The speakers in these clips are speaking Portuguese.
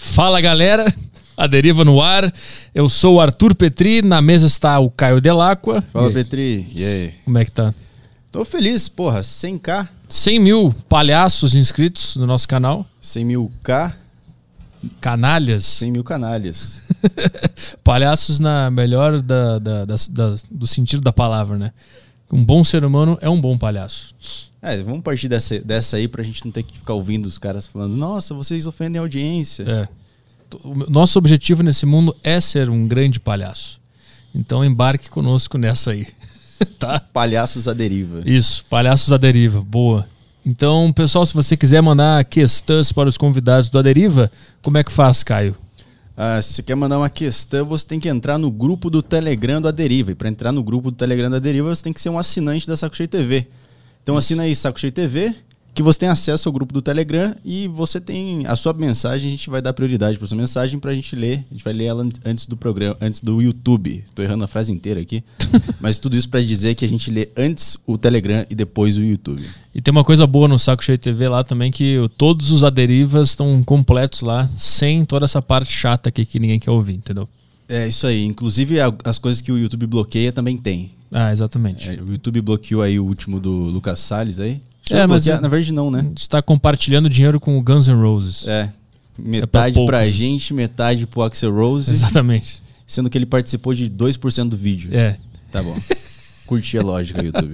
Fala, galera. A Deriva no ar. Eu sou o Arthur Petri. Na mesa está o Caio Delacqua. Fala, Petri. E aí? Como é que tá? Tô feliz, porra. 100k. 100 mil palhaços inscritos no nosso canal. 100 mil K. Canalhas. 100 mil canalhas. Palhaços na melhor do sentido da palavra, né? Um bom ser humano é um bom palhaço. Vamos partir dessa aí pra gente não ter que ficar ouvindo os caras falando: nossa, vocês ofendem a audiência. O nosso objetivo nesse mundo é ser um grande palhaço. Então embarque conosco nessa aí. Tá? Palhaços à deriva. Isso, palhaços à deriva. Boa. Então, pessoal, se você quiser mandar questões para os convidados do A Deriva, como é que faz, Caio? Se você quer mandar uma questão, você tem que entrar no grupo do Telegram do A Deriva. E para entrar no grupo do Telegram do A Deriva, você tem que ser um assinante da Saco Cheio TV. Então assina aí Saco Cheio TV, que você tem acesso ao grupo do Telegram e você tem a sua mensagem, a gente vai dar prioridade para sua mensagem pra gente ler. A gente vai ler ela antes do programa, antes do YouTube. Tô errando a frase inteira aqui. Mas tudo isso para dizer que a gente lê antes o Telegram e depois o YouTube. E tem uma coisa boa no Saco Cheio TV lá também, que todos os aderivas estão completos lá, sem toda essa parte chata aqui que ninguém quer ouvir, entendeu? É isso aí. Inclusive as coisas que o YouTube bloqueia também tem. Ah, exatamente. O YouTube bloqueou aí o último do Lucas Salles aí. Mas na verdade não, né? A gente está compartilhando dinheiro com o Guns N' Roses. Metade pra gente, metade pro Axl Rose. Exatamente. Sendo que ele participou de 2% do vídeo. Tá bom. Curti a lógica, YouTube.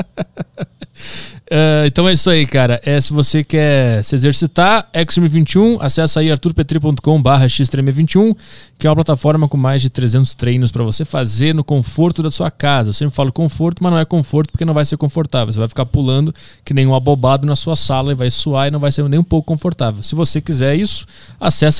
Então é isso aí, cara. Se você quer se exercitar, Extreme 21, acessa aí arturpetri.com/xtreme21, que é uma plataforma com mais de 300 treinos para você fazer no conforto da sua casa. Eu sempre falo conforto, mas não é conforto porque não vai ser confortável. Você vai ficar pulando que nem um abobado na sua sala e vai suar e não vai ser nem um pouco confortável. Se você quiser isso, acessa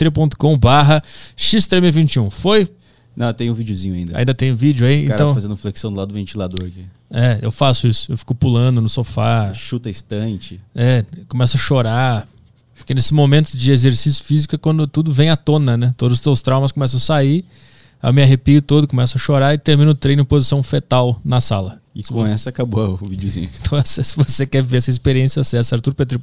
arturpetri.com/xtreme21. Foi? Não, tem um videozinho ainda. Ainda tem vídeo aí? O cara então fazendo flexão do lado do ventilador aqui. Eu faço isso. Eu fico pulando no sofá. Chuta a estante. Começo a chorar. Porque nesse momento de exercício físico é quando tudo vem à tona, né? Todos os teus traumas começam a sair. Aí eu me arrepio todo, começo a chorar e termino o treino em posição fetal na sala. E com essa acabou o videozinho. Então, se você quer ver essa experiência, acessa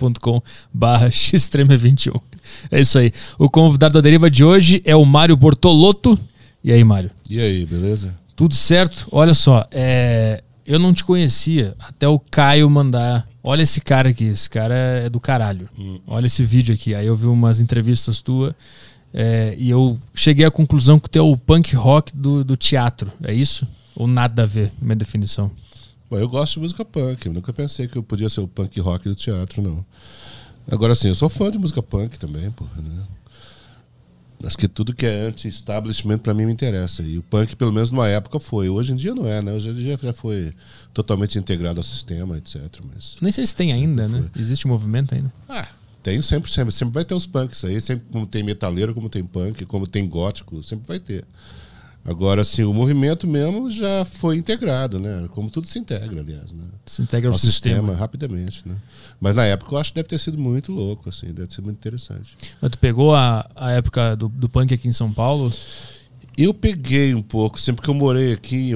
arturpetri.com/xtreme21. É isso aí. O convidado da Deriva de hoje é o Mário Bortolotto. E aí, Mário? E aí, beleza? Tudo certo? Olha só, eu não te conhecia até o Caio mandar. Olha esse cara aqui, esse cara é do caralho. Olha esse vídeo aqui. Aí eu vi umas entrevistas tuas e eu cheguei à conclusão que tu é o punk rock do teatro. É isso? Ou nada a ver, minha definição? Bom, eu gosto de música punk. Eu nunca pensei que eu podia ser o punk rock do teatro, não. Agora sim, eu sou fã de música punk também, porra, né? Acho que tudo que é anti-establishment pra mim me interessa. E o punk, pelo menos numa época, foi. Hoje em dia não é, né? Hoje em dia já foi totalmente integrado ao sistema, etc. Mas nem sei se tem ainda, né? Existe um movimento ainda. Tem sempre vai ter os punks aí. Sempre como tem metaleiro, como tem punk, como tem gótico, sempre vai ter. Agora, assim, o movimento mesmo já foi integrado, né? Como tudo se integra, aliás, né? Se integra ao sistema rapidamente, né? Mas na época eu acho que deve ter sido muito louco, assim, deve ser muito interessante. Mas tu pegou a época do punk aqui em São Paulo? Eu peguei um pouco, sempre que eu morei aqui em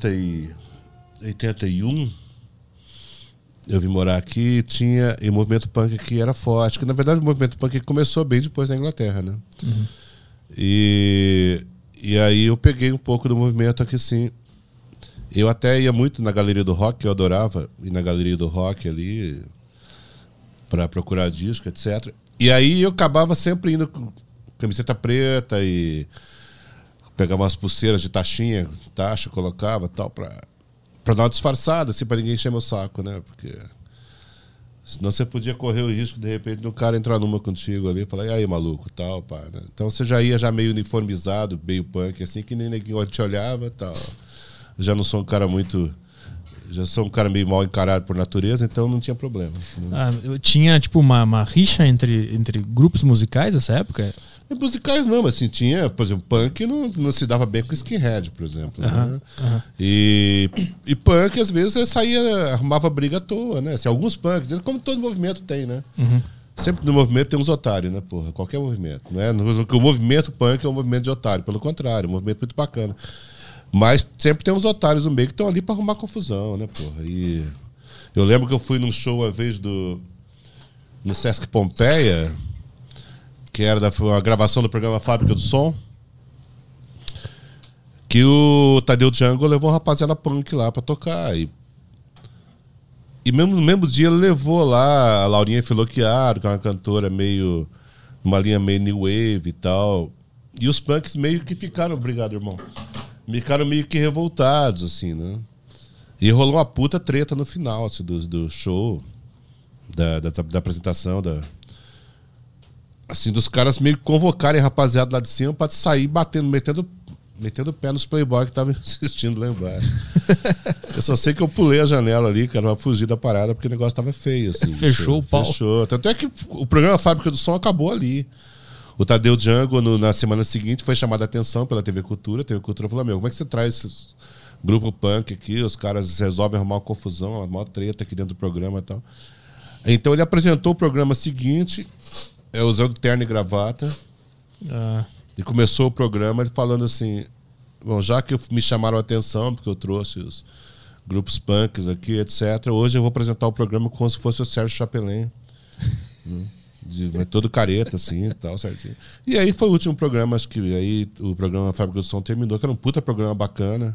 81, eu vim morar aqui e o movimento punk aqui era forte. Que, na verdade, o movimento punk começou bem depois na Inglaterra, né? Uhum. E aí eu peguei um pouco do movimento aqui, sim. Eu até ia muito na Galeria do Rock, que eu adorava ir na Galeria do Rock ali para procurar disco, etc. E aí eu acabava sempre indo com camiseta preta e pegava umas pulseiras de taxa, colocava tal, para dar uma disfarçada, assim, para ninguém encher meu saco, né? Porque senão você podia correr o risco, de repente, do cara entrar numa contigo ali e falar: e aí, maluco, tal, pá, né? Então você já ia meio uniformizado, meio punk, assim, que nem ninguém te olhava e tal. Já não sou um cara já sou um cara meio mal encarado por natureza, então não tinha problema. Eu tinha, tipo, uma rixa entre grupos musicais nessa época? Musicais não, mas assim, tinha, por exemplo, punk não se dava bem com skinhead, por exemplo. Né? E punk, às vezes, arrumava briga à toa, né? Assim, alguns punks, como todo movimento tem, né? Sempre no movimento tem uns otários, né, porra? Qualquer movimento, né? O movimento punk é um movimento de otário, pelo contrário, é um movimento muito bacana. Mas sempre tem uns otários no meio que estão ali pra arrumar confusão, né, porra? E eu lembro que eu fui num show uma vez no Sesc Pompeia, que que era a gravação do programa Fábrica do Som, que o Tadeu Django levou uma rapaziada punk lá pra tocar. E mesmo no mesmo dia ele levou lá a Laurinha Filoquiaro, que é uma cantora meio... uma linha meio new wave e tal. E os punks meio que ficaram... Obrigado, irmão. Ficaram meio que revoltados, assim, né? E rolou uma puta treta no final, assim, do show, da apresentação, assim, dos caras meio que convocarem a rapaziada lá de cima pra sair batendo, metendo o pé nos playboy que estavam assistindo lá embaixo. Eu só sei que eu pulei a janela ali, cara, pra fugir da parada, porque o negócio tava feio, assim. Fechou o pau. Fechou. Tanto é que o programa Fábrica do Som acabou ali. O Tadeu Django, na semana seguinte, foi chamado a atenção pela TV Cultura. A TV Cultura falou, como é que você traz esses grupo punk aqui? Os caras resolvem arrumar uma confusão, uma maior treta aqui dentro do programa e tal. Então ele apresentou o programa seguinte, usando terno e gravata. E começou o programa ele falando assim, bom, já que me chamaram a atenção, porque eu trouxe os grupos punks aqui, etc., hoje eu vou apresentar o programa como se fosse o Sérgio Chapelin. Todo careta, assim, e tal, certinho. E aí foi o último programa, acho que aí o programa Fábrica do Som terminou, que era um puta programa bacana.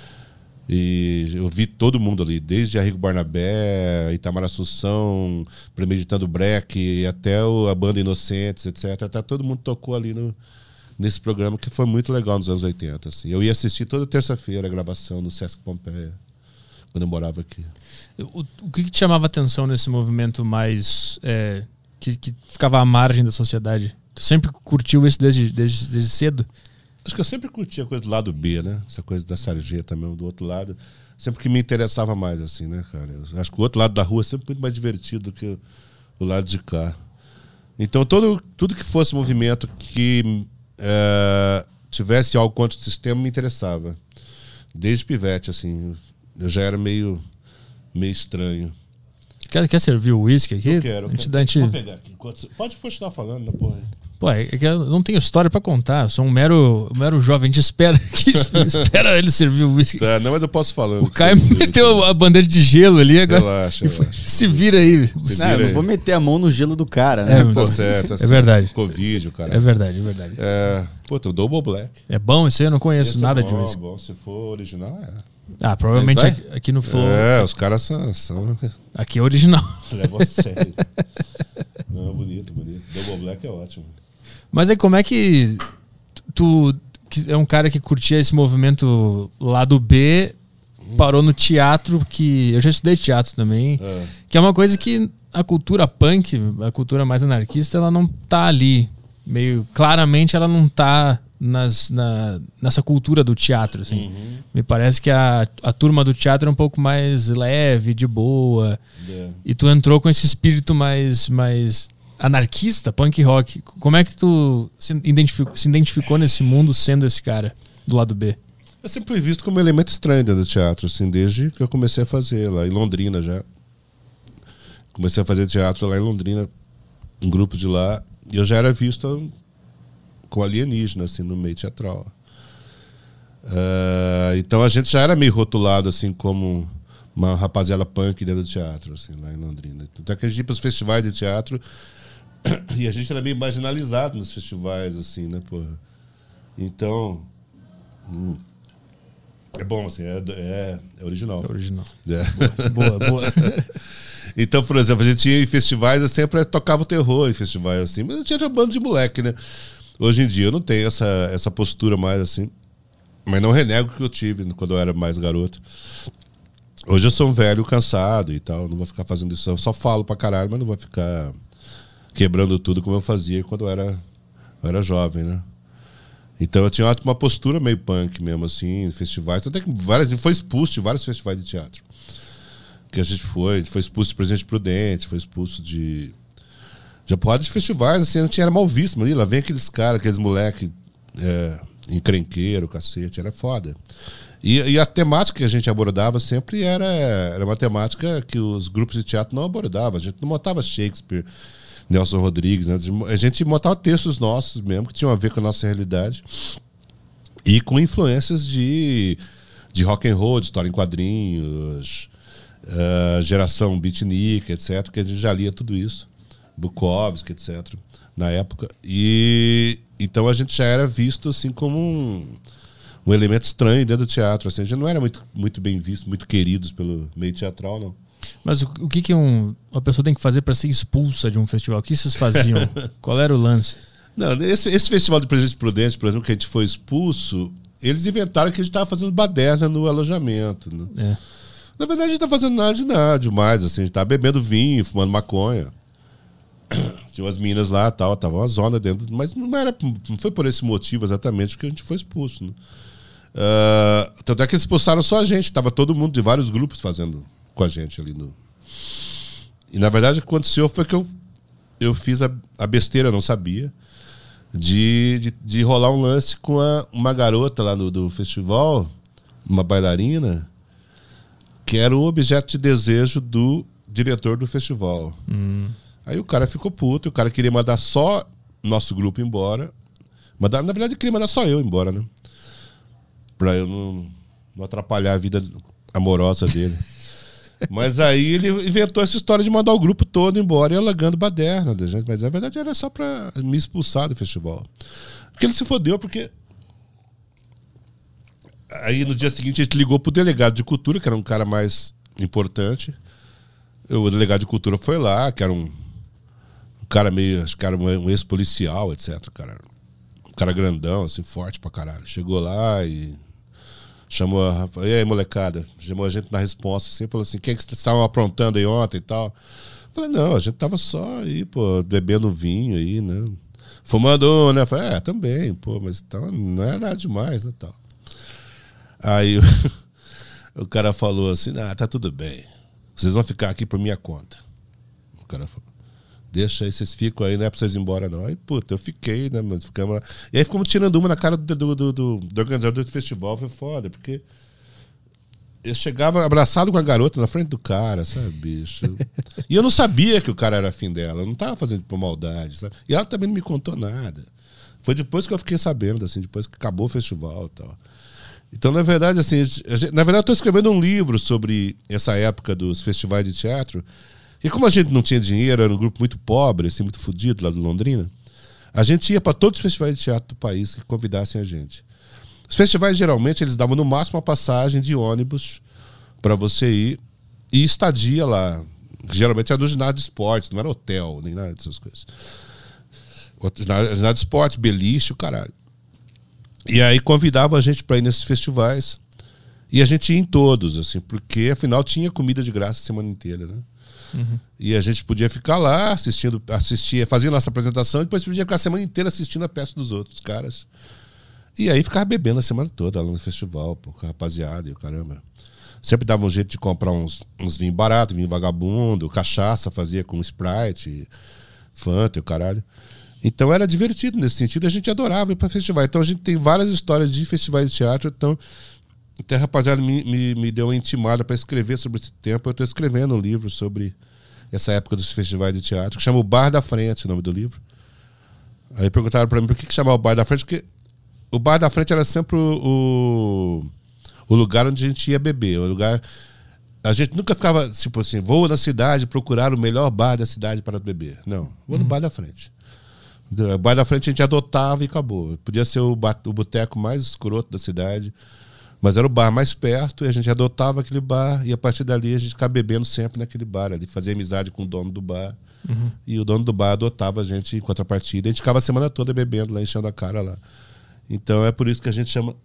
E eu vi todo mundo ali, desde Arrigo Barnabé, Itamar Assunção, Premeditando Breck, até a banda Inocentes, etc. Até todo mundo tocou ali nesse programa, que foi muito legal nos anos 80. Assim. Eu ia assistir toda terça-feira a gravação no Sesc Pompeia, quando eu morava aqui. O que te chamava a atenção nesse movimento mais... que ficava à margem da sociedade? Tu sempre curtiu isso desde cedo? Acho que eu sempre curti a coisa do lado B, né? Essa coisa da sarjeta mesmo, do outro lado. Sempre que me interessava mais, assim, né, cara? Eu acho que o outro lado da rua é sempre muito mais divertido do que o lado de cá. Então, tudo que fosse movimento que tivesse algo contra o sistema me interessava. Desde pivete, assim. Eu já era meio estranho. Quer servir o uísque aqui? Eu quero. Vou pegar aqui. Pode continuar falando, né, porra? Pô, é que eu não tenho história pra contar. Eu sou um mero jovem. A gente espera ele servir o uísque. Tá, não, mas eu posso falar. O Caio meteu a bandeja de gelo ali agora. Relaxa. Se vira aí. Eu não vou meter a mão no gelo do cara, né? Tá certo. É verdade. Covid, cara. É verdade. Pô, tem o Double Black. É bom esse aí? Eu não conheço nada de uísque. Bom, se for original, provavelmente aqui no Flow. Os caras são... Aqui é original. Leva a sério. Não, bonito. Double Black é ótimo. Mas aí como é que tu, que é um cara que curtia esse movimento lado B, parou no teatro, que eu já estudei teatro também, que é uma coisa que a cultura punk, a cultura mais anarquista, ela não tá ali. Meio claramente ela não tá nessa cultura do teatro, assim. Me parece que a turma do teatro é um pouco mais leve, de boa. E tu entrou com esse espírito mais anarquista, punk rock. Como é que tu se identificou nesse mundo sendo esse cara do lado B? Eu sempre fui visto como um elemento estranho dentro do teatro, assim, desde que eu comecei a fazer lá em Londrina já. Comecei a fazer teatro lá em Londrina, um grupo de lá, e eu já era visto com alienígena, assim, no meio teatral. Então a gente já era meio rotulado, assim, como uma rapaziada punk dentro do teatro, assim, lá em Londrina. Então a gente ia para os festivais de teatro e a gente era meio marginalizado nos festivais, assim, né, porra? Então... é bom, assim, é original. É original. Boa. Então, por exemplo, a gente ia em festivais, eu sempre tocava o terror em festivais, assim, mas eu tinha um bando de moleque, né? Hoje em dia eu não tenho essa postura mais, assim, mas não renego que eu tive quando eu era mais garoto. Hoje eu sou um velho cansado e tal, não vou ficar fazendo isso, eu só falo pra caralho, mas não vou ficar quebrando tudo como eu fazia quando eu era jovem, né? Então eu tinha uma postura meio punk mesmo, assim, em festivais. Até que a gente foi expulso de vários festivais de teatro. Que a gente foi expulso de Presidente Prudente, foi expulso de uma porrada de festivais, assim, a gente era mal visto, mas lá vem aqueles caras, aqueles moleque encrenqueiro, cacete, era foda. E a temática que a gente abordava sempre era uma temática que os grupos de teatro não abordavam. A gente não montava Shakespeare, Nelson Rodrigues, né? A gente montava textos nossos mesmo, que tinham a ver com a nossa realidade e com influências de rock and roll, de história em quadrinhos, geração beatnik, etc., que a gente já lia tudo isso, Bukowski, etc. na época. E então a gente já era visto assim como um elemento estranho dentro do teatro. Assim, a gente não era muito bem visto, muito queridos pelo meio teatral, não. Mas o que uma pessoa tem que fazer para ser expulsa de um festival? O que vocês faziam? Qual era o lance? Não, esse festival de Presidente Prudente, por exemplo, que a gente foi expulso, eles inventaram que a gente estava fazendo baderna no alojamento. Né? É. Na verdade, a gente não estava fazendo nada demais. Assim, a gente estava bebendo vinho, fumando maconha. Tinha umas meninas lá, tal, tava uma zona dentro, mas não foi por esse motivo exatamente que a gente foi expulso. Né? Tanto é que eles expulsaram só a gente, tava todo mundo de vários grupos fazendo com a gente ali. E na verdade o que aconteceu foi que eu fiz a besteira, eu não sabia, de rolar um lance com uma garota lá do festival, uma bailarina, que era o objeto de desejo do diretor do festival. Aí o cara ficou puto, o cara queria mandar só nosso grupo embora. Na verdade, ele queria mandar só eu embora, né? Pra eu não atrapalhar a vida amorosa dele. Mas aí ele inventou essa história de mandar o grupo todo embora e alagando baderna da gente. Mas na verdade era só pra me expulsar do festival. Porque ele se fodeu, porque... Aí no dia seguinte a gente ligou pro delegado de cultura, que era um cara mais importante. O delegado de cultura foi lá, que era um cara meio... Acho que era um ex-policial, etc. Um cara grandão, assim, forte pra caralho. Chegou lá e chamou e aí, molecada? Chamou a gente na resposta, assim, falou assim, quem que vocês estavam aprontando aí ontem e tal? Falei, não, a gente tava só aí, pô, bebendo vinho aí, né? Fumando, né? Falei, também, pô, mas então, não era nada demais, né, tal. Aí o cara falou assim, tá tudo bem. Vocês vão ficar aqui por minha conta. O cara falou, deixa aí, vocês ficam aí, não é pra vocês ir embora, não. Aí, puta, eu fiquei, né, mano? Ficamos lá. E aí ficamos tirando uma na cara do organizador do festival. Foi foda, porque eu chegava abraçado com a garota na frente do cara, sabe, bicho? E eu não sabia que o cara era afim dela. Eu não tava fazendo por maldade, sabe? E ela também não me contou nada. Foi depois que eu fiquei sabendo, assim, depois que acabou o festival e tal. Então, na verdade, assim, eu estou escrevendo um livro sobre essa época dos festivais de teatro. E como a gente não tinha dinheiro, era um grupo muito pobre, assim, muito fodido lá de Londrina, a gente ia para todos os festivais de teatro do país que convidassem a gente. Os festivais, geralmente, eles davam no máximo uma passagem de ônibus para você ir e estadia lá. Geralmente era do ginásio de esportes, não era hotel, nem nada dessas coisas. Ginásio de esportes, beliche, o caralho. E aí convidava a gente para ir nesses festivais. E a gente ia em todos, assim, porque afinal tinha comida de graça a semana inteira, né? Uhum. E a gente podia ficar lá assistia, fazia nossa apresentação e depois podia ficar a semana inteira assistindo a peça dos outros caras. E aí ficava bebendo a semana toda lá no festival, pô, com a rapaziada e o caramba. Sempre dava um jeito de comprar uns vinhos baratos, vinho vagabundo, cachaça fazia com Sprite, Fanta e o caralho. Então era divertido nesse sentido, a gente adorava ir para festival. Então a gente tem várias histórias de festivais de teatro. Então até a rapaziada me deu uma intimada para escrever sobre esse tempo. Eu estou escrevendo um livro sobre essa época dos festivais de teatro, que chama O Bar da Frente, o nome do livro. Aí perguntaram para mim por que chamava O Bar da Frente, porque o Bar da Frente era sempre o lugar onde a gente ia beber. O lugar... A gente nunca ficava, tipo assim, vou na cidade procurar o melhor bar da cidade para beber. Não, vou no Bar da Frente. O Bar da Frente a gente adotava e acabou. Podia ser o boteco mais escroto da cidade, mas era o bar mais perto e a gente adotava aquele bar e a partir dali a gente ficava bebendo sempre naquele bar ali, fazia amizade com o dono do bar e o dono do bar adotava a gente em contrapartida. A gente ficava a semana toda bebendo lá, enchendo a cara lá. Então é por isso que a gente chama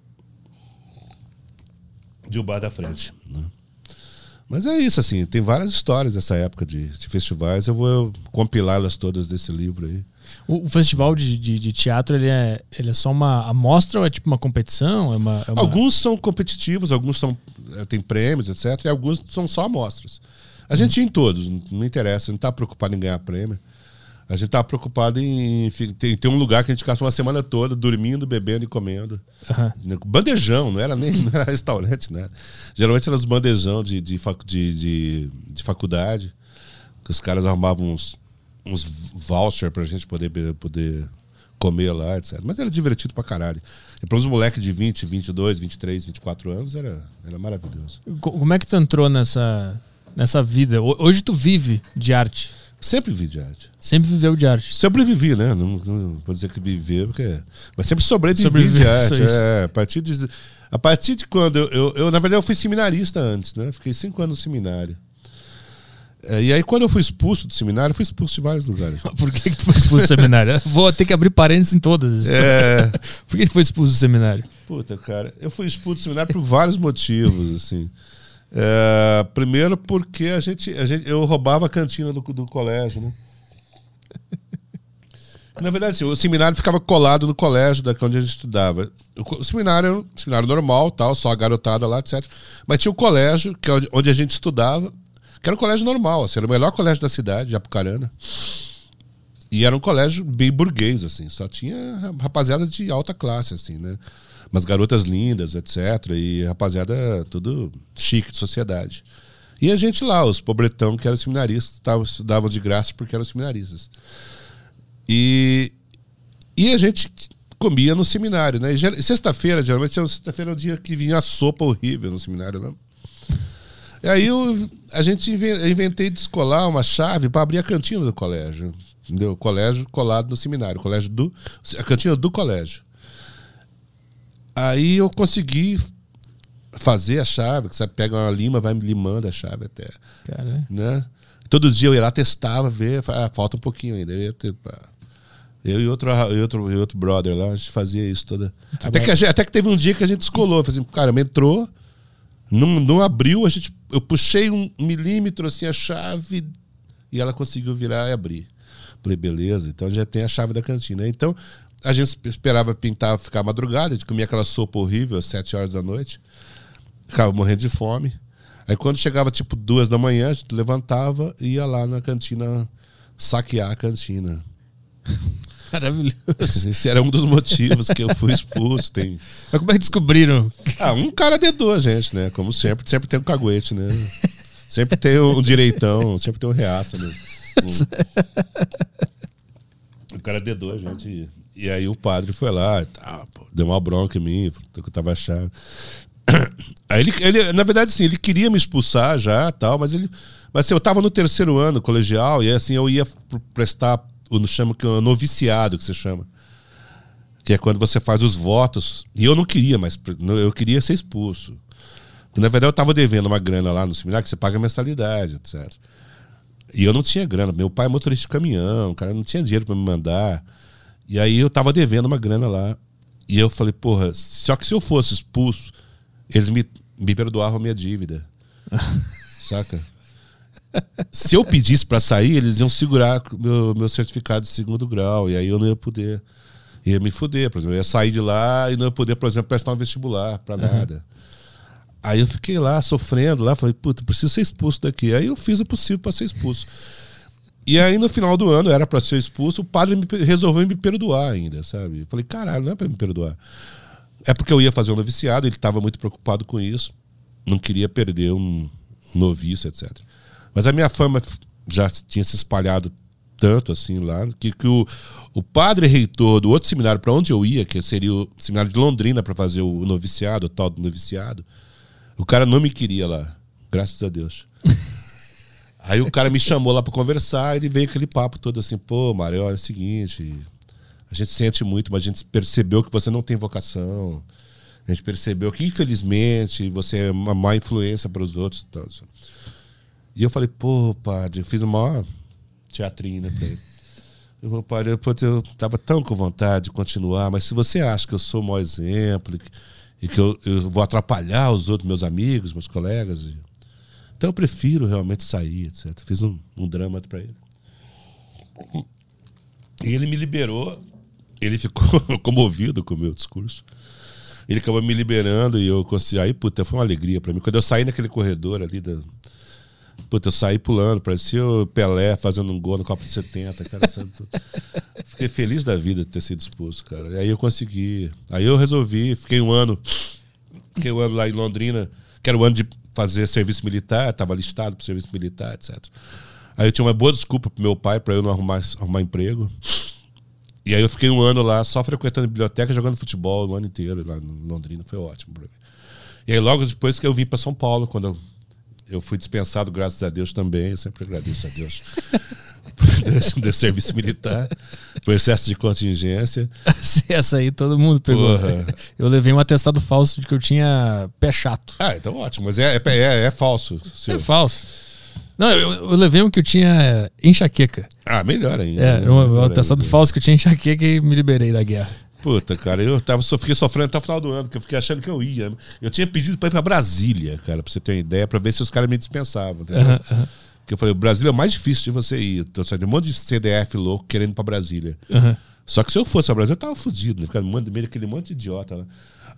de O Bar da Frente, né? Mas é isso, assim, tem várias histórias dessa época de festivais. Eu vou compilá-las todas desse livro aí. O festival de teatro, ele é só uma amostra ou é tipo uma competição? Alguns são competitivos, alguns tem prêmios, etc. E alguns são só amostras. A gente ia em todos, não interessa, não está preocupado em ganhar prêmio. A gente estava preocupado em ter um lugar que a gente ficasse uma semana toda dormindo, bebendo e comendo. Uhum. Bandejão, não era restaurante, né? Geralmente eram os bandejão de faculdade, que os caras arrumavam uns vouchers pra gente poder comer lá, etc. Mas era divertido pra caralho. E para uns moleques de 20, 22, 23, 24 anos era maravilhoso. Como é que tu entrou nessa vida? Hoje tu vive de arte? Sempre vivi de arte. Sempre viveu de arte. Sobrevivi, né? Não vou dizer que viver, porque... Mas sempre sobrevivi de arte. A partir de quando eu, na verdade, eu fui seminarista antes, né? Fiquei 5 anos no seminário. E aí, quando eu fui expulso do seminário, eu fui expulso de vários lugares. Por que tu foi expulso do seminário? Vou ter que abrir parênteses em todas. Por que tu foi expulso do seminário? Puta, cara, eu fui expulso do seminário por vários motivos, assim. Primeiro porque eu roubava a cantina do colégio, né? Na verdade, assim, o seminário ficava colado no colégio onde a gente estudava. O seminário era um seminário normal, tal, só a garotada lá, etc. Mas tinha o colégio, que é onde a gente estudava, que era um colégio normal, assim, era o melhor colégio da cidade, de Apucarana. E era um colégio bem burguês, assim, só tinha rapaziada de alta classe, assim, né? Umas garotas lindas, etc. E rapaziada tudo chique de sociedade. E a gente lá, os pobretão que eram seminaristas, estudavam de graça porque eram seminaristas. E a gente comia no seminário, né? E sexta-feira, geralmente, sexta-feira é o dia que vinha a sopa horrível no seminário, né? E aí eu inventei de descolar uma chave para abrir a cantina do colégio. Entendeu? Colégio colado no seminário, a cantina do colégio. Aí eu consegui fazer a chave, que você pega uma lima, vai limando a chave até. Caralho. Né? Todos os dias eu ia lá, testava, ver, falta um pouquinho ainda. Eu e outro brother lá, a gente fazia isso toda. Até que teve um dia que a gente descolou. Assim, cara, entrou, não abriu, eu puxei 1 milímetro assim a chave e ela conseguiu virar e abrir. Falei, beleza, então já tem a chave da cantina. Então a gente esperava ficar madrugada, a gente comia aquela sopa horrível às 7 horas da noite, ficava morrendo de fome. Aí quando chegava tipo 2 da manhã, a gente levantava e ia lá na cantina saquear a cantina. Maravilhoso. Esse era um dos motivos que eu fui expulso. Mas como é que descobriram? Um cara dedou a gente, né? Como sempre tem um caguete, né? Sempre tem um direitão, sempre tem um reaça, né? O cara dedou a gente. E aí o padre foi lá, deu uma bronca em mim, que eu tava achando. Aí ele, na verdade, assim, ele queria me expulsar já, tal, mas assim, eu tava no 3º ano colegial e assim eu ia prestar chama que é noviciado, que se chama, que é quando você faz os votos. E eu não queria, mas eu queria ser expulso. Porque, na verdade, eu tava devendo uma grana lá no seminário que você paga mensalidade, etc. E eu não tinha grana. Meu pai é motorista de caminhão, o cara não tinha dinheiro para me mandar. E aí eu tava devendo uma grana lá. E eu falei, porra, só que se eu fosse expulso, eles me perdoavam a minha dívida. Saca? Se eu pedisse para sair, eles iam segurar meu certificado de 2º grau. E aí eu não ia poder. Ia me fuder, por exemplo. Eu ia sair de lá e não ia poder, por exemplo, prestar um vestibular para nada. Aí eu fiquei lá, sofrendo lá. Falei, puta, preciso ser expulso daqui. Aí eu fiz o possível para ser expulso. E aí no final do ano, era para ser expulso, o padre resolveu me perdoar ainda, sabe? Eu falei, caralho, não é para me perdoar. É porque eu ia fazer um noviciado, ele estava muito preocupado com isso. Não queria perder um noviço, etc. Mas a minha fama já tinha se espalhado tanto assim lá, que o padre reitor do outro seminário para onde eu ia, que seria o seminário de Londrina para fazer o noviciado, o tal do noviciado, o cara não me queria lá, graças a Deus. Aí o cara me chamou lá para conversar, ele veio aquele papo todo assim, pô, Mário, olha, é o seguinte, a gente sente muito, mas a gente percebeu que você não tem vocação, a gente percebeu que infelizmente você é uma má influência para os outros. Então, e eu falei, pô, padre, eu fiz um maior teatrinho, né, pra ele. Eu, padre, eu tava tão com vontade de continuar, mas se você acha que eu sou o maior exemplo e que eu vou atrapalhar os outros, meus amigos, meus colegas, então eu prefiro realmente sair, etc. Fiz um drama pra ele. E ele me liberou, ele ficou comovido com o meu discurso. Ele acabou me liberando e eu consegui. Aí, puta, foi uma alegria pra mim. Quando eu saí naquele corredor ali Puta, eu saí pulando, parecia o Pelé fazendo um gol no Copa de 70, cara, sabe? Fiquei feliz da vida de ter sido expulso, cara. E aí eu consegui. Aí eu resolvi, fiquei um ano lá em Londrina, que era o ano de fazer serviço militar, estava listado para serviço militar, etc. Aí eu tinha uma boa desculpa pro meu pai para eu não arrumar emprego. E aí eu fiquei um ano lá só frequentando a biblioteca, jogando futebol o ano inteiro lá em Londrina, foi ótimo pra mim. E aí logo depois que eu vim para São Paulo, quando Eu fui dispensado, graças a Deus também. Eu sempre agradeço a Deus. Do serviço militar, por excesso de contingência. Essa aí todo mundo pegou. Porra. Eu levei um atestado falso de que eu tinha pé chato. Ah, então ótimo, mas é falso. Seu. É falso. Não, eu levei um que eu tinha enxaqueca. Ah, melhor ainda. Um atestado falso que eu tinha enxaqueca e me liberei da guerra. Puta, cara, fiquei sofrendo até o final do ano, que eu fiquei achando que eu ia. Eu tinha pedido pra ir pra Brasília, cara, pra você ter uma ideia, pra ver se os caras me dispensavam, entendeu? Porque eu falei, o Brasília é o mais difícil de você ir. Então, tem um monte de CDF louco querendo ir pra Brasília. Só que se eu fosse pra Brasília, eu tava fudido, né? Ficando no meio daquele monte de idiota lá.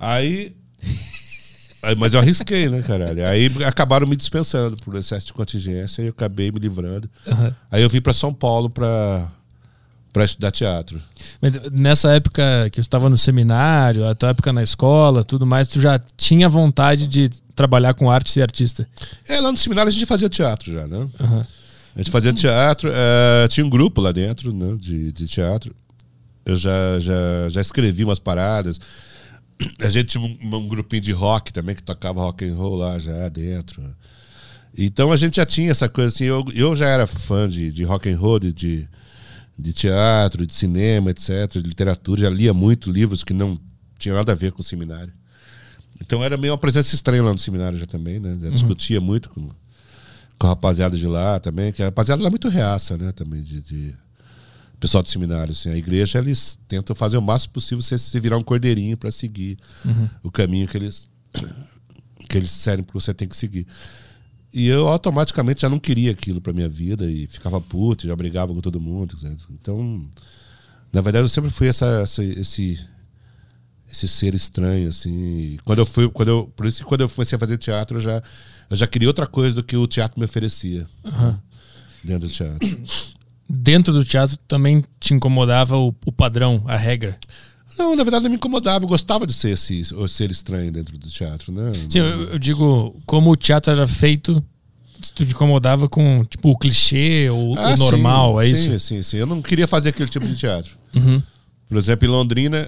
Mas eu arrisquei, né, caralho? Aí acabaram me dispensando por excesso de contingência e eu acabei me livrando. Aí eu vim pra São Paulo pra estudar teatro. Mas nessa época que eu estava no seminário, a tua época na escola, tudo mais, tu já tinha vontade de trabalhar com arte e ser artista? Lá no seminário a gente fazia teatro já, né? A gente fazia teatro, tinha um grupo lá dentro, né, de teatro. Eu já escrevi umas paradas. A gente tinha um grupinho de rock também, que tocava rock and roll lá já dentro. Então a gente já tinha essa coisa assim, eu já era fã de rock and roll, de teatro, de cinema, etc., de literatura, já lia muito livros que não tinham nada a ver com o seminário. Então era meio uma presença estranha lá no seminário já também, né? Já discutia muito com a rapaziada de lá também, que a rapaziada lá é muito reaça, né? Também de pessoal do seminário, assim. A igreja, eles tentam fazer o máximo possível você se virar um cordeirinho para seguir o caminho que eles disserem que você tem que seguir. E eu automaticamente já não queria aquilo pra minha vida e ficava puto, já brigava com todo mundo. Então, na verdade, eu sempre fui esse ser estranho, assim. Por isso que quando eu comecei a fazer teatro, eu já queria outra coisa do que o teatro me oferecia dentro do teatro. Dentro do teatro também te incomodava o padrão, a regra? Não, na verdade não me incomodava, eu gostava de ser ser estranho dentro do teatro, né? Sim, eu digo, como o teatro era feito, se tu te incomodava com tipo o clichê ou o normal, sim, é isso? Sim. Eu não queria fazer aquele tipo de teatro. Por exemplo, em Londrina,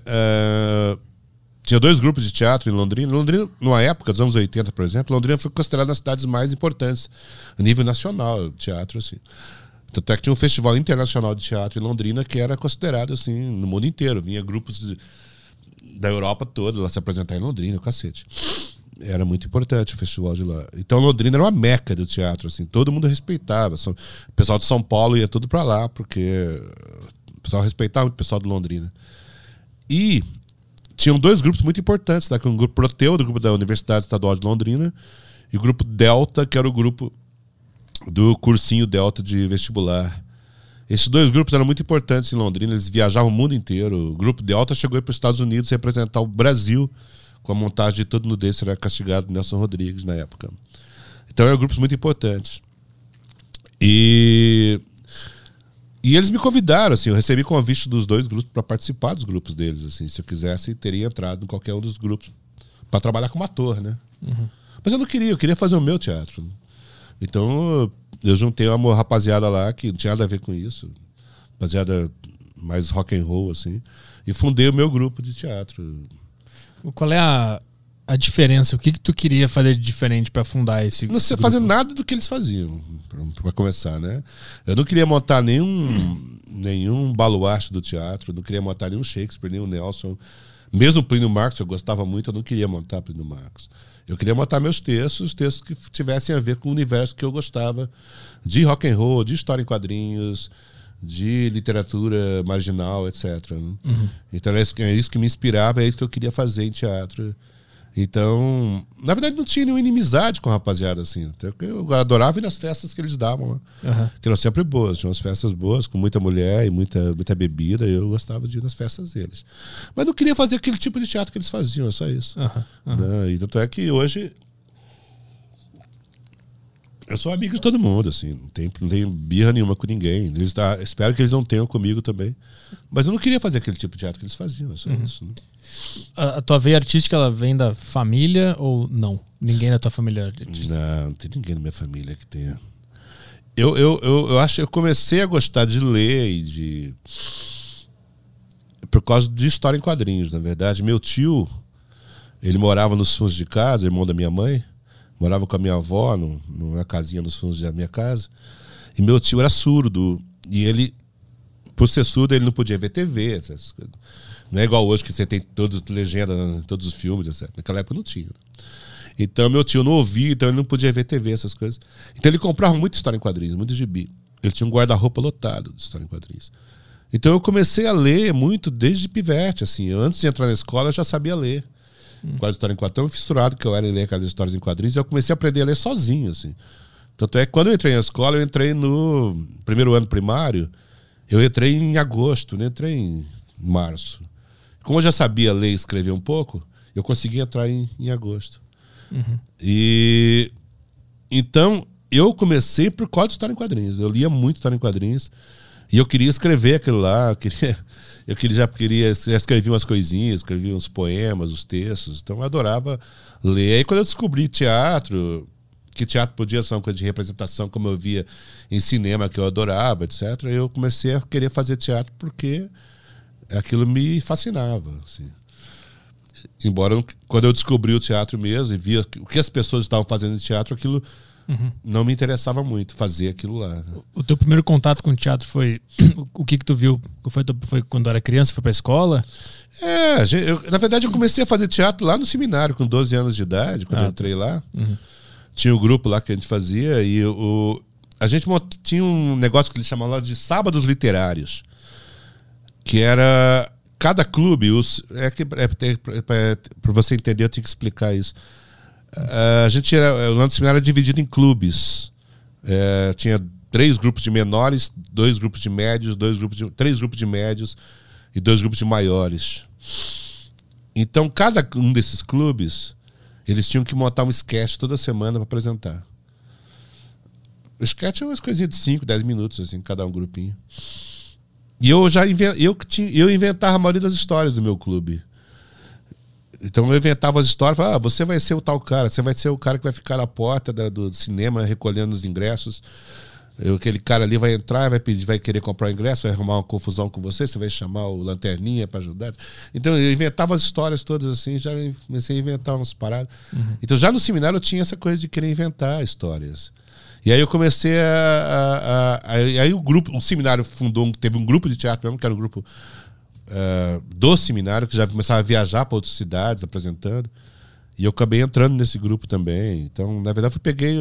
tinha 2 grupos de teatro em Londrina. Londrina, numa época dos anos 80, por exemplo, Londrina foi considerada uma das cidades mais importantes a nível nacional, teatro, assim. Tanto é que tinha um festival internacional de teatro em Londrina que era considerado assim no mundo inteiro. Vinha grupos da Europa toda lá se apresentar em Londrina, o cacete. Era muito importante o festival de lá. Então Londrina era uma meca do teatro, assim, todo mundo respeitava. O pessoal de São Paulo ia tudo pra lá, porque o pessoal respeitava muito o pessoal de Londrina. E tinham 2 grupos muito importantes, tá? Que um grupo Proteu, do grupo da Universidade Estadual de Londrina, e o grupo Delta, que era o grupo do cursinho Delta de vestibular. Esses 2 grupos eram muito importantes em Londrina, eles viajavam o mundo inteiro. O grupo Delta chegou para os Estados Unidos representar o Brasil com a montagem de Todo Nudez Será Castigado, Nelson Rodrigues, na época. Então eram grupos muito importantes. E eles me convidaram, assim, eu recebi convite dos 2 grupos para participar dos grupos deles, assim, se eu quisesse, teria entrado em qualquer um dos grupos para trabalhar como ator, né? Mas eu não queria, eu queria fazer o meu teatro. Então eu juntei uma rapaziada lá que não tinha nada a ver com isso, rapaziada mais rock and roll, assim, e fundei o meu grupo de teatro. Qual é a diferença? O que tu queria fazer de diferente para fundar esse grupo? Não sei fazer nada do que eles faziam, para começar, né? Eu não queria montar nenhum baluarte do teatro, não queria montar nenhum Shakespeare, nenhum Nelson. Mesmo Plínio Marcos, eu gostava muito, eu não queria montar Plínio Marcos. Eu queria montar meus textos que tivessem a ver com o universo que eu gostava, de rock and roll, de história em quadrinhos, de literatura marginal, etc. Então é isso que me inspirava, é isso que eu queria fazer em teatro. Então, na verdade, não tinha nenhuma inimizade com a rapaziada, assim. Eu adorava ir nas festas que eles davam lá, que eram sempre boas. Tinha umas festas boas, com muita mulher e muita bebida, e eu gostava de ir nas festas deles. Mas não queria fazer aquele tipo de teatro que eles faziam, é só isso. E tanto é que hoje eu sou amigo de todo mundo, assim, não tenho birra nenhuma com ninguém. Espero que eles não tenham comigo também. Mas eu não queria fazer aquele tipo de teatro que eles faziam, é só isso, né? A tua veia artística, ela vem da família ou não? Ninguém da tua família é artista? Não tem ninguém na minha família que tenha. Eu acho que eu comecei a gostar de ler por causa de história em quadrinhos, na verdade. Meu tio, ele morava nos fundos de casa, irmão da minha mãe, morava com a minha avó numa casinha nos fundos da minha casa. E meu tio era surdo. E ele, por ser surdo, ele não podia ver TV. Essas coisas. Não é igual hoje que você tem legenda em todos os filmes, etc. Naquela época não tinha. Então meu tio não ouvia, então ele não podia ver TV, essas coisas. Então ele comprava muita história em quadrinhos, muito gibi. Ele tinha um guarda-roupa lotado de história em quadrinhos. Então eu comecei a ler muito desde pivete, assim. Eu, antes de entrar na escola, eu já sabia ler. Com a história em quadrinhos, tão fissurado que eu era em ler aquelas histórias em quadrinhos, e eu comecei a aprender a ler sozinho, assim. Tanto é que quando eu entrei na escola, eu entrei no primeiro ano primário, eu entrei em agosto, não entrei em março. Como eu já sabia ler e escrever um pouco, eu consegui entrar em agosto. E então eu comecei por causa de história em quadrinhos. Eu lia muito história em quadrinhos e eu queria escrever aquilo lá. Eu escrever umas coisinhas, escrever uns poemas, os textos. Então eu adorava ler. Aí quando eu descobri teatro, que teatro podia ser uma coisa de representação, como eu via em cinema, que eu adorava, etc., eu comecei a querer fazer teatro porque aquilo me fascinava, assim. Embora, quando eu descobri o teatro mesmo e via o que as pessoas estavam fazendo em teatro, aquilo não me interessava muito, fazer aquilo lá. Né? O teu primeiro contato com o teatro foi... O que tu viu? Foi quando era criança? Foi pra escola? Na verdade, eu comecei a fazer teatro lá no seminário, com 12 anos de idade, quando eu entrei lá. Tinha um grupo lá que a gente fazia e a gente tinha um negócio que eles chamavam de sábados literários, que era... Cada clube, para você entender, eu tenho que explicar isso. O nosso seminário era dividido em clubes. Tinha 3 grupos de menores, 2 grupos de médios, 3 grupos de médios e 2 grupos de maiores. Então, cada um desses clubes, eles tinham que montar um sketch toda semana para apresentar. O sketch é umas coisinhas de 5, 10 minutos, assim, cada um grupinho. E eu inventava a maioria das histórias do meu clube. Então eu inventava as histórias, falava, você vai ser o tal cara, você vai ser o cara que vai ficar na porta do cinema recolhendo os ingressos. Aquele cara ali vai entrar, vai querer comprar o ingresso, vai arrumar uma confusão com você, você vai chamar o Lanterninha para ajudar. Então eu inventava as histórias todas assim, já comecei a inventar umas paradas. Então já no seminário eu tinha essa coisa de querer inventar histórias. E aí eu comecei aí o seminário teve um grupo de teatro mesmo, que era o grupo do seminário, que já começava a viajar para outras cidades, apresentando. E eu acabei entrando nesse grupo também. Então, na verdade, eu peguei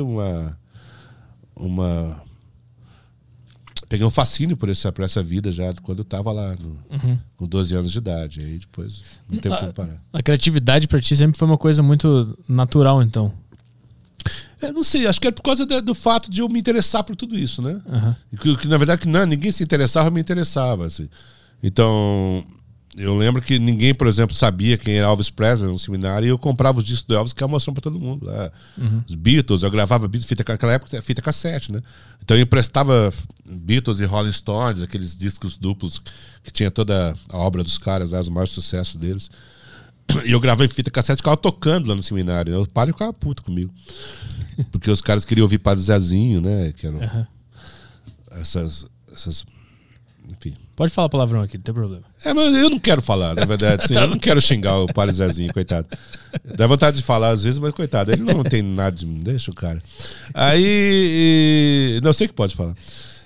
peguei um fascínio por essa vida já, quando eu estava lá, com 12 anos de idade. Aí depois não tem como parar. A criatividade para ti sempre foi uma coisa muito natural, então? Não sei, acho que é por causa do fato de eu me interessar por tudo isso, né? Que na verdade, ninguém se interessava, eu me interessava. Assim. Então, eu lembro que ninguém, por exemplo, sabia quem era Elvis Presley no seminário, e eu comprava os discos do Elvis, que era mostrando pra todo mundo. Os Beatles, eu gravava Beatles, naquela época, fita cassete, né? Então eu emprestava Beatles e Rolling Stones, aqueles discos duplos que tinha toda a obra dos caras, os maiores sucessos deles. E eu gravei fita cassete e ficava tocando lá no seminário. O padre ficava puto comigo. Porque os caras queriam ouvir Padre Zezinho, né? Que eram essas. Enfim. Pode falar palavrão aqui, não tem problema. Mas eu não quero falar, na verdade. Assim, eu não quero xingar o Padre Zezinho, coitado. Dá vontade de falar às vezes, mas coitado, ele não tem nada de. Deixa o cara. Aí. Não sei que pode falar.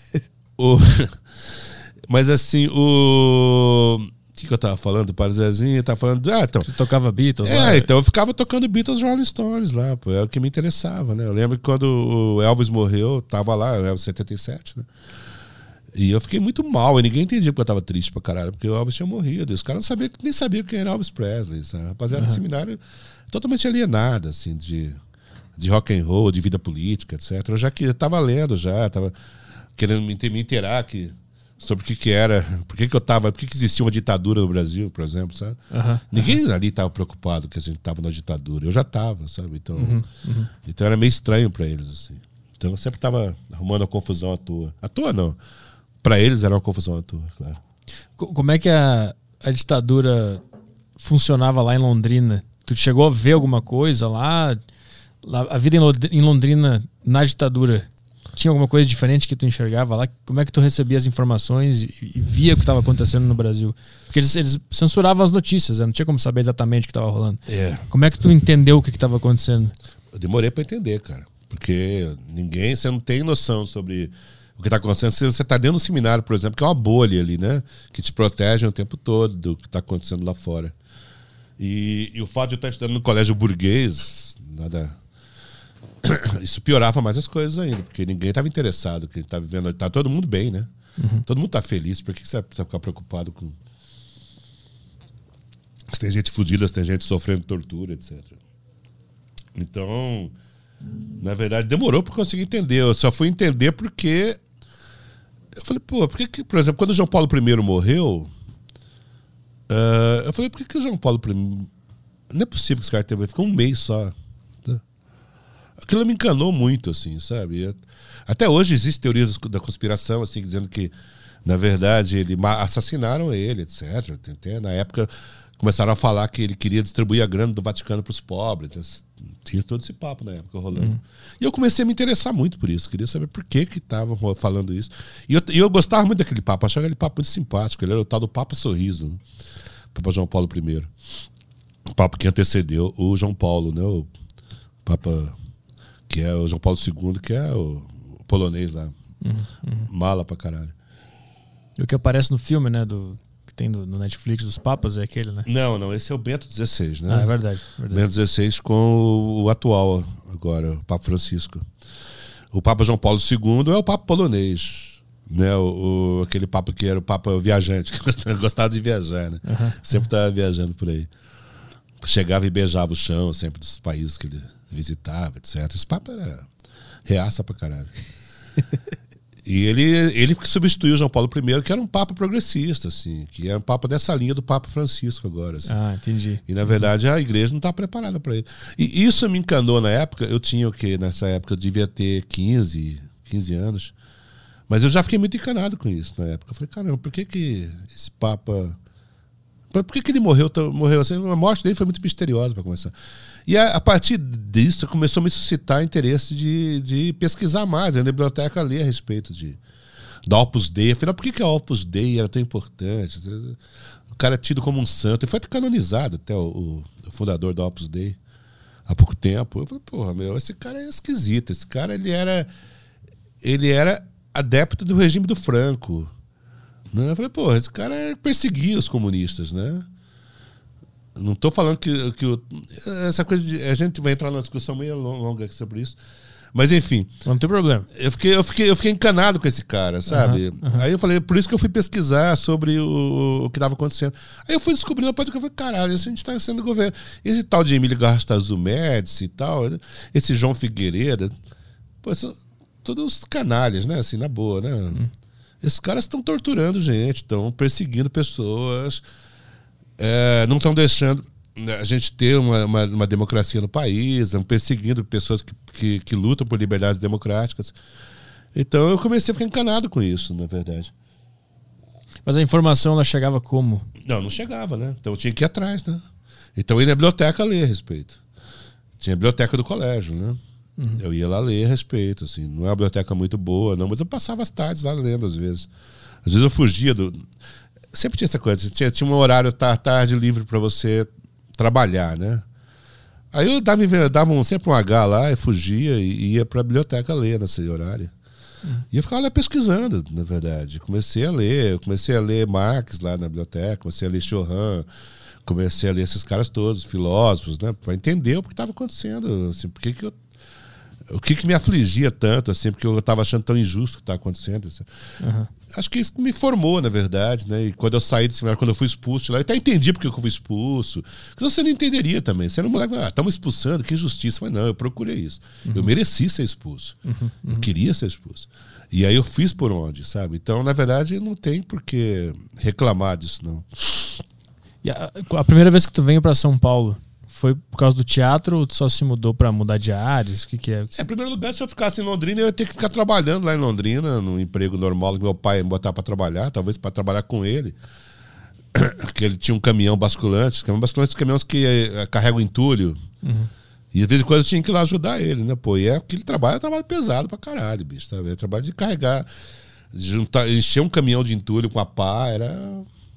Mas assim, o que eu tava falando? O Padre Zezinho tava falando. Então. Você tocava Beatles lá? Então eu ficava tocando Beatles e Rolling Stones lá, pô. É o que me interessava, né? Eu lembro que quando o Elvis morreu, eu tava lá, o Elvis 77, né? E eu fiquei muito mal, e ninguém entendia porque eu tava triste pra caralho, porque o Elvis tinha morrido. E os caras nem sabiam quem era Elvis Presley, sabe? Rapaziada do seminário totalmente alienada, assim, de rock and roll, de vida política, etc. Eu já tava lendo, tava querendo me inteirar sobre o que era, por que existia uma ditadura no Brasil, por exemplo, sabe? Ninguém ali estava preocupado que a gente estava na ditadura. Eu já estava, sabe? Então, então era meio estranho para eles, assim. Então eu sempre estava arrumando a confusão à toa. À toa não. Para eles era uma confusão à toa, claro. Como é que a ditadura funcionava lá em Londrina? Tu chegou a ver alguma coisa lá? A vida em Londrina na ditadura tinha alguma coisa diferente que tu enxergava lá? Como é que tu recebia as informações e via o que estava acontecendo no Brasil? Porque eles censuravam as notícias, né? Não tinha como saber exatamente o que estava rolando. É. Como é que tu entendeu o que estava acontecendo? Eu demorei para entender, cara. Porque você não tem noção sobre o que está acontecendo. Você está dentro do seminário, por exemplo, que é uma bolha ali, né? Que te protege o tempo todo do que está acontecendo lá fora. E o fato de eu estar estudando no colégio burguês, isso piorava mais as coisas ainda, porque ninguém estava interessado, que estava vivendo, tá todo mundo bem, né? Todo mundo está feliz, por que você vai ficar preocupado com... Se tem gente fudida, se tem gente sofrendo tortura, etc. Então, na verdade, demorou para conseguir entender. Eu só fui entender porque... Eu falei, pô, por que, por exemplo, quando o João Paulo I morreu... eu falei, por que o João Paulo I... Não é possível que esse cara tenha... Ficou um mês só. Tá? Aquilo me encanou muito, assim, sabe? Até hoje existem teorias da conspiração, assim, dizendo que, na verdade, assassinaram ele, etc. Na época, começaram a falar que ele queria distribuir a grana do Vaticano para os pobres. Então, tinha todo esse papo na época rolando. E eu comecei a me interessar muito por isso. Queria saber por que estavam falando isso. E eu gostava muito daquele papo. Achava aquele papo muito simpático. Ele era o tal do Papa Sorriso. Né? Papa João Paulo I. O Papa que antecedeu o João Paulo, né? O Papa que é o João Paulo II, que é o polonês lá. Mala pra caralho. E o que aparece no filme, né? Que tem no Netflix dos Papas é aquele, né? Não, esse é o Bento XVI, né? Ah, é verdade. Bento XVI com o atual agora, o Papa Francisco. O Papa João Paulo II é o Papa polonês, né? Aquele Papa que era o Papa viajante, que gostava de viajar, né? Sempre estava viajando por aí. Chegava e beijava o chão sempre dos países que ele visitava, etc. Esse Papa era reaça pra caralho. E ele substituiu João Paulo I, que era um Papa progressista, assim, que era um Papa dessa linha do Papa Francisco agora. Assim. Ah, entendi. E, na verdade, a igreja não está preparada para ele. E isso me encanou na época. Eu tinha o quê? Nessa época eu devia ter 15 anos. Mas eu já fiquei muito encanado com isso na época. Eu falei, caramba, por que esse Papa... Por que ele morreu assim? A morte dele foi muito misteriosa para começar. E a partir disso começou a me suscitar interesse de pesquisar mais. Na biblioteca ler a respeito da Opus Dei. Afinal, por que a Opus Dei era tão importante? O cara é tido como um santo. Ele foi canonizado até o fundador da Opus Dei há pouco tempo. Eu falei, porra, esse cara é esquisito. Esse cara, ele era adepto do regime do Franco. Né? Eu falei, porra, esse cara perseguia os comunistas, né? Não estou falando que essa coisa de... A gente vai entrar numa discussão meio longa sobre isso. Mas, enfim... Não tem problema. Eu fiquei encanado com esse cara, sabe? Aí eu falei, por isso que eu fui pesquisar sobre o que estava acontecendo. Aí eu fui descobrindo, eu falei, caralho, a gente está sendo governo. Esse tal de Emílio Garrastazu Médici e tal, esse João Figueiredo, pô, são todos canalhas, né? Assim, na boa, né? Esses caras estão torturando gente, estão perseguindo pessoas... não estão deixando a gente ter uma democracia no país, estão perseguindo pessoas que lutam por liberdades democráticas. Então eu comecei a ficar encanado com isso, na verdade. Mas a informação ela chegava como? Não chegava, né? Então eu tinha que ir atrás, né? Então eu ia na biblioteca ler a respeito. Tinha a biblioteca do colégio, né? Eu ia lá ler a respeito, assim. Não é uma biblioteca muito boa, não, mas eu passava as tardes lá lendo, às vezes. Às vezes eu fugia do... Sempre tinha essa coisa, tinha um horário tarde livre para você trabalhar, né? Aí eu dava sempre um H lá, e fugia e ia para a biblioteca ler nesse horário. E eu ficava lá pesquisando, na verdade. Comecei a ler Marx lá na biblioteca, comecei a ler Chorran, comecei a ler esses caras todos, filósofos, né? Para entender o que estava acontecendo, assim, o que me afligia tanto, assim, porque eu estava achando tão injusto o que estava acontecendo. Assim. Acho que isso me formou, na verdade, né? E quando eu saí do seminário, quando eu fui expulso de lá, eu até entendi porque eu fui expulso. Porque você não entenderia também. Você era um moleque, estamos expulsando, que injustiça. Eu falei, não, eu procurei isso. Eu mereci ser expulso. Eu queria ser expulso. E aí eu fiz por onde, sabe? Então, na verdade, não tem por que reclamar disso, não. E a primeira vez que tu veio para São Paulo, foi por causa do teatro ou tu só se mudou pra mudar de áreas? O que é? Em primeiro lugar, se eu ficasse em Londrina, eu ia ter que ficar trabalhando lá em Londrina, num emprego normal que meu pai ia me botar pra trabalhar, talvez pra trabalhar com ele. Porque ele tinha um caminhão basculante, caminhões que carregam entulho. E às vezes quando eu tinha que ir lá ajudar ele, né? Pô, e aquele trabalho é um trabalho pesado pra caralho, bicho, sabe? É trabalho de carregar, de encher um caminhão de entulho com a pá, era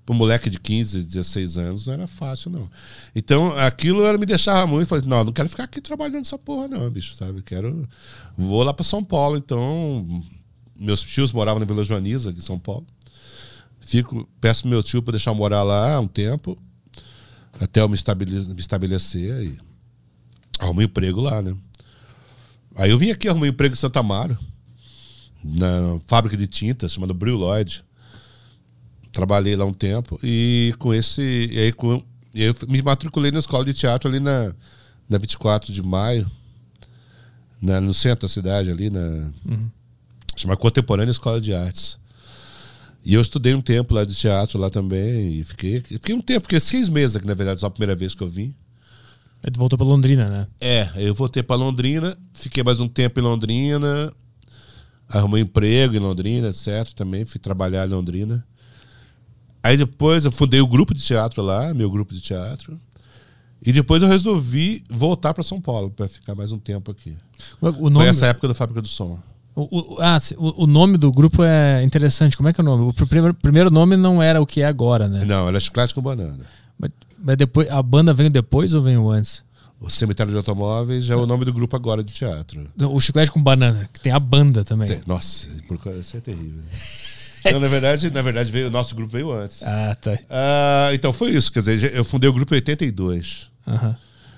para um moleque de 15, 16 anos, não era fácil, não. Então, aquilo me deixava muito. Falei, não quero ficar aqui trabalhando essa porra, não, bicho, sabe? Vou lá para São Paulo. Então, meus tios moravam na Vila Joaniza, aqui em São Paulo. Peço pro meu tio para deixar eu morar lá um tempo, até eu me estabelecer e arrumei um emprego lá, né? Aí eu vim aqui, arrumei um emprego em Santa Amaro, na fábrica de tintas, chamada Bril Lloyd. Trabalhei lá um tempo e eu me matriculei na escola de teatro ali na 24 de maio, no centro da cidade, ali chama Contemporânea Escola de Artes. E eu estudei um tempo lá de teatro lá também e fiquei um tempo, fiquei 6 meses aqui, na verdade, só a primeira vez que eu vim. Aí tu voltou pra Londrina, né? Eu voltei pra Londrina, fiquei mais um tempo em Londrina, arrumei emprego em Londrina, etc. Também fui trabalhar em Londrina. Aí depois eu fundei o grupo de teatro lá, meu grupo de teatro. E depois eu resolvi voltar para São Paulo para ficar mais um tempo aqui. Foi essa época da Fábrica do Som. O nome do grupo é interessante. Como é que é o nome? O primeiro nome não era o que é agora, né? Não, era Chiclete com Banana. Mas depois, a banda veio depois ou veio antes? O Cemitério de Automóveis é o nome do grupo agora de teatro. O Chiclete com Banana, que tem a banda também. Nossa, isso é terrível. Não, na verdade o nosso grupo veio antes. Ah, tá. Então foi isso, quer dizer, eu fundei o grupo em 82. Uhum.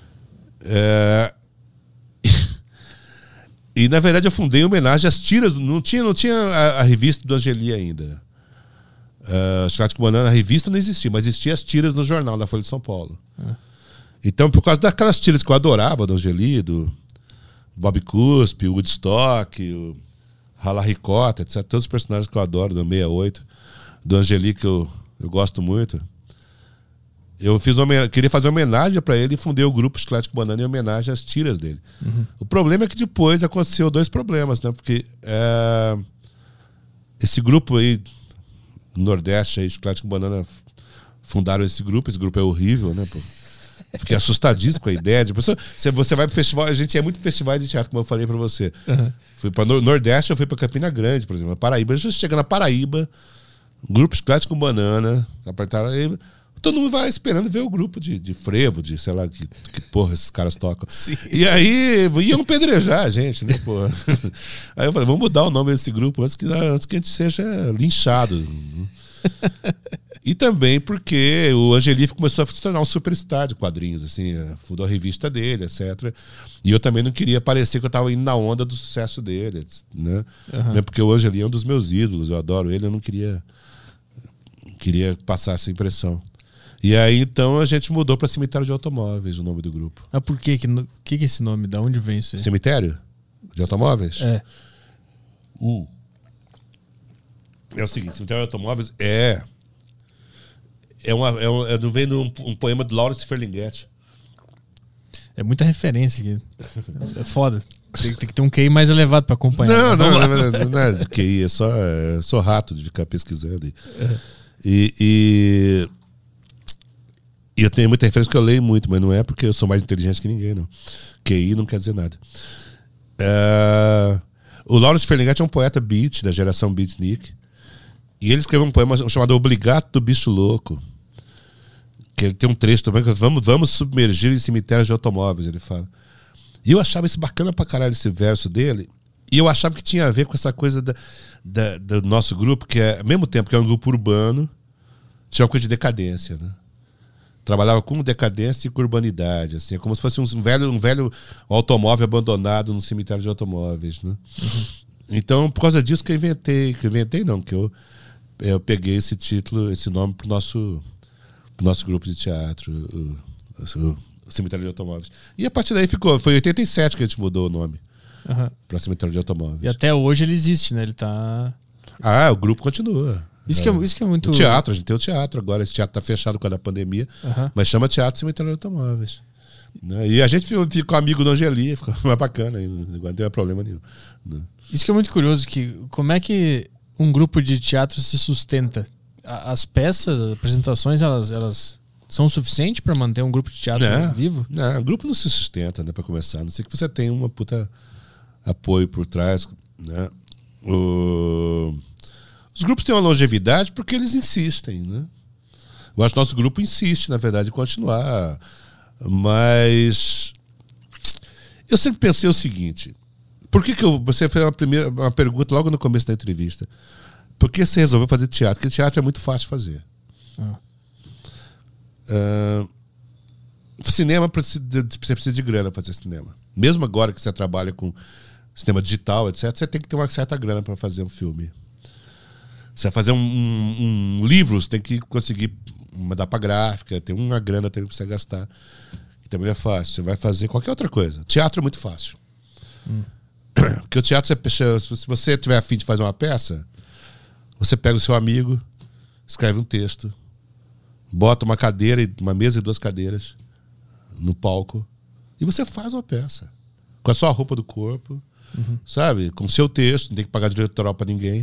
E na verdade eu fundei em homenagem às tiras, não tinha a revista do Angeli ainda. Chiclete com Banana, a revista não existia, mas existiam as tiras no jornal da Folha de São Paulo. Então, por causa daquelas tiras que eu adorava, do Angeli, do Bob Cuspe, o Woodstock, o Rala Ricota, etc. Todos os personagens que eu adoro, do 68, do Angeli, que eu gosto muito. Eu queria fazer uma homenagem para ele e fundei o grupo Chiclete com Banana em homenagem às tiras dele. Uhum. O problema é que depois aconteceu 2 problemas, né? Porque esse grupo aí, no Nordeste, aí, Chiclete com Banana, fundaram esse grupo é horrível, né? Pô? Fiquei assustadíssimo com a ideia. Você vai pro festival, a gente é muito festivais de teatro, como eu falei pra você. Uhum. Fui pra Nordeste, eu fui pra Campina Grande, por exemplo, Paraíba. Você chega na Paraíba, grupo Chiclete com Banana, aí, todo mundo vai esperando ver o grupo de frevo, de sei lá, que porra esses caras tocam. Sim. E aí iam pedrejar a gente, né, porra? Aí eu falei, vamos mudar o nome desse grupo antes que a gente seja linchado. E também porque o Angeli começou a se tornar um superstar de quadrinhos, assim, fundou a revista dele, etc. E eu também não queria parecer que eu estava indo na onda do sucesso dele, né? Uhum. Porque o Angeli é um dos meus ídolos, eu adoro ele, eu não queria passar essa impressão. E aí, então, a gente mudou para Cemitério de Automóveis, o nome do grupo. Ah, por quê? Que é esse nome? Da onde vem isso aí? Cemitério de Automóveis? É. É o seguinte, Cemitério de Automóveis vem de um poema do Lawrence Ferlinghetti. É muita referência aqui. É foda. Tem que ter um QI mais elevado para acompanhar. Não é de QI, sou rato de ficar pesquisando. E eu tenho muita referência que eu leio muito, mas não é porque eu sou mais inteligente que ninguém, não. QI não quer dizer nada. O Lawrence Ferlinghetti é um poeta beat, da geração beatnik. E ele escreveu um poema chamado Obligato do Bicho Louco. Que ele tem um trecho também que vamos submergir em cemitérios de automóveis, ele fala. E eu achava isso bacana pra caralho, esse verso dele. E eu achava que tinha a ver com essa coisa do nosso grupo, que ao mesmo tempo que é um grupo urbano, tinha uma coisa de decadência, né? Trabalhava com decadência e com urbanidade, assim, é como se fosse um velho automóvel abandonado no cemitério de automóveis, né? Uhum. Então, por causa disso que eu inventei não, que eu peguei esse título, esse nome pro nosso grupo de teatro, o Cemitério de Automóveis. E a partir daí foi em 87 que a gente mudou o nome para Cemitério de Automóveis. E até hoje ele existe, né? Ele tá... o grupo continua. Isso que é muito... O teatro, a gente tem o teatro agora, esse teatro tá fechado por causa da pandemia, mas chama Teatro Cemitério de Automóveis. E a gente ficou amigo do Angeli, ficou mais bacana, agora não tem problema nenhum. Isso que é muito curioso, que como é que um grupo de teatro se sustenta? As peças, as apresentações, elas são suficientes para manter um grupo de teatro vivo? Não, o grupo não se sustenta, né, para começar. A não ser que você tenha uma puta apoio por trás, né? Os grupos têm uma longevidade porque eles insistem, né? Eu acho que nosso grupo insiste, na verdade, em continuar. Mas eu sempre pensei o seguinte: por que você fez uma pergunta logo no começo da entrevista? Por que você resolveu fazer teatro? Porque teatro é muito fácil de fazer. Cinema você precisa de grana para fazer cinema. Mesmo agora que você trabalha com cinema digital, etc., você tem que ter uma certa grana para fazer um filme. Você vai fazer um livro, você tem que conseguir mandar para gráfica, tem uma grana para você gastar, que também é fácil. Você vai fazer qualquer outra coisa. Teatro é muito fácil. Porque o teatro, se você tiver a fim de fazer uma peça, você pega o seu amigo, escreve um texto, bota uma mesa e 2 cadeiras no palco e você faz uma peça. Com a sua roupa do corpo, sabe? Com o seu texto, não tem que pagar direito autoral para ninguém.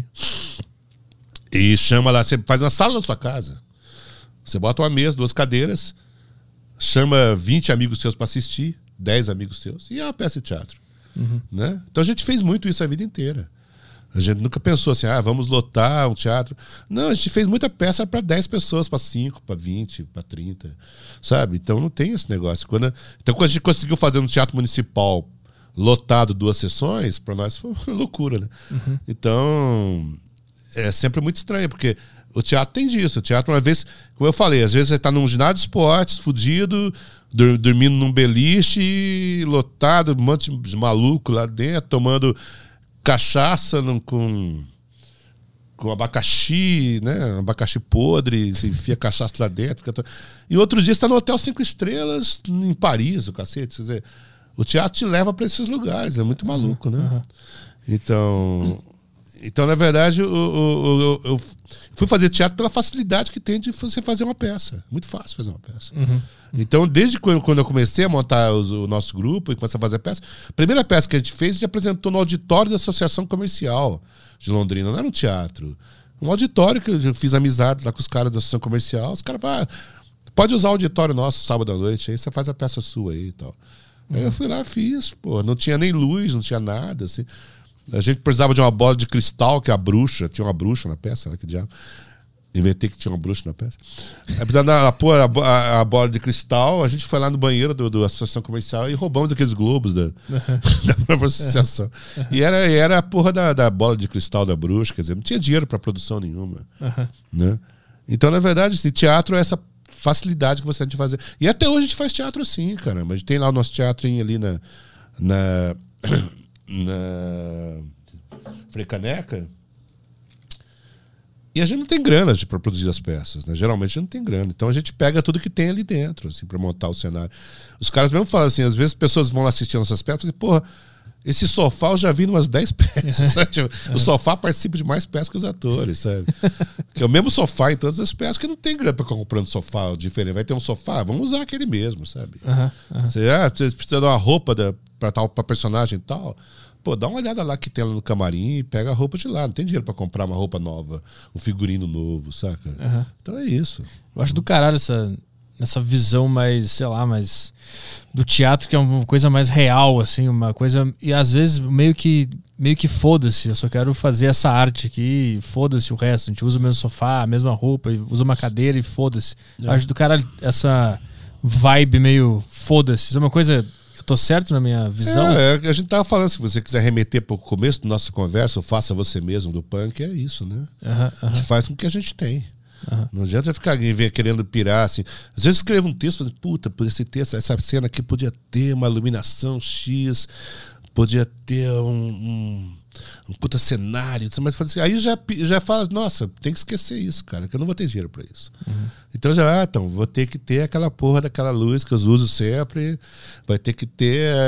E chama lá, você faz na sala da sua casa. Você bota uma mesa, 2 cadeiras, chama 20 amigos seus para assistir, 10 amigos seus, e é uma peça de teatro. Né? Então a gente fez muito isso a vida inteira. A gente nunca pensou assim, vamos lotar um teatro. Não, a gente fez muita peça para 10 pessoas, para 5, para 20, para 30, sabe? Então não tem esse negócio. Então quando a gente conseguiu fazer um teatro municipal lotado 2 sessões, para nós foi uma loucura, né? Então é sempre muito estranho, porque o teatro tem disso. O teatro, uma vez, como eu falei, às vezes você está num ginásio de esportes, fudido, dormindo num beliche, lotado, um monte de maluco lá dentro, tomando cachaça com abacaxi, né? Abacaxi podre, você enfia cachaça lá dentro. E outro dia você está no Hotel 5 Estrelas em Paris, o cacete. Quer dizer, o teatro te leva para esses lugares, é muito maluco, né? Então, na verdade, eu fui fazer teatro pela facilidade que tem de você fazer uma peça. Muito fácil fazer uma peça. Então, desde quando eu comecei a montar o nosso grupo e comecei a fazer a peça, a primeira peça que a gente apresentou no auditório da Associação Comercial de Londrina. Não era um teatro. Um auditório que eu fiz amizade lá com os caras da Associação Comercial. Os caras falaram, pode usar o auditório nosso sábado à noite, aí você faz a peça sua aí e tal. Aí eu fui lá, fiz. Pô, não tinha nem luz, não tinha nada, assim. A gente precisava de uma bola de cristal, que é a bruxa. Tinha uma bruxa na peça, né? Que diabo. Inventei que tinha uma bruxa na peça. Aí precisava pôr a bola de cristal. A gente foi lá no banheiro da Associação Comercial e roubamos aqueles globos da própria associação. E era a porra da bola de cristal da bruxa. Quer dizer, não tinha dinheiro para produção nenhuma. Né? Então, na verdade, assim, teatro é essa facilidade que você tem de fazer. E até hoje a gente faz teatro assim, caramba. A gente tem lá o nosso teatrinho ali na Frei Caneca. E a gente não tem grana para produzir as peças, né? Geralmente a gente não tem grana. Então a gente pega tudo que tem ali dentro, assim, para montar o cenário. Os caras mesmo falam assim, às vezes pessoas vão lá assistir nossas peças e dizem, porra, esse sofá eu já vi em umas 10 peças. O sofá participa de mais peças que os atores, sabe? Que é o mesmo sofá em todas as peças, que não tem grana para comprar um sofá diferente. Vai ter um sofá, vamos usar aquele mesmo, sabe? Você precisa de uma roupa para personagem e tal. Pô, dá uma olhada lá que tem lá no camarim e pega a roupa de lá. Não tem dinheiro pra comprar uma roupa nova, um figurino novo, saca? Então é isso. Eu acho do caralho essa visão mais, sei lá, mais do teatro, que é uma coisa mais real, assim, uma coisa... E às vezes meio que foda-se, eu só quero fazer essa arte aqui, foda-se o resto. A gente usa o mesmo sofá, a mesma roupa, usa uma cadeira e foda-se. Eu acho do caralho essa vibe meio foda-se. Isso é uma coisa... Tô certo na minha visão? A gente tava falando, se você quiser remeter para o começo da nossa conversa, o Faça Você Mesmo do punk, é isso, né? A gente faz com o que a gente tem. Não adianta ficar querendo pirar, assim. Às vezes escrevo um texto e falo, puta, por esse texto, essa cena aqui podia ter uma iluminação X, podia ter um puta cenário, mas aí já fala, nossa, tem que esquecer isso, cara, que eu não vou ter dinheiro pra isso. Então vou ter que ter aquela porra daquela luz que eu uso sempre, vai ter que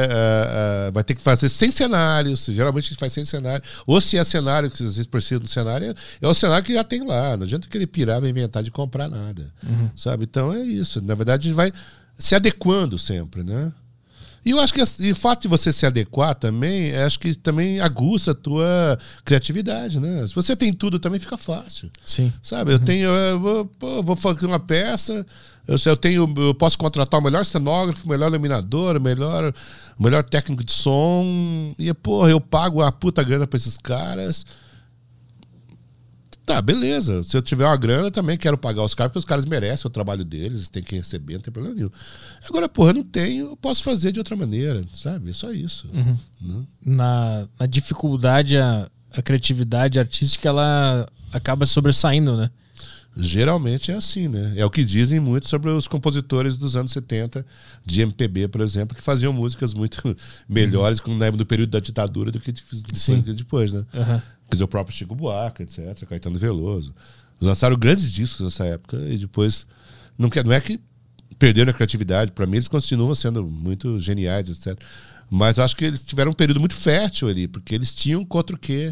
fazer sem cenários, geralmente a gente faz sem cenário, ou se é cenário, que às vezes precisa do cenário, é o cenário que já tem lá, não adianta querer pirar, vai inventar de comprar nada, sabe? Então é isso, na verdade a gente vai se adequando sempre, né? E eu acho que o fato de você se adequar também, acho que também aguça a tua criatividade, né? Se você tem tudo, também fica fácil. Sim. Sabe? Eu vou fazer uma peça, eu posso contratar o melhor cenógrafo, o melhor iluminador, o melhor técnico de som, e, porra, eu pago a puta grana pra esses caras. Tá, beleza. Se eu tiver uma grana, também quero pagar os caras, porque os caras merecem o trabalho deles, tem que receber, não tem problema nenhum. Agora, porra, eu não tenho, eu posso fazer de outra maneira, sabe? É só isso. Né? Na dificuldade, a criatividade artística, ela acaba sobressaindo, né? Geralmente é assim, né? É o que dizem muito sobre os compositores dos anos 70, de MPB, por exemplo, que faziam músicas muito melhores no período da ditadura do que depois, né? Quer dizer, o próprio Chico Buarque, etc., Caetano Veloso. Lançaram grandes discos nessa época e depois... Não é que perderam a criatividade. Para mim, eles continuam sendo muito geniais, etc. Mas acho que eles tiveram um período muito fértil ali, porque eles tinham contra o quê?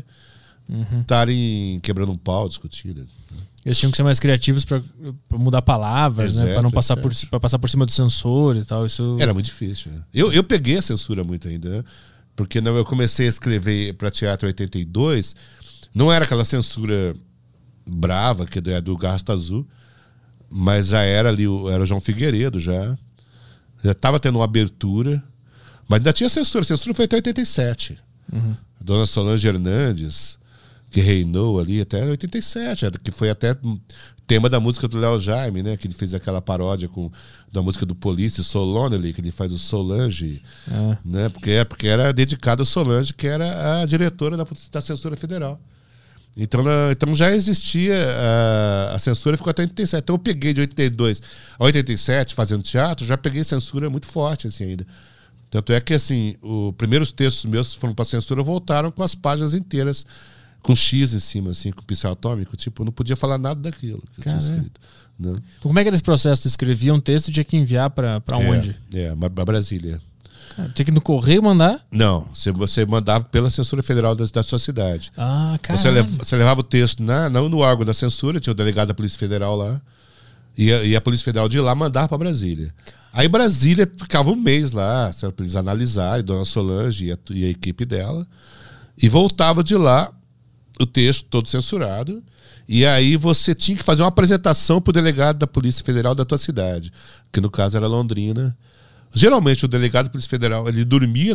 Estarem quebrando um pau, discutindo. Eles tinham que ser mais criativos para mudar palavras, né? Para não passar passar por cima do censor e tal. Isso... Era muito difícil. Né? Eu peguei a censura muito ainda, né? Porque eu comecei a escrever para teatro em 82, não era aquela censura brava, que é do Garrasta Azul, mas já era ali, era o João Figueiredo, já estava tendo uma abertura, mas ainda tinha censura. A censura foi até 87. A dona Solange Hernandes, que reinou ali até 87, que foi até tema da música do Léo Jaime, né? Que ele fez aquela paródia da música do Police, Solonely, que ele faz o Solange, né? Porque era dedicado a Solange, que era a diretora da censura federal. Então já existia a censura, ficou até 87. Então eu peguei de 82 a 87, fazendo teatro, já peguei censura muito forte assim ainda. Tanto é que assim, os primeiros textos meus que foram para censura voltaram com as páginas inteiras, com X em cima, assim, com pincel atômico. Tipo, eu não podia falar nada daquilo que eu tinha escrito. Né? Então, como é que era esse processo? Tu escrevia um texto e tinha que enviar para onde? Para Brasília. Tinha que ir no correio mandar? Não, você mandava pela censura federal da sua cidade. Ah, cara. Você levava o texto não no órgão da censura, tinha o delegado da Polícia Federal lá, e a Polícia Federal de lá mandava para Brasília. Aí Brasília ficava um mês lá, para eles analisarem, Dona Solange e a equipe dela, e voltava de lá o texto todo censurado, e aí você tinha que fazer uma apresentação para o delegado da Polícia Federal da tua cidade, que no caso era Londrina. Geralmente o delegado da Polícia Federal, ele dormia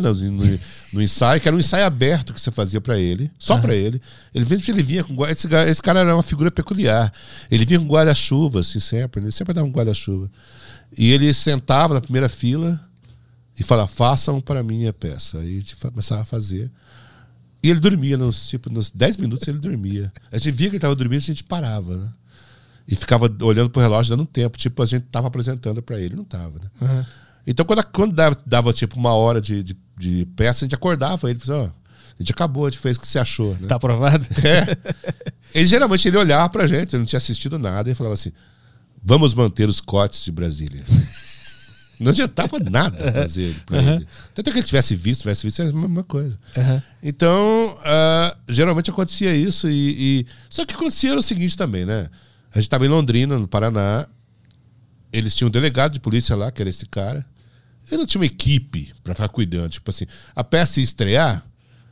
no ensaio, que era um ensaio aberto que você fazia para ele, só para ele. Ele vinha com esse cara era uma figura peculiar. Ele vinha com guarda-chuva, assim, ele sempre dava um guarda-chuva. E ele sentava na primeira fila e falava: façam para mim a peça. Aí a gente começava a fazer. E ele dormia, nos 10 minutos ele dormia. A gente via que ele estava dormindo, a gente parava, né? E ficava olhando pro relógio, dando tempo. Tipo, a gente estava apresentando para ele, não estava, né? Então, quando dava tipo uma hora de peça, a gente acordava ele e falava: a gente acabou, a gente fez o que você achou, né? Tá aprovado? Geralmente ele olhava pra gente, ele não tinha assistido nada, e falava assim: vamos manter os cortes de Brasília. Não adiantava nada fazer pra ele. Tanto que ele tivesse visto, é a mesma coisa. Então, geralmente acontecia isso. Só que acontecia era o seguinte também, né? A gente estava em Londrina, no Paraná. Eles tinham um delegado de polícia lá, que era esse cara. Ele não tinha uma equipe pra ficar cuidando. Tipo assim, a peça ia estrear.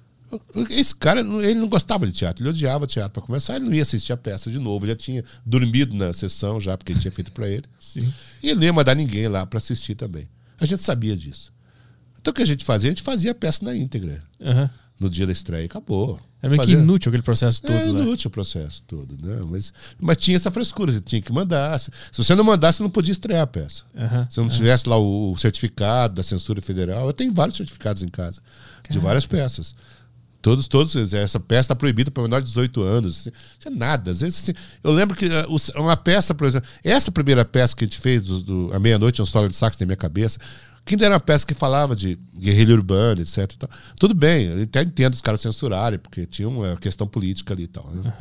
Esse cara, ele não gostava de teatro. Ele odiava teatro pra começar. Ele não ia assistir a peça de novo. Ele já tinha dormido na sessão, já, porque ele tinha feito pra ele. Sim. E ele não ia mandar ninguém lá pra assistir também. A gente sabia disso. Então o que a gente fazia? A gente fazia a peça na íntegra. No dia da estreia. Acabou. Era meio que inútil aquele processo todo. Inútil o processo todo, né? Mas tinha essa frescura, você tinha que mandar. Se você não mandasse, você não podia estrear a peça. Se não tivesse lá o certificado da censura federal. Eu tenho vários certificados em casa, de várias peças. Todos, essa peça está proibida para menor de 18 anos. Isso é nada. Às vezes, assim, eu lembro que uma peça, por exemplo, essa primeira peça que a gente fez, A Meia-Noite, um solo de sax na minha cabeça, que ainda era uma peça que falava de guerrilha urbana, etc. Tudo bem, eu até entendo os caras censurarem, porque tinha uma questão política ali e tal. Né?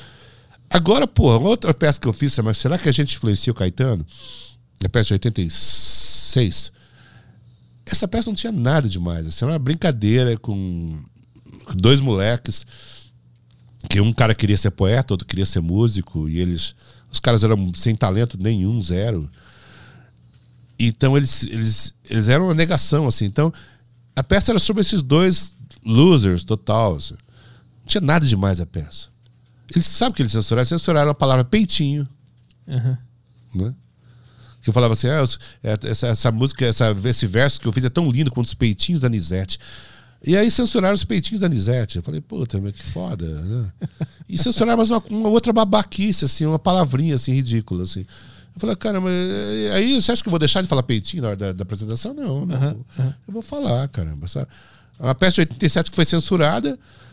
Agora, porra, outra peça que eu fiz, mas será que a gente influencia o Caetano? A peça de 86. Essa peça não tinha nada demais. Assim, era uma brincadeira com dois moleques, que um cara queria ser poeta, outro queria ser músico, e os caras eram sem talento nenhum, zero. Então eles eram uma negação, assim. Então a peça era sobre esses dois losers total, assim. Não tinha nada demais a peça. Eles sabem que eles censuraram a palavra peitinho. Né? Que eu falava assim: essa música, esse verso que eu fiz é tão lindo quanto os peitinhos da Nizete. E aí censuraram os peitinhos da Anisete. Eu falei, puta, mas que foda, né? E censuraram mais uma outra babaquice, assim, uma palavrinha assim, ridícula, assim. Eu falei, cara, mas aí você acha que eu vou deixar de falar peitinho na hora da apresentação? Não. Eu vou falar, caramba. A peça de 87 que foi censurada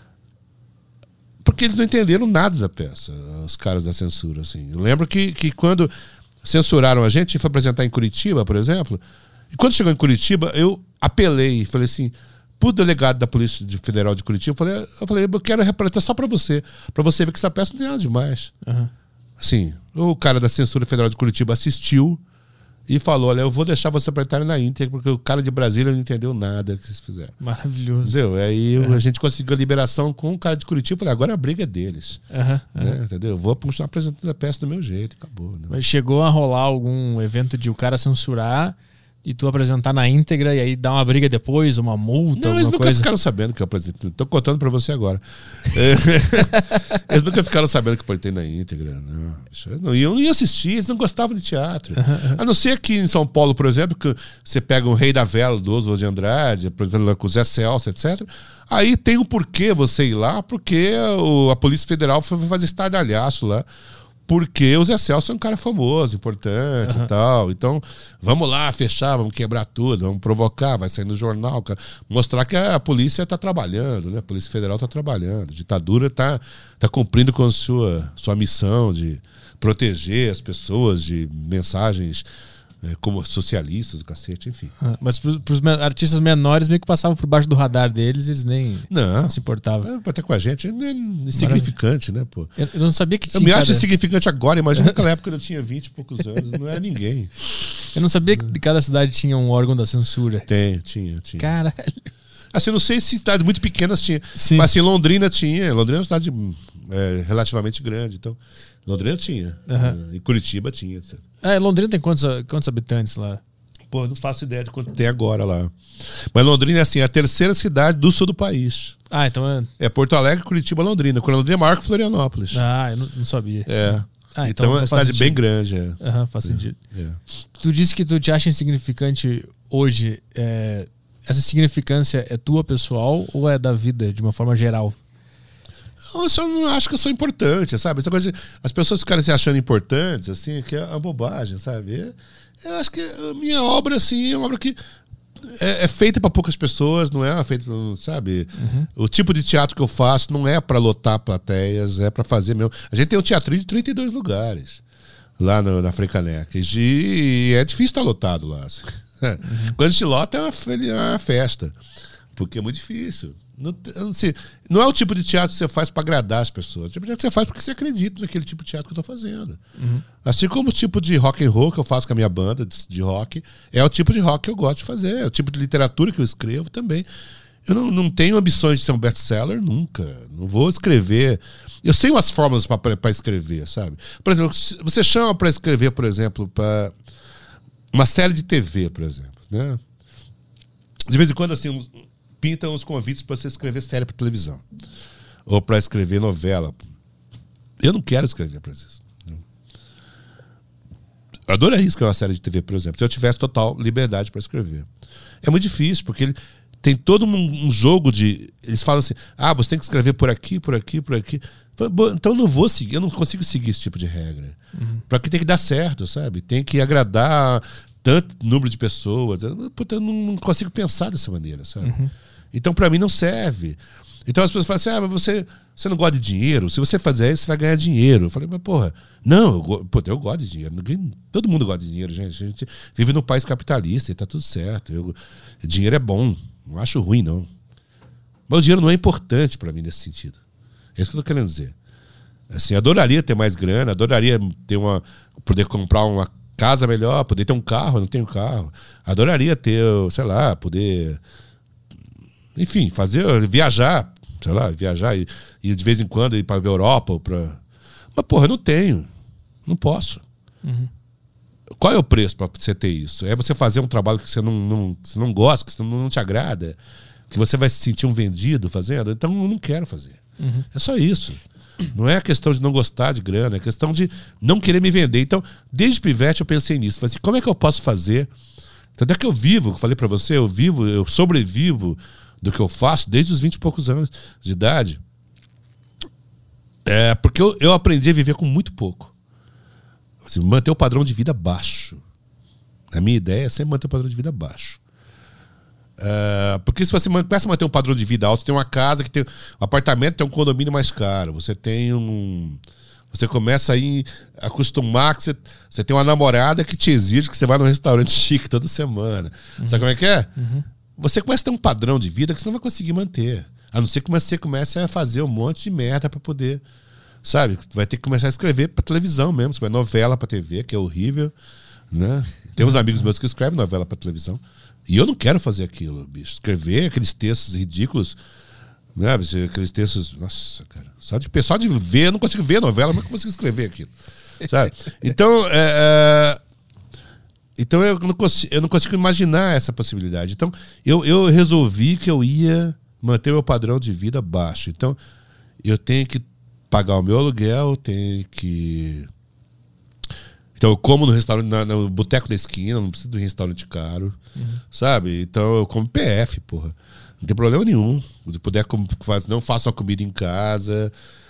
porque eles não entenderam nada da peça, os caras da censura, assim. Eu lembro que quando censuraram a gente foi apresentar em Curitiba, por exemplo, e quando chegou em Curitiba, eu apelei, falei assim, pro delegado da Polícia Federal de Curitiba, eu falei, eu quero representar só pra você ver que essa peça não tem nada demais. Assim, o cara da Censura Federal de Curitiba assistiu e falou, olha, eu vou deixar você apresentar na íntegra, porque o cara de Brasília não entendeu nada que vocês fizeram. Maravilhoso. Entendeu? Aí a gente conseguiu a liberação com o cara de Curitiba, falei, agora a briga é deles. Né? Entendeu? Eu vou continuar apresentando a peça do meu jeito, acabou. Né? Mas chegou a rolar algum evento de o cara censurar e tu apresentar na íntegra e aí dar uma briga depois, uma multa, não, eles nunca coisa? ficaram sabendo que eu apresentei. Tô contando pra você agora. Eles nunca ficaram sabendo que eu apresentei na íntegra. Não. Eu não ia assistir, eles não gostavam de teatro. A não ser aqui em São Paulo, por exemplo, que você pega o Rei da Vela, do Oswald de Andrade, por exemplo, com o Zé Celso, etc. Aí tem um porquê você ir lá, porque a Polícia Federal foi fazer estardalhaço lá. Porque o Zé Celso é um cara famoso, importante e tal. Então, vamos lá fechar, vamos quebrar tudo, vamos provocar, vai sair no jornal. Mostrar que a polícia está trabalhando, né? A Polícia Federal está trabalhando. A ditadura está cumprindo com a sua missão de proteger as pessoas de mensagens como socialistas, do cacete, enfim. Mas pros artistas menores meio que passavam por baixo do radar deles, eles nem não se importavam. Até com a gente é insignificante, né, pô? Eu não sabia que tinha. Eu me acho insignificante agora, imagina naquela época quando eu tinha 20 e poucos anos, não era ninguém. Eu não sabia que cada cidade tinha um órgão da censura. Tinha. Caralho. Assim, não sei se cidades muito pequenas tinha, Sim. mas assim, Londrina tinha. Londrina é uma cidade relativamente grande, então Londrina tinha. E Curitiba tinha, etc. Londrina tem quantos habitantes lá? Pô, eu não faço ideia de quanto tem agora lá. Mas Londrina é assim, a terceira cidade do sul do país. Então é Porto Alegre, Curitiba, Londrina. Londrina é maior que Florianópolis. Eu não sabia. Então é uma cidade bem grande. Faz sentido. Tu disse que tu te acha insignificante hoje. Essa insignificância é tua pessoal ou é da vida, de uma forma geral? Eu só não acho que eu sou importante, sabe? Essa coisa de, as pessoas ficarem se achando importantes, assim, que é uma bobagem, sabe? Eu acho que a minha obra, assim, é uma obra que é feita para poucas pessoas, não é feita, sabe? O tipo de teatro que eu faço não é para lotar plateias, é para fazer meu. A gente tem um teatrinho de 32 lugares lá na Frecaneca. E é difícil estar lotado lá. Assim. Quando a gente lota, é uma festa. Porque é muito difícil. Não é o tipo de teatro que você faz para agradar as pessoas. É o tipo de teatro que você faz porque você acredita naquele tipo de teatro que eu estou fazendo. Assim como o tipo de rock and roll que eu faço com a minha banda de rock, é o tipo de rock que eu gosto de fazer. É o tipo de literatura que eu escrevo também. Eu não tenho ambições de ser um best-seller nunca. Não vou escrever. Eu sei umas fórmulas para escrever, sabe? Por exemplo, você chama para escrever, por exemplo, para uma série de TV, por exemplo, né? De vez em quando, assim, pintam os convites para você escrever série para televisão ou para escrever novela. Eu não quero escrever para isso. Eu adoraria escrever uma série de TV, por exemplo, se eu tivesse total liberdade para escrever. É muito difícil, porque tem todo um jogo de... Eles falam assim, você tem que escrever por aqui, por aqui, por aqui. Então eu não vou seguir, eu não consigo seguir esse tipo de regra. Para que tem que dar certo, sabe? Tem que agradar tanto número de pessoas. Eu não consigo pensar dessa maneira, sabe? Então, para mim, não serve. Então, as pessoas falam assim, mas você não gosta de dinheiro? Se você fizer isso, você vai ganhar dinheiro. Eu falei, mas porra, não, eu gosto de dinheiro. Todo mundo gosta de dinheiro, gente. A gente vive num país capitalista e tá tudo certo. Dinheiro é bom, não acho ruim, não. Mas o dinheiro não é importante para mim nesse sentido. É isso que eu tô querendo dizer. Assim, adoraria ter mais grana, adoraria poder comprar uma casa melhor, poder ter um carro, eu não tenho carro. Adoraria ter, sei lá, poder... Enfim, viajar, sei lá, e de vez em quando ir para a Europa ou para... Mas, porra, eu não tenho. Não posso. Qual é o preço para você ter isso? É você fazer um trabalho que você não gosta, que você não te agrada, que você vai se sentir um vendido fazendo? Então, eu não quero fazer. É só isso. Não é a questão de não gostar de grana, é a questão de não querer me vender. Então, desde pivete eu pensei nisso. Falei assim, como é que eu posso fazer? Tanto é que eu vivo, que eu falei para você, eu sobrevivo do que eu faço desde os 20 e poucos anos de idade. Porque eu aprendi a viver com muito pouco. Assim, manter o padrão de vida baixo. A minha ideia é sempre manter o padrão de vida baixo. Porque se você começa a manter um padrão de vida alto, você tem uma casa que tem um apartamento, tem um condomínio mais caro, você começa a acostumar que você tem uma namorada que te exige que você vá num restaurante chique toda semana. Sabe como é que é? Você começa a ter um padrão de vida que você não vai conseguir manter. A não ser que você comece a fazer um monte de merda pra poder, sabe? Vai ter que começar a escrever pra televisão mesmo, escrever novela pra TV, que é horrível, né? Tem uns amigos meus que escrevem novela pra televisão. E eu não quero fazer aquilo, bicho. Escrever aqueles textos ridículos, né? Aqueles textos... Nossa, cara. Só de ver, eu não consigo ver a novela, mas eu consigo escrever aquilo. Sabe? Então, então eu não consigo imaginar essa possibilidade. Então, eu resolvi que eu ia manter meu padrão de vida baixo. Então, eu tenho que pagar o meu aluguel, tenho que... Então eu como no restaurante, no boteco da esquina, não preciso de um restaurante caro, sabe? Então eu como PF, porra. Não tem problema nenhum. Se puder, não faço uma comida em casa.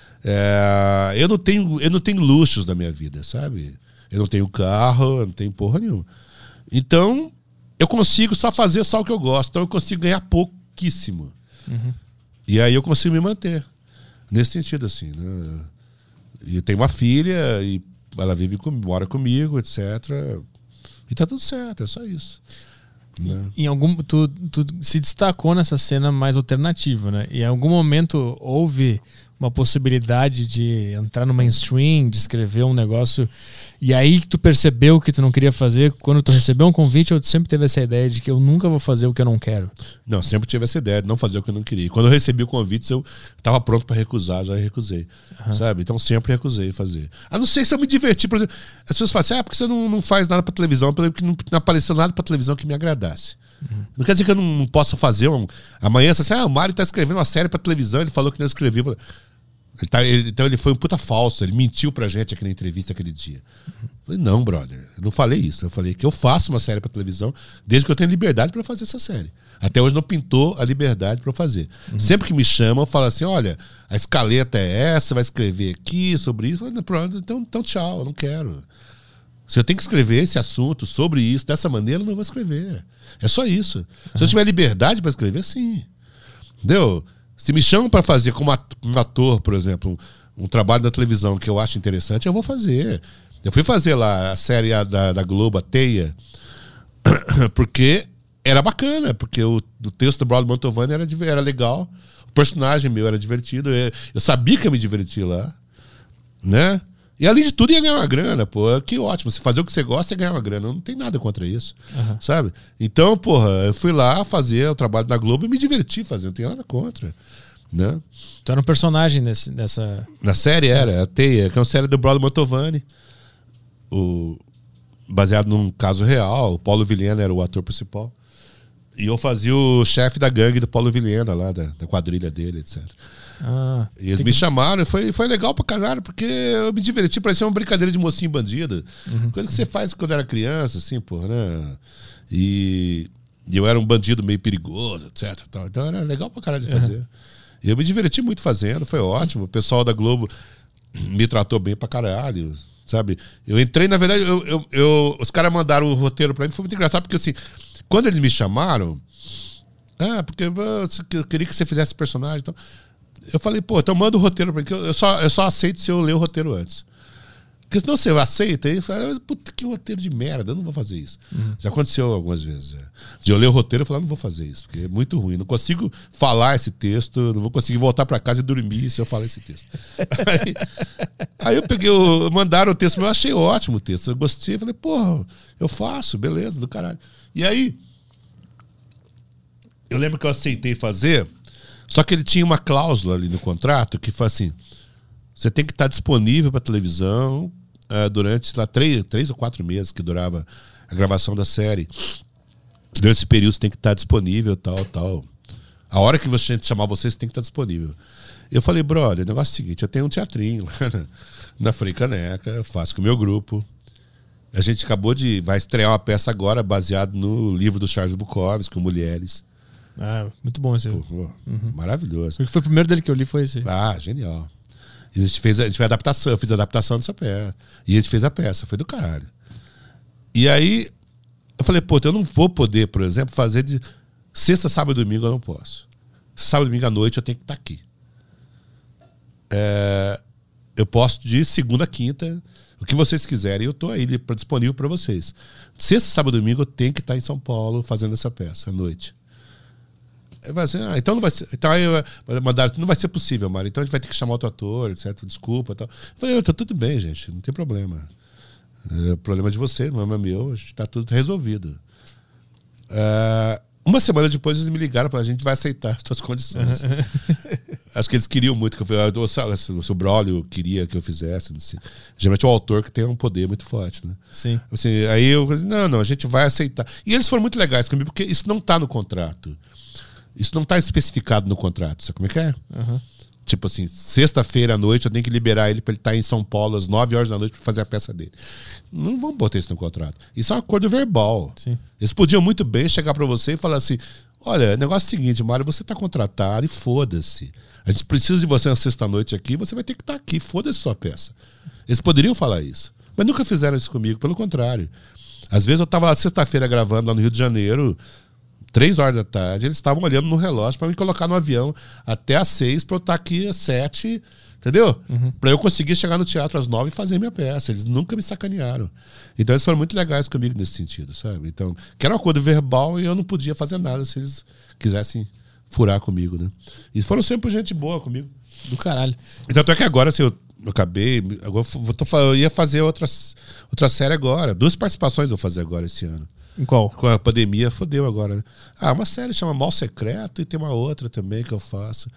Eu não tenho luxos na minha vida, sabe? Eu não tenho carro, eu não tenho porra nenhuma. Então, eu consigo fazer só o que eu gosto. Então eu consigo ganhar pouquíssimo. E aí eu consigo me manter. Nesse sentido, assim, né? E eu tenho uma filha e ela mora comigo, etc. E tá tudo certo, é só isso. Né? Tu se destacou nessa cena mais alternativa, né? E em algum momento houve uma possibilidade de entrar no mainstream, de escrever um negócio, e aí que tu percebeu que tu não queria fazer, quando tu recebeu um convite, ou tu sempre teve essa ideia de que eu nunca vou fazer o que eu não quero? Não, sempre tive essa ideia de não fazer o que eu não queria. E quando eu recebi o convite, eu estava pronto para recusar, já recusei. Sabe? Então sempre recusei fazer. A não ser se eu me divertir, por exemplo, as pessoas falam assim, porque você não faz nada para televisão, porque não apareceu nada para televisão que me agradasse. Não quer dizer que eu não possa fazer amanhã, você assim, o Mário tá escrevendo uma série pra televisão, ele falou que não escreveu. Então ele foi um puta falso, ele mentiu pra gente aqui na entrevista aquele dia. Eu falei, não, brother, eu não falei isso. Eu falei que eu faço uma série pra televisão desde que eu tenho liberdade pra fazer essa série. Até hoje não pintou a liberdade pra eu fazer. Sempre que me chamam, eu falo assim, olha, a escaleta é essa, vai escrever aqui sobre isso. Eu falei, pronto, então tchau, eu não quero. Se eu tenho que escrever esse assunto sobre isso, dessa maneira, eu não vou escrever. É só isso. Se eu tiver liberdade pra escrever, sim. Entendeu? Se me chamam para fazer como um ator, por exemplo, um trabalho da televisão que eu acho interessante, eu vou fazer. Eu fui fazer lá a série da Globo, a Teia, porque era bacana, porque o texto do Braulio Mantovani era legal, o personagem meu era divertido, eu sabia que ia me divertir lá, né? E além de tudo ia ganhar uma grana, pô, que ótimo. Se fazer o que você gosta é ganhar uma grana. Não tem nada contra isso, sabe? Então, porra, eu fui lá fazer o trabalho da Globo e me diverti fazendo, não tem nada contra, né? Tu era um personagem nessa... Na série era, a Teia, que é uma série do Braulio Mantovani, baseado num caso real. O Paulo Vilhena era o ator principal. E eu fazia o chefe da gangue do Paulo Vilhena lá, da quadrilha dele, etc. E eles me chamaram e foi legal pra caralho, porque eu me diverti, parecia uma brincadeira de mocinho bandido. Coisa que você faz quando era criança, assim, porra, né? E eu era um bandido meio perigoso, etc. Então era legal pra caralho de fazer. E eu me diverti muito fazendo, foi ótimo. O pessoal da Globo me tratou bem pra caralho, sabe? Eu entrei, na verdade, os caras mandaram o roteiro pra mim, foi muito engraçado, porque assim, quando eles me chamaram, porque eu queria que você fizesse personagem, então... Eu falei, pô, então manda o roteiro pra mim, que eu só aceito se eu ler o roteiro antes. Porque senão você aceita, aí fala, puta, que roteiro de merda, eu não vou fazer isso. Já aconteceu algumas vezes. De eu ler o roteiro e falar, não vou fazer isso, porque é muito ruim. Não consigo falar esse texto, não vou conseguir voltar pra casa e dormir se eu falar esse texto. Aí eu peguei, mandaram o texto, mas eu achei ótimo o texto. Eu gostei, falei, porra, eu faço, beleza, do caralho. E aí, eu lembro que eu aceitei fazer. Só que ele tinha uma cláusula ali no contrato que foi assim, você tem que estar disponível para televisão durante, sei lá, 3 ou 4 meses que durava a gravação da série. Durante esse período você tem que estar disponível, tal. A hora que você chamar você tem que estar disponível. Eu falei, brother, o negócio é o seguinte, eu tenho um teatrinho lá na Frei Caneca, eu faço com o meu grupo. A gente vai estrear uma peça agora baseada no livro do Charles Bukowski, com Mulheres. Ah, muito bom esse. Pô, maravilhoso. Porque foi o primeiro dele que eu li, foi esse. Ah, genial. E a gente fez a adaptação, eu fiz a adaptação dessa peça. E a gente fez a peça, foi do caralho. E aí, eu falei, pô, eu não vou poder, por exemplo, fazer de sexta, sábado e domingo eu não posso. Sábado e domingo à noite eu tenho que estar aqui. Eu posso de segunda a quinta, o que vocês quiserem, eu estou aí disponível para vocês. Sexta, sábado e domingo eu tenho que estar em São Paulo fazendo essa peça à noite. Aí vai assim, então não vai ser. Então aí mandaram, não vai ser possível, Mário. Então a gente vai ter que chamar outro ator, etc. Desculpa e tal. Eu falei, tá tudo bem, gente, não tem problema. O problema é de você, não é meu, está tudo resolvido. Uma semana depois eles me ligaram e falaram, a gente vai aceitar as suas condições. Acho que eles queriam muito que o seu Braulio queria que eu fizesse. Assim. Geralmente é o autor que tem um poder muito forte, né? Sim. Assim, aí eu falei, não, a gente vai aceitar. E eles foram muito legais comigo, porque isso não está no contrato. Isso não está especificado no contrato, sabe como é que é? Uhum. Tipo assim, sexta-feira à noite eu tenho que liberar ele para ele estar em São Paulo às 9 horas da noite para fazer a peça dele. Não vamos botar isso no contrato. Isso é um acordo verbal. Sim. Eles podiam muito bem chegar para você e falar assim, olha, o negócio é o seguinte, Mário, você está contratado e foda-se. A gente precisa de você na sexta-noite aqui, você vai ter que estar aqui, foda-se sua peça. Eles poderiam falar isso, mas nunca fizeram isso comigo, pelo contrário. Às vezes eu estava lá sexta-feira gravando lá no Rio de Janeiro, 3 horas da tarde, eles estavam olhando no relógio para me colocar no avião até às 6 para eu estar aqui às 7, entendeu? Uhum. Para eu conseguir chegar no teatro às 9 e fazer minha peça. Eles nunca me sacanearam. Então eles foram muito legais comigo nesse sentido, sabe? Então, que era um acordo verbal e eu não podia fazer nada se eles quisessem furar comigo, né? E foram sempre gente boa comigo. Do caralho. Então até que agora, assim, eu acabei... Agora eu ia fazer outra série agora. 2 participações eu vou fazer agora esse ano. Em qual? Com a pandemia, fodeu agora, né? Uma série chama Mal Secreto e tem uma outra também que eu faço.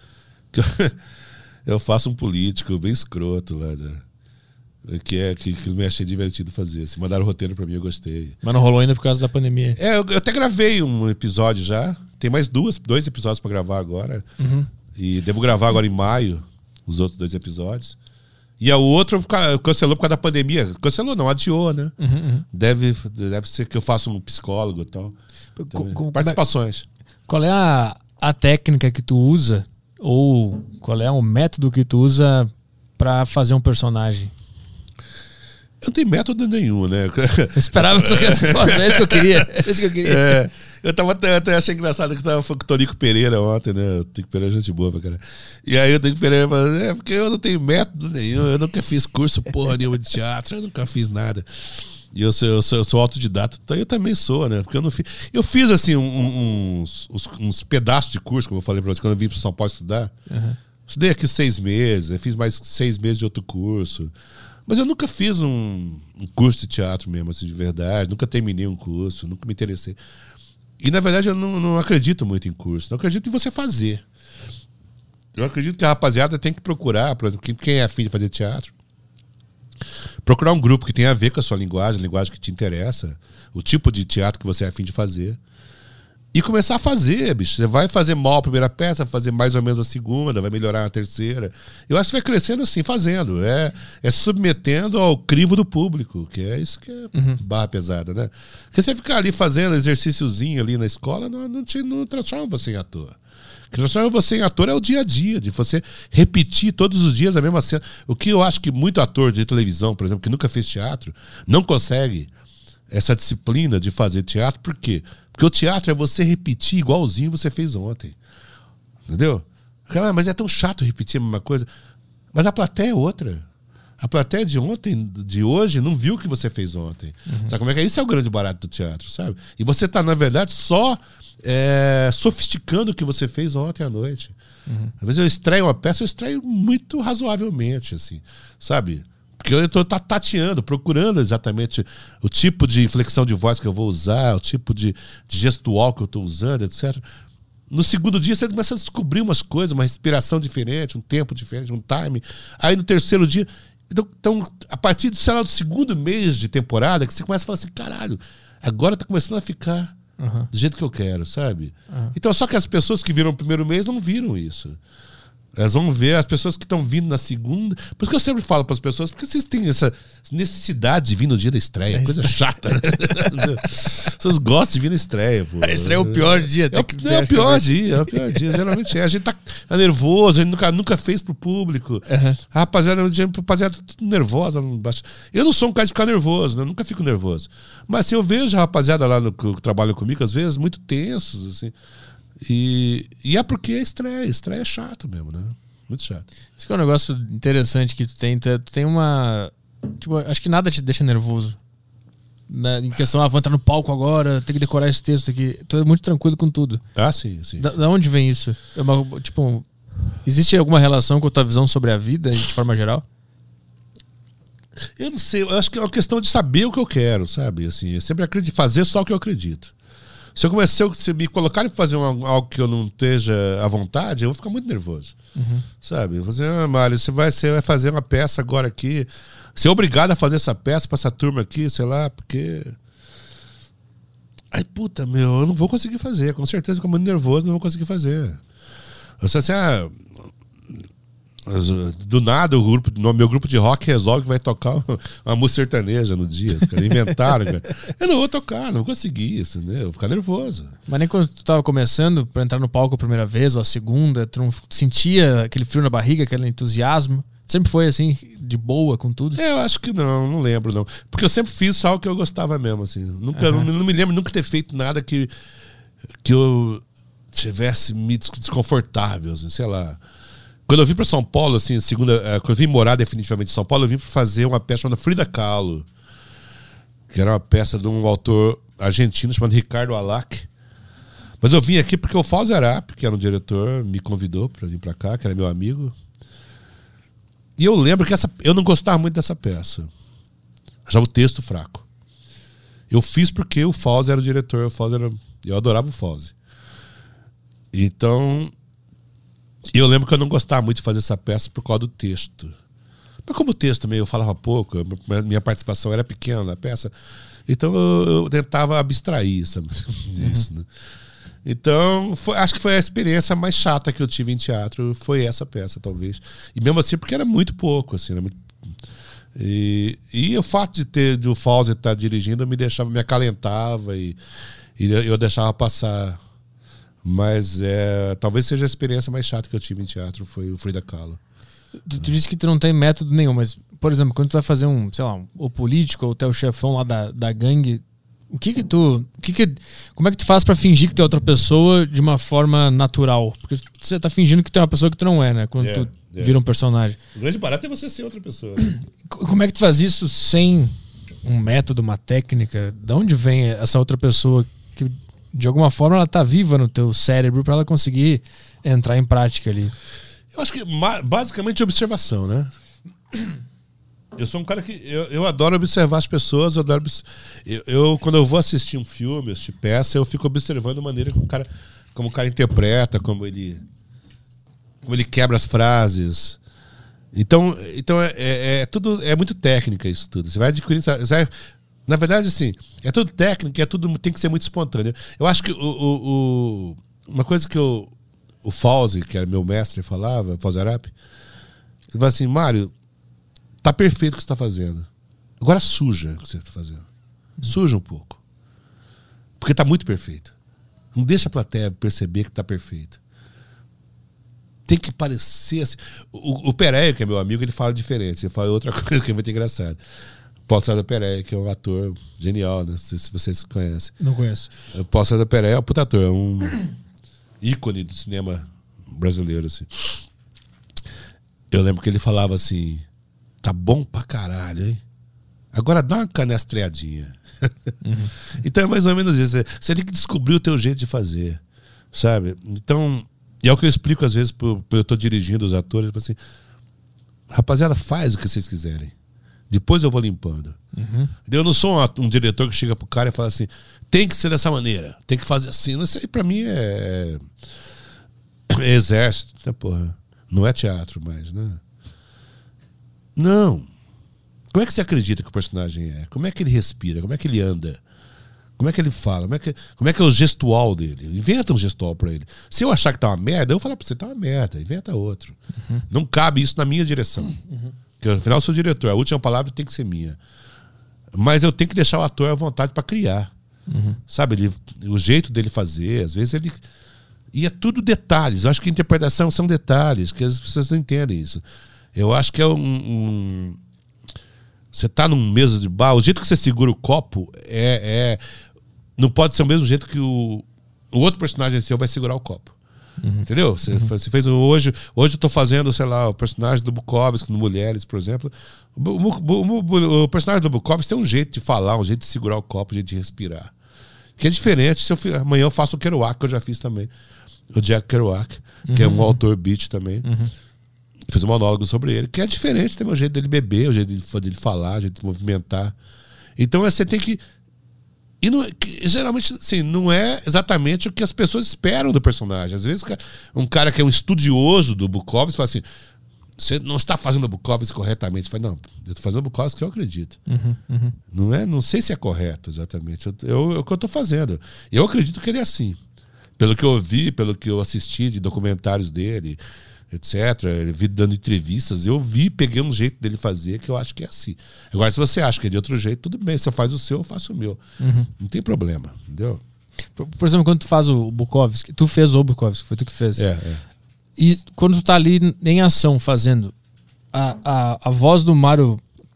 Eu faço um político bem escroto lá, né? Que eu me achei divertido fazer. Se mandaram o roteiro pra mim, eu gostei. Mas não rolou ainda por causa da pandemia. Eu até gravei um episódio já. Tem mais 2 episódios pra gravar agora. Uhum. E devo gravar agora em maio os outros 2 episódios. E a outra cancelou por causa da pandemia. Cancelou não, adiou, né? Uhum. Deve ser que eu faça um psicólogo e tal. Participações. Qual é a técnica que tu usa, ou qual é o método que tu usa pra fazer um personagem? Eu não tenho método nenhum, né? Eu esperava essa resposta, é isso que eu queria. Eu até achei engraçado que eu tava falando com o Tonico Pereira ontem, né? O Tonico Pereira é gente boa pra cara. E aí o Tonico Pereira falou, porque eu não tenho método nenhum, eu nunca fiz curso porra nenhuma de teatro, eu nunca fiz nada. E eu sou autodidata, então eu também sou, né? Porque eu não fiz. Eu fiz assim uns pedaços de curso, como eu falei pra você, quando eu vim para São Paulo estudar. Uhum. Estudei aqui 6 meses, eu fiz mais 6 meses de outro curso. Mas eu nunca fiz um curso de teatro mesmo, assim, de verdade. Nunca terminei um curso, nunca me interessei. E, na verdade, eu não acredito muito em curso. Não acredito em você fazer. Eu acredito que a rapaziada tem que procurar, por exemplo, quem é afim de fazer teatro, procurar um grupo que tem a ver com a sua linguagem, a linguagem que te interessa, o tipo de teatro que você é afim de fazer. E começar a fazer, bicho. Você vai fazer mal a primeira peça, vai fazer mais ou menos a segunda, vai melhorar a terceira. Eu acho que vai crescendo assim, fazendo. É submetendo ao crivo do público, que é isso que é barra pesada, né? Porque você ficar ali fazendo exercíciozinho ali na escola não transforma você em ator. O que transforma você em ator é o dia a dia, de você repetir todos os dias a mesma cena. O que eu acho que muito ator de televisão, por exemplo, que nunca fez teatro, não consegue essa disciplina de fazer teatro. Por quê? Porque o teatro é você repetir igualzinho você fez ontem. Entendeu? Mas é tão chato repetir a mesma coisa. Mas a plateia é outra. A plateia de ontem, de hoje, não viu o que você fez ontem. Sabe como é que é? Isso é o grande barato do teatro, sabe? E você está, na verdade, só sofisticando o que você fez ontem à noite. Às vezes eu estreio uma peça, eu estreio muito razoavelmente, assim, sabe? Porque eu estou tateando, procurando exatamente o tipo de inflexão de voz que eu vou usar, o tipo de gestual que eu estou usando, etc. No segundo dia, você começa a descobrir umas coisas, uma respiração diferente, um tempo diferente, um time. Aí no terceiro dia... Então a partir do segundo mês de temporada, que você começa a falar assim, caralho, agora tá começando a ficar do jeito que eu quero, sabe? Então, só que as pessoas que viram o primeiro mês não viram isso. Elas vão ver as pessoas que estão vindo na segunda. Por isso que eu sempre falo para as pessoas, porque vocês têm essa necessidade de vir no dia da estreia. Coisa chata, né? As pessoas gostam de vir na estreia, pô. A estreia é o pior dia. É o pior dia, é o pior dia. Geralmente é. A gente tá nervoso, a gente nunca fez pro público. Uhum. A rapaziada tudo nervosa. Eu não sou um cara de ficar nervoso, né? Eu nunca fico nervoso. Mas assim, eu vejo a rapaziada lá que trabalha comigo, às vezes, muito tensos, assim. E é porque a estreia é chato mesmo, né? Muito chato. Isso que é um negócio interessante que tu tem uma... Tipo, acho que nada te deixa nervoso. Em questão, vou entrar no palco agora, tem que decorar esse texto aqui. Tu é muito tranquilo com tudo. Ah, sim. Da onde vem isso? Tipo, existe alguma relação com a tua visão sobre a vida, de forma geral? Eu não sei, eu acho que é uma questão de saber o que eu quero, sabe? Assim, eu sempre acredito em fazer só o que eu acredito. Se me colocarem para fazer algo que eu não esteja à vontade, eu vou ficar muito nervoso. Uhum. Sabe? Eu vou dizer, Mário, você vai fazer uma peça agora aqui. Você é obrigado a fazer essa peça para essa turma aqui, sei lá, porque... Ai, puta, eu não vou conseguir fazer. Com certeza, eu fico muito nervoso, não vou conseguir fazer. Eu sei assim, do nada meu grupo de rock resolve que vai tocar uma música sertaneja no dia. Os caras inventaram, cara. Eu não vou tocar, não vou conseguir isso, né? Eu vou ficar nervoso. Mas nem quando tu tava começando pra entrar no palco a primeira vez ou a segunda, tu não sentia aquele frio na barriga, aquele entusiasmo? Sempre foi assim, de boa com tudo? Eu acho que não lembro não. Porque eu sempre fiz só o que eu gostava mesmo, assim. Não me lembro nunca ter feito nada que eu tivesse me desconfortável, assim, sei lá. Quando eu vim para São Paulo, assim, quando eu vim morar definitivamente em São Paulo, eu vim para fazer uma peça chamada Frida Kahlo, que era uma peça de um autor argentino chamado Ricardo Alac. Mas eu vim aqui porque o Fauzi Arap, que era um diretor, me convidou para vir para cá, que era meu amigo. E eu lembro que eu não gostava muito dessa peça. Achava o texto fraco. Eu fiz porque o Fauzi era o diretor, eu adorava o Fauzi. Então... eu lembro que eu não gostava muito de fazer essa peça por causa do texto. Mas como o texto também eu falava pouco, minha participação era pequena na peça, então eu tentava abstrair disso, né? Então, acho que foi a experiência mais chata que eu tive em teatro, foi essa peça, talvez. E mesmo assim, porque era muito pouco, assim, era muito... E o fato de o Fauzi estar dirigindo me acalentava e eu deixava passar. Mas talvez seja a experiência mais chata que eu tive em teatro, foi o Frida Kahlo. Tu disse que tu não tem método nenhum, mas, por exemplo, quando tu vai fazer o político ou até o chefão lá da gangue, como é que tu faz pra fingir que tu é outra pessoa de uma forma natural? Porque você tá fingindo que tu é uma pessoa que tu não é, né? Quando tu vira um personagem. O grande barato é você ser outra pessoa. Como é que tu faz isso sem um método, uma técnica? De onde vem essa outra pessoa que, de alguma forma, ela tá viva no teu cérebro pra ela conseguir entrar em prática ali? Eu acho que basicamente observação, né? Eu sou um cara que eu adoro observar as pessoas, quando eu vou assistir um filme, assistir peça, eu fico observando a maneira como o cara interpreta, como ele quebra as frases. Então tudo é muito técnica isso tudo. Você vai adquirindo, na verdade, assim, é tudo técnica, tem que ser muito espontâneo. Eu acho que uma coisa que o Fauzi, que era meu mestre, falava, Fauzi Arap, ele falava assim: Mário, tá perfeito o que você tá fazendo. Agora suja o que você tá fazendo. Suja um pouco. Porque tá muito perfeito. Não deixa a plateia perceber que tá perfeito. Tem que parecer assim. O Pereira, que é meu amigo, ele fala diferente. Ele fala outra coisa que é muito engraçada. Paulo César Pereira, que é um ator genial, né? Não sei se vocês conhecem. Não conheço. O Paulo César Pereira é um puta ator, é um ícone do cinema brasileiro, assim. Eu lembro que ele falava assim: tá bom pra caralho, hein? Agora dá uma canestreadinha. Uhum. Então é mais ou menos isso. Você tem que descobrir o teu jeito de fazer, sabe? Então, e é o que eu explico às vezes, eu tô dirigindo os atores, eu falo assim: rapaziada, faz o que vocês quiserem. Depois eu vou limpando. Uhum. Eu não sou um diretor que chega pro cara e fala assim: tem que ser dessa maneira, tem que fazer assim. Isso aí pra mim é exército, né, porra? Não é teatro mais, né? Não. Como é que você acredita que o personagem é? Como é que ele respira? Como é que ele anda? Como é que ele fala? Como é que é o gestual dele? Inventa um gestual pra ele. Se eu achar que tá uma merda, eu vou falar pra você, tá uma merda, inventa outro. Não cabe isso na minha direção. Porque afinal eu sou diretor, a última palavra tem que ser minha. Mas eu tenho que deixar o ator à vontade pra criar. Sabe, o jeito dele fazer, às vezes ele... E é tudo detalhes. Eu acho que interpretação são detalhes, que as pessoas não entendem isso. Eu acho que é você tá num mesa de bar, o jeito que você segura o copo não pode ser o mesmo jeito que o outro personagem seu vai segurar o copo. Entendeu? Você fez hoje eu tô fazendo, sei lá, o personagem do Bukowski no Mulheres, por exemplo. O personagem do Bukowski tem um jeito de falar, um jeito de segurar o copo, um jeito de respirar. Que é diferente. Amanhã eu faço o Kerouac, que eu já fiz também. O Jack Kerouac, que é um autor beat também. Fiz um monólogo sobre ele, que é diferente também o jeito dele beber, o jeito dele falar, o jeito de movimentar. Então você tem que... E geralmente, assim, não é exatamente o que as pessoas esperam do personagem. Às vezes, um cara que é um estudioso do Bukowski fala assim: você não está fazendo o Bukowski corretamente. Eu falo, não, eu estou fazendo o Bukowski que eu acredito. Não sei se é correto exatamente. É o que eu estou fazendo. Eu acredito que ele é assim. Pelo que eu vi, pelo que eu assisti de documentários dele, etc. Ele vi dando entrevistas, peguei um jeito dele fazer que eu acho que é assim. Agora, se você acha que é de outro jeito, tudo bem. Se você faz o seu, eu faço o meu. Não tem problema, entendeu? Por exemplo, quando tu faz o Bukowski, tu fez o Bukowski, foi tu que fez. É. E quando tu tá ali em ação fazendo, a voz do Mário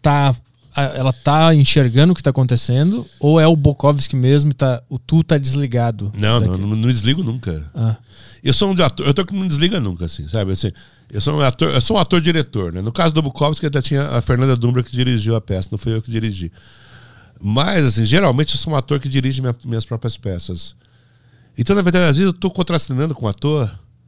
ela tá enxergando o que tá acontecendo, ou é o Bukowski mesmo e tu tá desligado? Não desligo nunca. Eu sou um ator que não desliga nunca, assim, sabe? Assim, eu sou um ator-diretor, né? No caso do Bukowski, ainda tinha a Fernanda Dumbra que dirigiu a peça, não fui eu que dirigi. Mas, assim, geralmente eu sou um ator que dirige minhas próprias peças. Então, na verdade, às vezes eu tô contracenando com o ator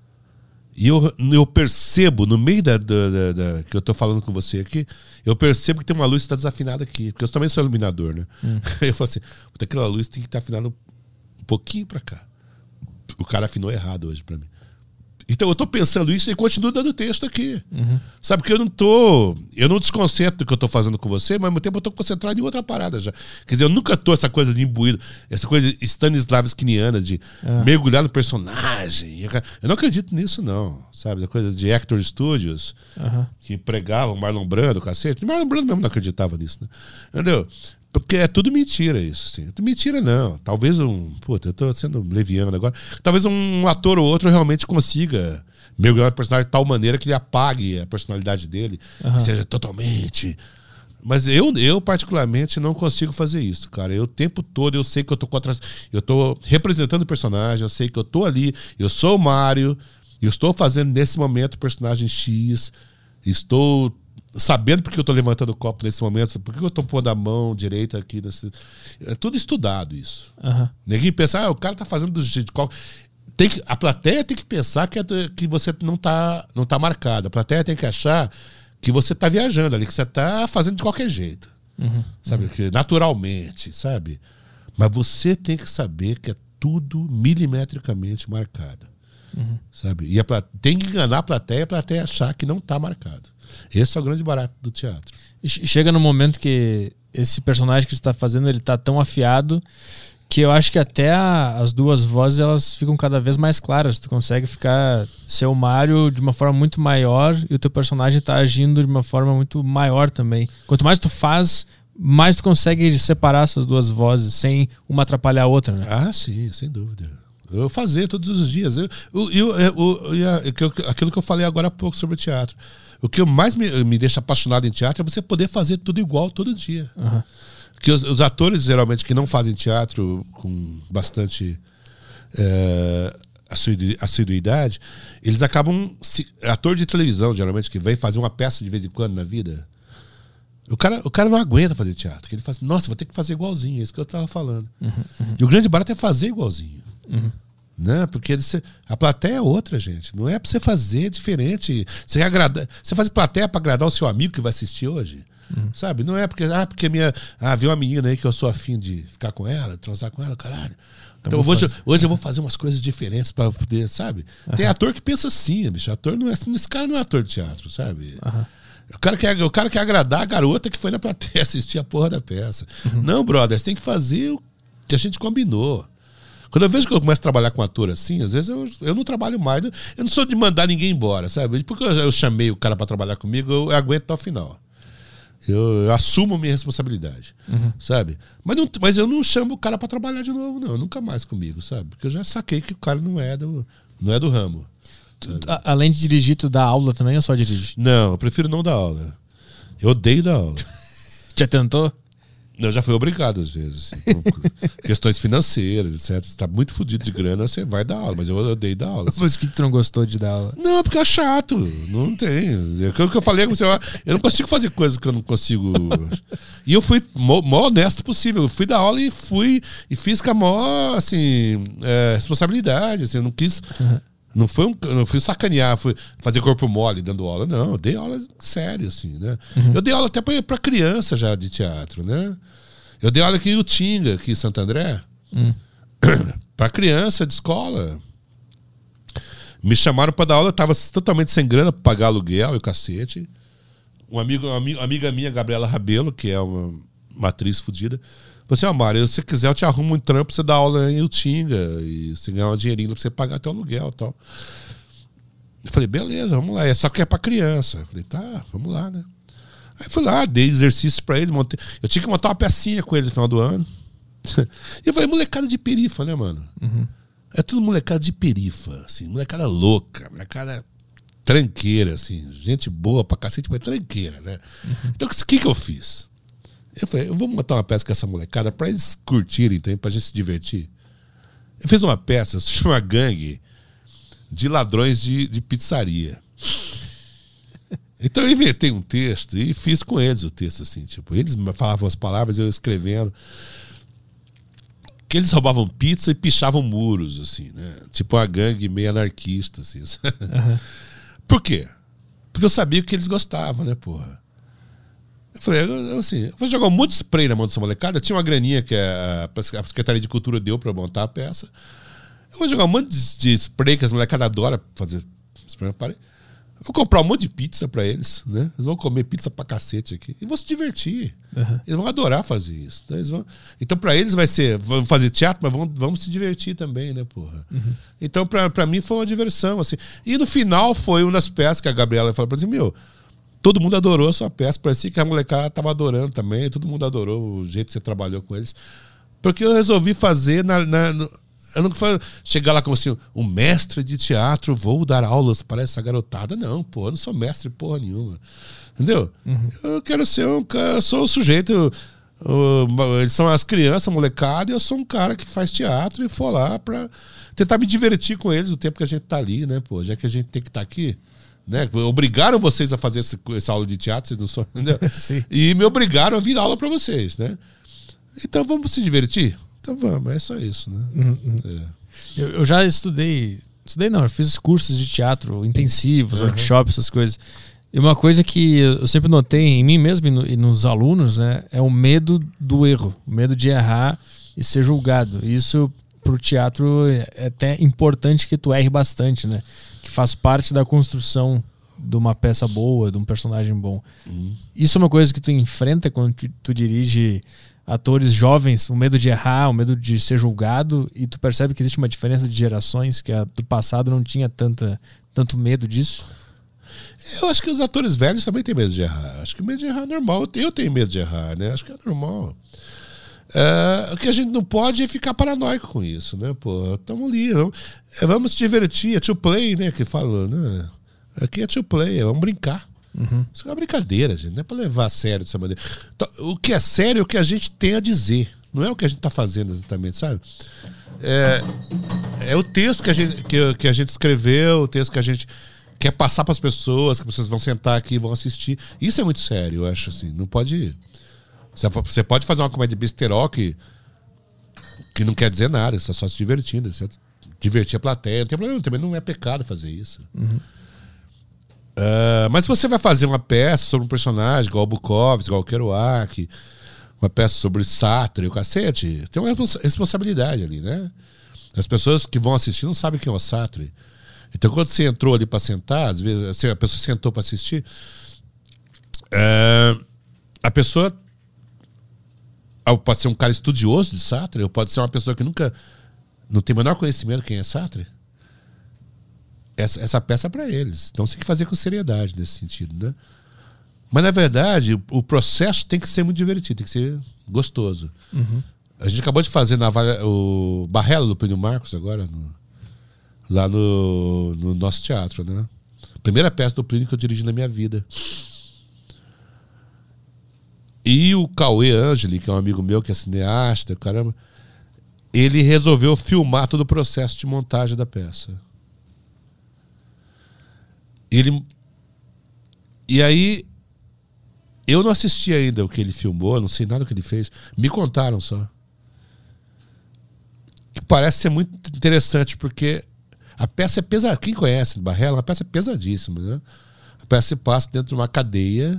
e eu percebo, no meio que eu tô falando com você aqui, eu percebo que tem uma luz que está desafinada aqui, porque eu também sou iluminador, né? Eu falo assim, aquela luz tem que estar afinada um pouquinho pra cá. O cara afinou errado hoje pra mim. Então eu tô pensando isso e continuo dando texto aqui. Sabe, porque eu não desconcentro do que eu tô fazendo com você, mas ao mesmo tempo eu tô concentrado em outra parada já. Quer dizer, eu nunca tô essa coisa de imbuído, essa coisa stanislavskiana de mergulhar no personagem. Eu não acredito nisso, não. Sabe, a coisa de Actor Studios, que pregavam Marlon Brando, cacete. Marlon Brando mesmo não acreditava nisso, né? Entendeu? Porque é tudo mentira isso, assim. Mentira não. Talvez eu tô sendo leviano agora. Talvez um ator ou outro realmente consiga mergulhar no personagem de tal maneira que ele apague a personalidade dele, que seja totalmente... Mas eu particularmente não consigo fazer isso, cara. Eu o tempo todo eu sei que eu tô representando o personagem, eu sei que eu tô ali, eu sou o Mário, eu estou fazendo nesse momento o personagem X, estou sabendo porque eu estou levantando o copo nesse momento, porque eu estou pondo a mão direita aqui. É tudo estudado isso. Ninguém pensa, o cara está fazendo do jeito de qual. A plateia tem que pensar que você não tá marcado. A plateia tem que achar que você está viajando ali, que você está fazendo de qualquer jeito. Sabe? Que naturalmente, sabe? Mas você tem que saber que é tudo milimetricamente marcado. Sabe? E tem que enganar a plateia achar que não está marcado. Esse é o grande barato do teatro. E chega no momento que esse personagem que você está fazendo, ele tá tão afiado que eu acho que até as duas vozes elas ficam cada vez mais claras. Tu consegue ser o Mário de uma forma muito maior e o teu personagem tá agindo de uma forma muito maior também. Quanto mais tu faz, mais tu consegue separar essas duas vozes sem uma atrapalhar a outra, né? Ah, sim, sem dúvida. Eu fazia todos os dias. Aquilo que eu falei agora há pouco sobre o teatro. O que mais me deixa apaixonado em teatro é você poder fazer tudo igual todo dia. Porque os atores, geralmente, que não fazem teatro com bastante assiduidade, eles acabam... Ator de televisão, geralmente, que vem fazer uma peça de vez em quando na vida, o cara não aguenta fazer teatro. Ele fala assim, nossa, vou ter que fazer igualzinho. É isso que eu estava falando. E o grande barato é fazer igualzinho. Né? Porque a plateia é outra, gente. Não é pra você fazer diferente. Você faz plateia pra agradar o seu amigo que vai assistir hoje. Sabe? Não é porque viu uma menina aí que eu sou afim de ficar com ela, transar com ela, caralho. Então hoje eu vou fazer umas coisas diferentes pra poder, sabe? Tem ator que pensa assim, bicho. Esse cara não é ator de teatro, sabe? O cara quer agradar a garota que foi na plateia assistir a porra da peça. Não, brother, você tem que fazer que a gente combinou. Quando eu vejo que eu começo a trabalhar com ator assim, às vezes eu não trabalho mais. Eu não sou de mandar ninguém embora, sabe? Porque eu chamei o cara para trabalhar comigo, eu aguento até o final. Eu assumo minha responsabilidade, sabe? Mas eu não chamo o cara para trabalhar de novo, não. Nunca mais comigo, sabe? Porque eu já saquei que o cara não é do ramo. Além de dirigir, tu dá aula também ou só dirige? Não, eu prefiro não dar aula. Eu odeio dar aula. Já tentou? Eu já fui obrigado às vezes. Assim, por questões financeiras, etc. Você tá muito fodido de grana, você vai dar aula. Mas eu odeio dar aula. Assim. Mas por que tu não gostou de dar aula? Não, porque é chato. Não tem. É aquilo que eu falei com você. Eu não consigo fazer coisas que eu não consigo. E eu fui o maior honesto possível. Eu fui dar aula e fiz com a maior assim, responsabilidade. Assim, eu não quis. Não fui sacanear, fui fazer corpo mole dando aula. Não, eu dei aula sério, assim, né? Eu dei aula até pra criança já de teatro, né? Eu dei aula aqui em Utinga, aqui em Santo André. Pra criança de escola. Me chamaram pra dar aula, eu tava totalmente sem grana pra pagar aluguel e o cacete. Uma amiga minha, Gabriela Rabelo, que é uma atriz fodida, falou assim, Mário, se você quiser eu te arrumo um trampo pra você dar aula em Utinga e você ganhar um dinheirinho pra você pagar teu aluguel e tal. Eu falei, beleza, vamos lá. É só que é pra criança. Eu falei, tá, vamos lá, né? Aí fui lá, dei exercícios pra eles, montei. Eu tinha que montar uma pecinha com eles no final do ano. E eu falei, molecada de perifa, né, mano? É tudo molecada de perifa, assim, molecada louca, molecada tranqueira, assim, gente boa pra cacete, mas tranqueira, né? Então o que eu fiz? Eu falei, eu vou montar uma peça com essa molecada pra eles curtirem também, pra gente se divertir. Eu fiz uma peça, se chama Gangue de Ladrões de Pizzaria. Então eu inventei um texto e fiz com eles o texto, assim, tipo, eles falavam as palavras, eu escrevendo. Que eles roubavam pizza e pichavam muros, assim, né? Tipo uma gangue meio anarquista, assim. Por quê? Porque eu sabia que eles gostavam, né, porra? Eu falei, assim, eu vou jogar um monte de spray na mão dessa molecada. Tinha uma graninha que a Secretaria de Cultura deu pra montar a peça. Eu vou jogar um monte de spray que as molecadas adoram fazer spray na parede. Eu vou comprar um monte de pizza pra eles, né? Eles vão comer pizza pra cacete aqui. E vão se divertir. Eles vão adorar fazer isso. Então pra eles vai ser, vão fazer teatro, mas vamos se divertir também, né, porra? Então pra mim foi uma diversão, assim. E no final foi uma das peças que a Gabriela falou pra mim, todo mundo adorou a sua peça. Parecia que a molecada tava adorando também. Todo mundo adorou o jeito que você trabalhou com eles. Porque eu resolvi fazer eu não falo, chegar lá como assim, um mestre de teatro, vou dar aulas para essa garotada. Não, pô, eu não sou mestre porra nenhuma. Entendeu? Eu quero ser sou um sujeito. Eles são as crianças, molecada, e eu sou um cara que faz teatro e for lá pra tentar me divertir com eles o tempo que a gente tá ali, né, pô? Já que a gente tem que estar aqui. Né? Obrigaram vocês a fazer essa aula de teatro, vocês não são, entendeu? E me obrigaram a vir dar aula para vocês, né? Então vamos se divertir? Então vamos, é só isso, né? Eu já estudei não, eu fiz cursos de teatro intensivos, workshops, essas coisas. E uma coisa que eu sempre notei em mim mesmo e nos alunos, né, é o medo do erro, o medo de errar e ser julgado. E isso pro teatro é até importante que tu erre bastante, né? Que faz parte da construção de uma peça boa, de um personagem bom. Isso é uma coisa que tu enfrenta quando tu dirige atores jovens, o medo de errar, o medo de ser julgado, e tu percebe que existe uma diferença de gerações, que a do passado não tinha tanto medo disso? Eu acho que os atores velhos também têm medo de errar. Acho que o medo de errar é normal. Eu tenho medo de errar, né? Acho que é normal. O que a gente não pode é ficar paranoico com isso, né? Pô, estamos ali, vamos se divertir, é to play, né? Que fala, né? Aqui é to play, vamos brincar. Isso é uma brincadeira, gente, não é pra levar a sério dessa maneira. Então, o que é sério é o que a gente tem a dizer, não é o que a gente tá fazendo exatamente, sabe? É o texto que a gente escreveu, o texto que a gente quer passar para as pessoas, que as pessoas vão sentar aqui e vão assistir. Isso é muito sério, eu acho, assim, não pode... Você pode fazer uma comédia besterol que não quer dizer nada, você está só se divertindo, você divertir a plateia, não tem problema, também não é pecado fazer isso. Mas se você vai fazer uma peça sobre um personagem igual o Bukowski, igual o Kerouac, uma peça sobre Sartre e o cacete, tem uma responsabilidade ali, né? As pessoas que vão assistir não sabem quem é o Sartre. Então quando você entrou ali para sentar, às vezes a pessoa sentou para assistir, a pessoa pode ser um cara estudioso de Sartre, ou pode ser uma pessoa que nunca não tem o menor conhecimento de quem é Sartre. Essa peça é para eles. Então você tem que fazer com seriedade nesse sentido, né? Mas na verdade o processo tem que ser muito divertido, tem que ser gostoso. A gente acabou de fazer o Barrela do Plínio Marcos agora, lá no nosso teatro, né? Primeira peça do Plínio que eu dirigi na minha vida. E o Cauê Angeli, que é um amigo meu, que é cineasta, caramba, ele resolveu filmar todo o processo de montagem da peça. E aí, eu não assisti ainda o que ele filmou, não sei nada do que ele fez. Me contaram só. Que parece ser muito interessante, porque a peça é pesada. Quem conhece Barrela, a peça é pesadíssima, né? A peça se passa dentro de uma cadeia.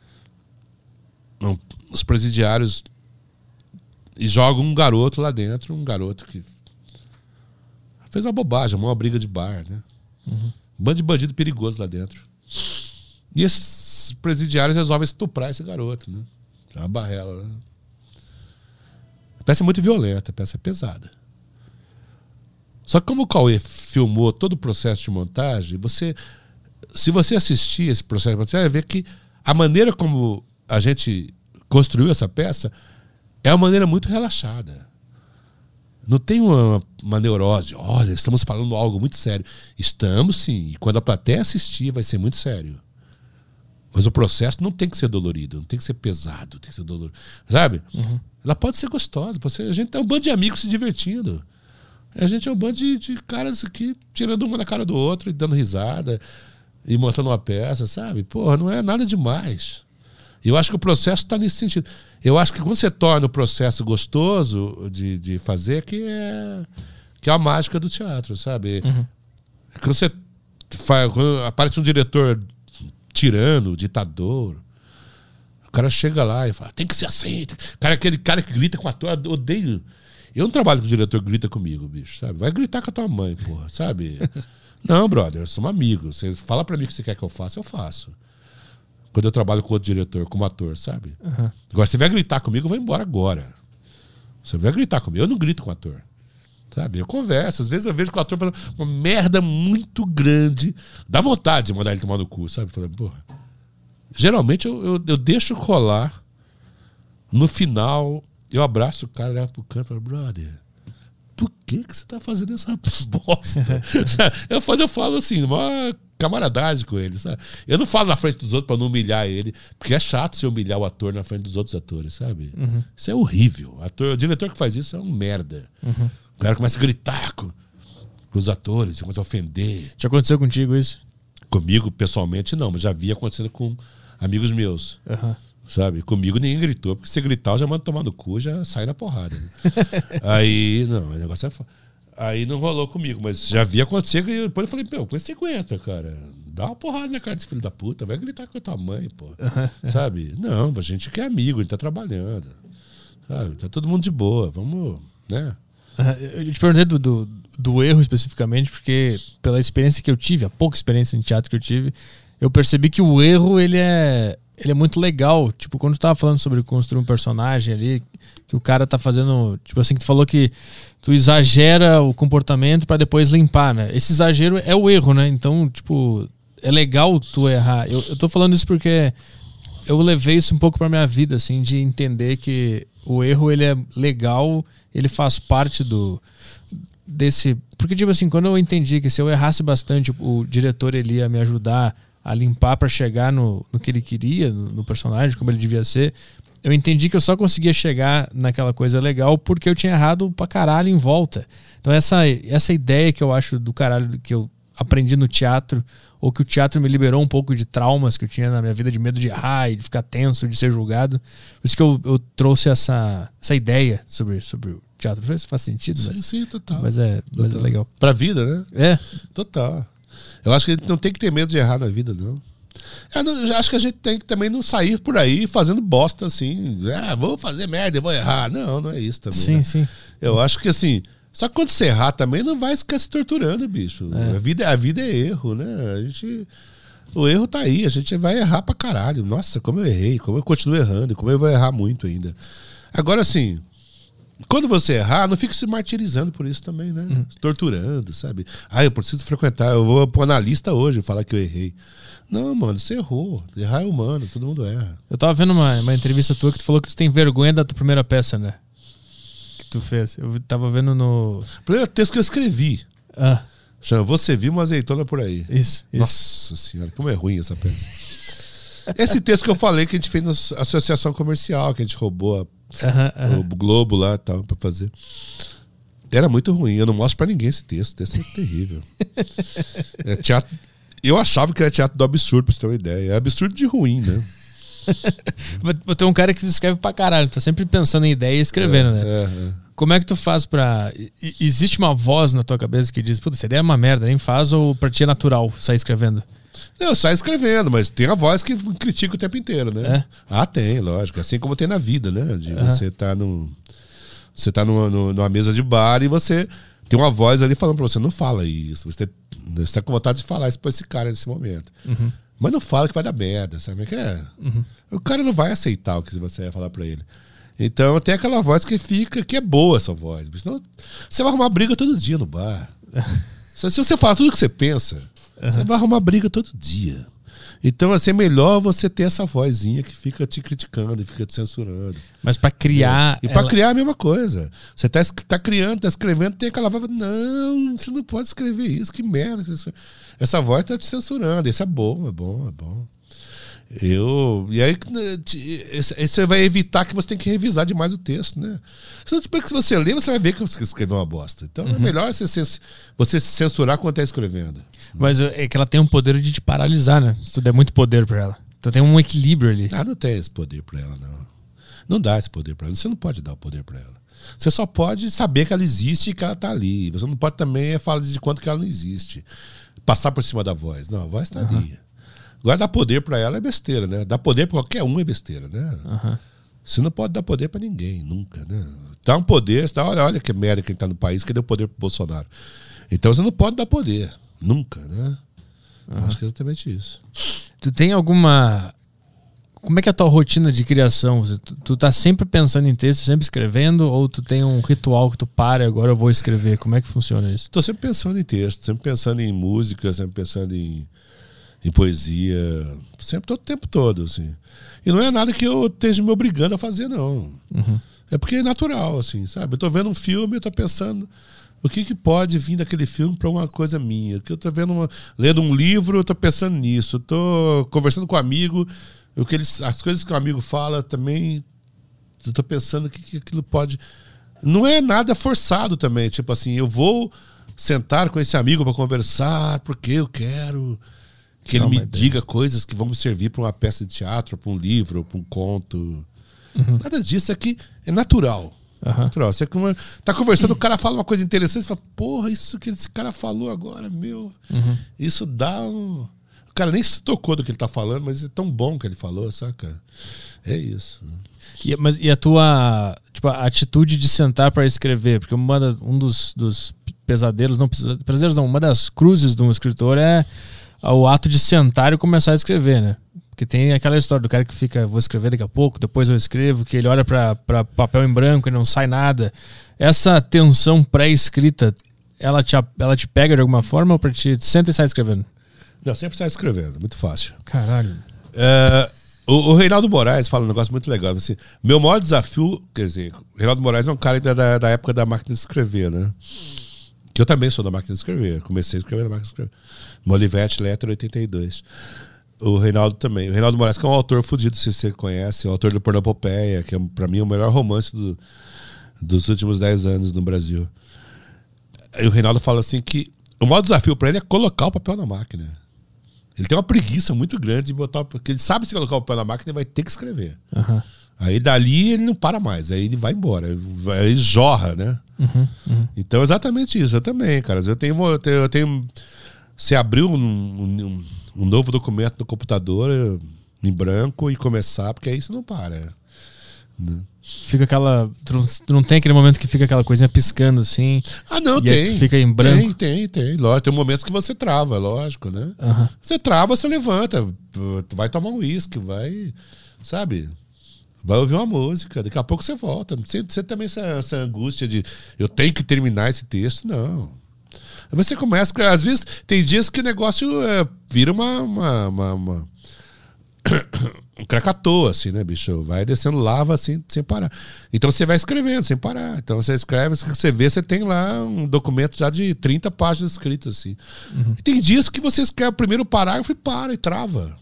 Os presidiários e jogam um garoto lá dentro, um garoto que fez uma bobagem, uma briga de bar, né? Um bando de bandido perigoso lá dentro. E esses presidiários resolvem estuprar esse garoto, né? É uma Barrela, né? A peça é muito violenta, a peça é pesada. Só que como o Cauê filmou todo o processo de montagem, se você assistir esse processo de montagem, você vai ver que a maneira como a gente construiu essa peça é uma maneira muito relaxada. Não tem uma neurose. Olha, estamos falando algo muito sério. Estamos, sim. E quando a plateia assistir, vai ser muito sério. Mas o processo não tem que ser dolorido, não tem que ser pesado, tem que ser dolorido. Sabe? Ela pode ser gostosa. A gente é um bando de amigos se divertindo. A gente é um bando de caras aqui tirando uma na cara do outro e dando risada e montando uma peça, sabe? Porra, não é nada demais. E eu acho que o processo está nesse sentido. Eu acho que quando você torna o processo gostoso de fazer, que é a mágica do teatro, sabe? Quando aparece um diretor tirano, ditador, o cara chega lá e fala, tem que ser assim. Aquele cara que grita com o ator, eu odeio. Eu não trabalho com o diretor que grita comigo, bicho, sabe? Vai gritar com a tua mãe, porra, sabe? Não, brother, eu sou um amigo. Você fala pra mim o que você quer que eu faça, eu faço. Quando eu trabalho com outro diretor, como ator, sabe? Agora, você vai gritar comigo, eu vou embora agora. Você vai gritar comigo, eu não grito com o ator. Sabe? Eu converso, às vezes eu vejo que o ator faz uma merda muito grande. Dá vontade de mandar ele tomar no cu, sabe? Falando, porra. Geralmente eu deixo rolar. No final, eu abraço o cara, levo pro canto e falo, brother, por que você tá fazendo essa bosta? eu falo assim, uma camaradagem com ele, sabe? Eu não falo na frente dos outros pra não humilhar ele, porque é chato se humilhar o ator na frente dos outros atores, sabe? Isso é horrível. O diretor que faz isso é um merda. O cara começa a gritar com os atores, começa a ofender. Já aconteceu contigo isso? Comigo, pessoalmente, não, mas já vi acontecendo com amigos meus. Sabe? Comigo ninguém gritou, porque se gritar eu já mando tomar no cu, já sai na porrada. Né? Aí, não, o negócio é aí não rolou comigo, mas já vi acontecer, e depois eu falei, meu, como você aguenta, cara? Dá uma porrada na cara desse filho da puta, vai gritar com a tua mãe, pô. Sabe? Não, a gente que é amigo, a gente tá trabalhando. Sabe? Tá todo mundo de boa, vamos, né? Eu te perguntei do erro especificamente, porque pela experiência que eu tive, a pouca experiência em teatro que eu tive, eu percebi que o erro, ele é muito legal. Tipo, quando tu tava falando sobre construir um personagem ali, que o cara tá fazendo, tipo assim, que tu falou que tu exagera o comportamento pra depois limpar, né? Esse exagero é o erro, né? Então, tipo, é legal tu errar. Eu tô falando isso porque eu levei isso um pouco pra minha vida, assim, de entender que o erro, ele é legal, ele faz parte desse... Porque, tipo assim, quando eu entendi que se eu errasse bastante, o diretor, ele ia me ajudar a limpar pra chegar no que ele queria, no personagem, como ele devia ser, eu entendi que eu só conseguia chegar naquela coisa legal porque eu tinha errado pra caralho em volta. Então essa ideia que eu acho do caralho que eu aprendi no teatro, ou que o teatro me liberou um pouco de traumas que eu tinha na minha vida, de medo de errar e de ficar tenso, de ser julgado. Por isso que eu trouxe essa ideia sobre o teatro. Faz sentido? Sim, total. Mas é legal. Pra vida, né? É. Total. Eu acho que a gente não tem que ter medo de errar na vida, não. Eu acho que a gente tem que também não sair por aí fazendo bosta assim. Vou fazer merda e vou errar. Não é isso também. Sim, né? sim. Eu acho que assim... Só que quando você errar também, não vai ficar se torturando, bicho. A vida é erro, né? O erro tá aí, a gente vai errar pra caralho. Nossa, como eu errei, como eu continuo errando, como eu vou errar muito ainda. Agora, assim, quando você errar, não fique se martirizando por isso também, né? Torturando, sabe? Eu preciso frequentar, eu vou pro analista hoje falar que eu errei. Não, mano, você errou. Errar é humano, todo mundo erra. Eu tava vendo uma entrevista tua que tu falou que tu tem vergonha da tua primeira peça, né? Que tu fez. Eu tava vendo no... O primeiro texto que eu escrevi. Chama Você Viu uma Azeitona por Aí. Isso. Nossa senhora, como é ruim essa peça. Esse texto que eu falei que a gente fez na associação comercial, que a gente roubou o Globo lá e tal, pra fazer. Era muito ruim. Eu não mostro pra ninguém esse texto. O texto é terrível. É teatro... Eu achava que era teatro do absurdo, pra você ter uma ideia. É absurdo de ruim, né? Você é um cara que escreve pra caralho. Tá sempre pensando em ideia e escrevendo, né? Como é que tu faz pra... Existe uma voz na tua cabeça que diz, puta, essa ideia é uma merda, nem faz, ou pra ti é natural sair escrevendo? Eu saio escrevendo, mas tem a voz que critica o tempo inteiro, né? É? Tem, lógico. Assim como tem na vida, né? De você tá Você tá numa mesa de bar e você tem uma voz ali falando pra você, não fala isso. Você tá com vontade de falar isso pra esse cara nesse momento. Mas não fala que vai dar merda, sabe o que é? O cara não vai aceitar o que você vai falar pra ele. Então tem aquela voz que fica, que é boa essa voz. Senão, você vai arrumar briga todo dia no bar. Se você falar tudo o que você pensa, você vai arrumar briga todo dia. Então, assim, é melhor você ter essa vozinha que fica te criticando e fica te censurando. Mas pra criar... E pra criar é a mesma coisa. Você tá criando, tá escrevendo, tem aquela voz, não, você não pode escrever isso, que merda. Essa voz tá te censurando. Isso é bom, é bom, é bom. E aí você vai evitar que você tem que revisar demais o texto, né? Se você ler, você vai ver que você escreveu uma bosta. Então é melhor você se censurar quando tá escrevendo. Mas é que ela tem um poder de te paralisar, né? Se tu der muito poder pra ela. Então tem um equilíbrio ali. Não tem esse poder pra ela, não. Não dá esse poder pra ela. Você não pode dar o poder pra ela. Você só pode saber que ela existe e que ela tá ali. Você não pode também falar de quanto que ela não existe. Passar por cima da voz. Não, a voz tá ali. Agora, dar poder pra ela é besteira, né? Dar poder pra qualquer um é besteira, né? Você não pode dar poder pra ninguém, nunca, né? Dá um poder, olha que merda quem tá no país que deu poder pro Bolsonaro. Então você não pode dar poder, nunca, né? Acho que é exatamente isso. Tu tem alguma... Como é que é a tua rotina de criação? Tu tá sempre pensando em texto, sempre escrevendo? Ou tu tem um ritual que tu para e agora eu vou escrever? Como é que funciona isso? Tô sempre pensando em texto, sempre pensando em música, sempre pensando em poesia, sempre, todo o tempo todo, assim. E não é nada que eu esteja me obrigando a fazer, não. É porque é natural, assim, sabe? Eu tô vendo um filme, eu tô pensando o que pode vir daquele filme para uma coisa minha. Que eu tô lendo um livro, eu tô pensando nisso. Eu tô conversando com um amigo, as coisas que o amigo fala também, eu tô pensando que aquilo pode... Não é nada forçado também, tipo assim, eu vou sentar com esse amigo para conversar porque eu quero... Que ele me diga coisas que vão me servir para uma peça de teatro, para um livro, para um conto. Nada disso, aqui é natural. Natural. Você tá conversando, o cara fala uma coisa interessante, você fala, porra, isso que esse cara falou agora, meu. Isso dá um... O cara nem se tocou do que ele tá falando, mas é tão bom que ele falou, saca? É isso. E a tua a atitude de sentar para escrever? Porque um dos pesadelos, uma das cruzes de um escritor é o ato de sentar e começar a escrever, né? Porque tem aquela história do cara que fica, vou escrever daqui a pouco, depois eu escrevo, que ele olha pra papel em branco e não sai nada. Essa tensão pré-escrita, ela te pega de alguma forma ou pra ti senta e sai escrevendo? Não, sempre sai escrevendo, muito fácil. Caralho. O Reinaldo Moraes fala um negócio muito legal, assim, meu maior desafio, quer dizer, o Reinaldo Moraes é um cara da época da máquina de escrever, né? Que eu também sou da máquina de escrever. Comecei a escrever na máquina de escrever. No Olivetti Letter 82. O Reinaldo também. O Reinaldo Moraes, que é um autor fudido, se você conhece, é um autor do Pornopopeia, que é, pra mim, o melhor romance dos últimos 10 anos no Brasil. E o Reinaldo fala assim que o maior desafio pra ele é colocar o papel na máquina. Ele tem uma preguiça muito grande de botar... Porque ele sabe se colocar o papel na máquina, ele vai ter que escrever. Aí dali ele não para mais, aí ele vai embora, aí jorra, né? Então é exatamente isso, eu também, cara. Eu tenho você abriu um novo documento no computador em branco e começar, porque aí você não para. Né? Fica aquela... Tu não tem aquele momento que fica aquela coisinha piscando assim? Não, tem. Fica em branco? Tem. Lógico, tem momentos que você trava, lógico, né? Você trava, você levanta, vai tomar um uísque, vai, sabe... Vai ouvir uma música, daqui a pouco você volta. Você também essa angústia de eu tenho que terminar esse texto, não. Aí você começa, às vezes tem dias que o negócio vira um cracatoa, assim, né, bicho? Vai descendo lava assim, sem parar. Então você vai escrevendo sem parar. Então você escreve, você vê, você tem lá um documento já de 30 páginas escritas, assim. E tem dias que você escreve o primeiro parágrafo e para e trava.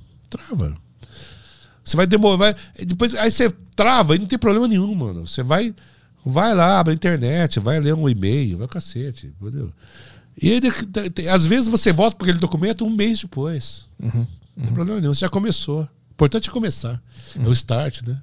Você vai demorar, depois aí você trava e não tem problema nenhum, mano. Você vai lá, abre a internet, vai ler um e-mail, vai cacete, entendeu? E aí, às vezes você volta para aquele documento um mês depois. Não tem problema nenhum, você já começou. O importante é começar. É o start, né?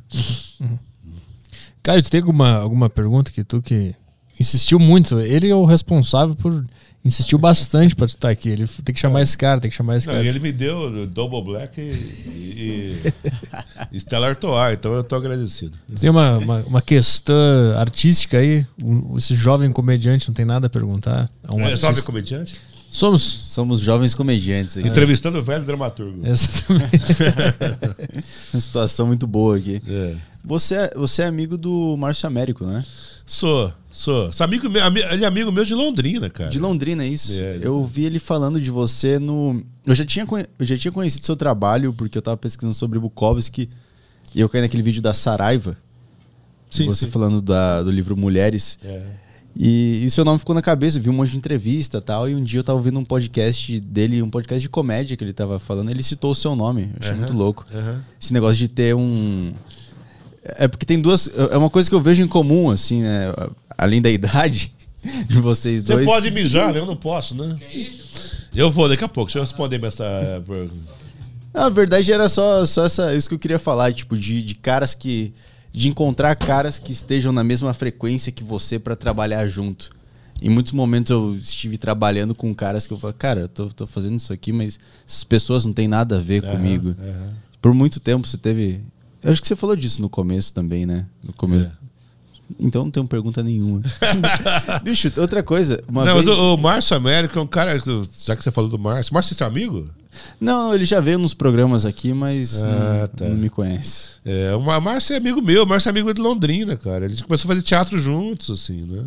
Caio, tu tem alguma pergunta que insistiu muito? Ele é o responsável por... Insistiu bastante pra tu estar aqui. Ele tem que chamar esse cara, Não, ele me deu Double Black e Stellar Toar, então eu tô agradecido. Tem uma questão artística aí? Esse jovem comediante não tem nada a perguntar? É jovem comediante? Somos jovens comediantes aqui. Entrevistando o velho dramaturgo. Exatamente. Uma situação muito boa aqui. É. Você é amigo do Márcio Américo, né? Sou. Ele é amigo meu de Londrina, cara. De Londrina, isso. É. Eu vi ele falando de você no... Eu já tinha conhecido seu trabalho, porque eu tava pesquisando sobre Bukowski, e eu caí naquele vídeo da Saraiva. Sim, você sim. falando do livro Mulheres. É. E seu nome ficou na cabeça, eu vi um monte de entrevista e tal, e um dia eu tava ouvindo um podcast dele, um podcast de comédia que ele tava falando, ele citou o seu nome, eu achei muito louco. Esse negócio de ter um... É porque tem duas... É uma coisa que eu vejo em comum, assim, né? Além da idade de vocês dois. Você pode mijar, né? Eu não posso, né? Eu vou daqui a pouco, deixa eu responder essa pergunta. Na verdade era só isso que eu queria falar, tipo, de caras que... De encontrar caras que estejam na mesma frequência que você pra trabalhar junto. Em muitos momentos eu estive trabalhando com caras que eu falo, cara, eu tô fazendo isso aqui, mas essas pessoas não têm nada a ver comigo. Por muito tempo você teve... Eu acho que você falou disso no começo também, né? No começo. Então não tenho pergunta nenhuma. Bicho, outra coisa. Mas o Márcio Américo é um cara... Já que você falou do Márcio... Márcio é seu amigo? Não, ele já veio nos programas aqui, mas não me conhece. O Márcio é amigo meu. O Márcio é amigo de Londrina, cara. A gente começou a fazer teatro juntos, assim, né?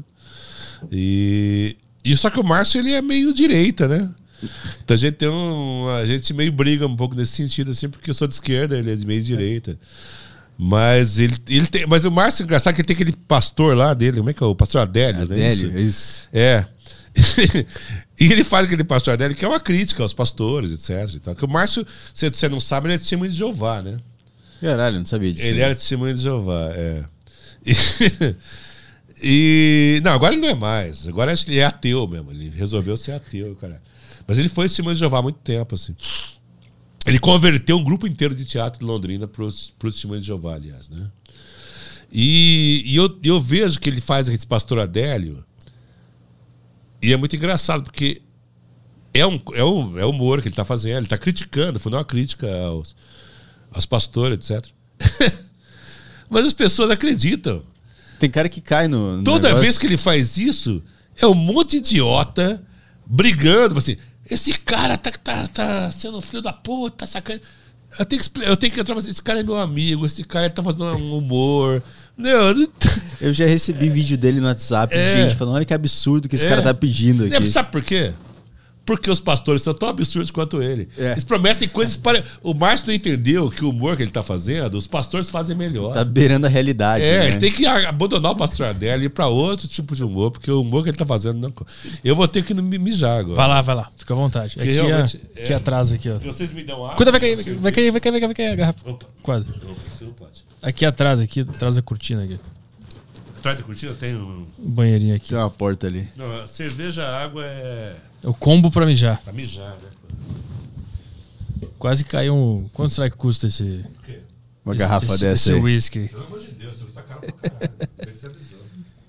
E só que o Márcio, ele é meio direita, né? Então a gente meio briga um pouco nesse sentido, assim, porque eu sou de esquerda, ele é de meio direita. Mas mas o Márcio, engraçado que ele tem aquele pastor lá dele, como é que é? O pastor Adélio, né? Adélio, isso. É. E ele faz aquele pastor Adélio que é uma crítica aos pastores, etc. Então, que o Márcio, se você não sabe, ele é testemunho de Jeová, né? Caralho, não sabia disso. Ele era testemunho de Jeová, Não, agora ele não é mais. Agora ele é ateu mesmo. Ele resolveu ser ateu, cara. Mas ele foi testemunho de Jeová há muito tempo, assim. Ele converteu um grupo inteiro de teatro de Londrina pro testemunho de Jeová, aliás, né? E eu vejo que ele faz esse pastor Adélio. E é muito engraçado, porque é humor que ele está fazendo. Ele está criticando, foi uma crítica aos pastores, etc. Mas as pessoas acreditam. Tem cara que cai no Toda negócio. vez que ele faz isso, é um monte de idiota brigando, assim, esse cara tá sendo um filho da puta, tá sacando. Eu tenho que entrar, esse cara é meu amigo, esse cara tá fazendo um humor. Não. Eu já recebi vídeo dele no WhatsApp de gente falando, olha que absurdo que esse cara tá pedindo aqui. Sabe por quê? Porque os pastores são tão absurdos quanto ele. Eles prometem coisas para... O Márcio não entendeu que o humor que ele tá fazendo, os pastores fazem melhor. Tá beirando a realidade, né? Ele tem que abandonar o pastor Adélio e ir pra outro tipo de humor, porque o humor que ele tá fazendo... Não... Eu vou ter que mijar agora. Vai lá. Fica à vontade. Aqui atrás, aqui, ó. Vocês me dão água? Cuida, vai cair a garrafa. Quase. Você não pode. Aqui atrás da cortina aqui. Atrás da cortina tem um banheirinho aqui. Tem uma porta ali. Não, cerveja, água é o combo pra mijar. Pra mijar, né? Quase caiu um... Quanto será que custa esse... Uma garrafa dessa aí? Esse whisky. Pelo amor de Deus, você tá caro pra caralho. Tem que ser avisado.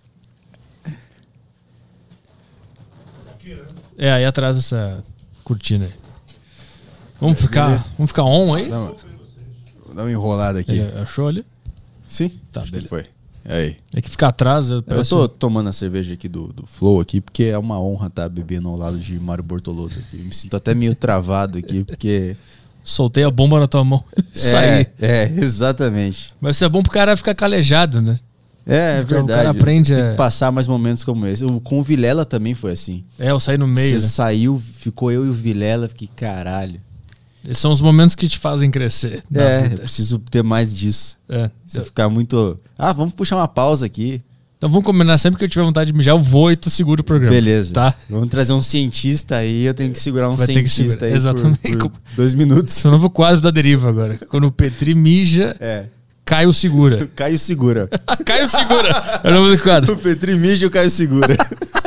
Aqui, né? Aí atrás dessa cortina aí. Vamos ficar on aí? Vou dar uma enrolada aqui. Achou ali? Sim? Tá, acho beleza. que foi. Aí. É que ficar atrás... Eu tô tomando a cerveja aqui do Flow aqui, porque é uma honra estar bebendo ao lado de Mário Bortolotto aqui. Me sinto até meio travado aqui, porque Soltei a bomba na tua mão. Saí. Exatamente. Mas isso é bom pro cara ficar calejado, né? É Porque verdade. o cara aprende Tem a... que passar mais momentos como esse. Com o Vilela também foi assim. Eu saí no meio, Você né? saiu, ficou eu e o Vilela, fiquei caralho. Esses são os momentos que te fazem crescer. Eu preciso ter mais disso. Se eu ficar muito... vamos puxar uma pausa aqui. Então vamos combinar, sempre que eu tiver vontade de mijar, eu vou e tu segura o programa. Beleza. Tá? Vamos trazer um cientista aí, eu tenho que segurar um Vai ter que cientista segurar. aí Exatamente. por 2 minutos. Esse é o novo quadro da Deriva agora. Quando o Petri mija, Caio segura. Caio segura. Caio segura! É o nome do quadro. O Petri mija e o Caio segura.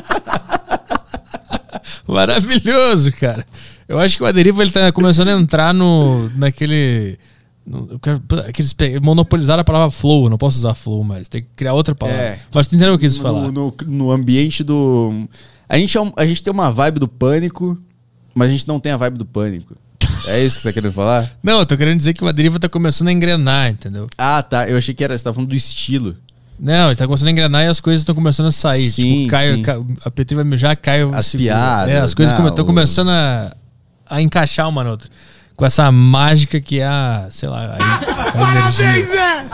Maravilhoso, cara. Eu acho que o Aderiva ele tá começando a entrar naquele... monopolizar a palavra flow. Eu não posso usar flow mais. Tem que criar outra palavra. Mas tu entendeu o que eu quis falar? No ambiente do... A gente tem uma vibe do pânico, mas a gente não tem a vibe do pânico. É isso que você tá querendo falar? Não, eu tô querendo dizer que o Aderiva tá começando a engrenar, entendeu? Tá. Eu achei que você tava falando do estilo. Não, ele tá começando a engrenar e as coisas estão começando a sair. Sim, a Petri vai mijar, Caio... As piadas. As coisas estão começando a encaixar uma na outra. Com essa mágica que é a energia.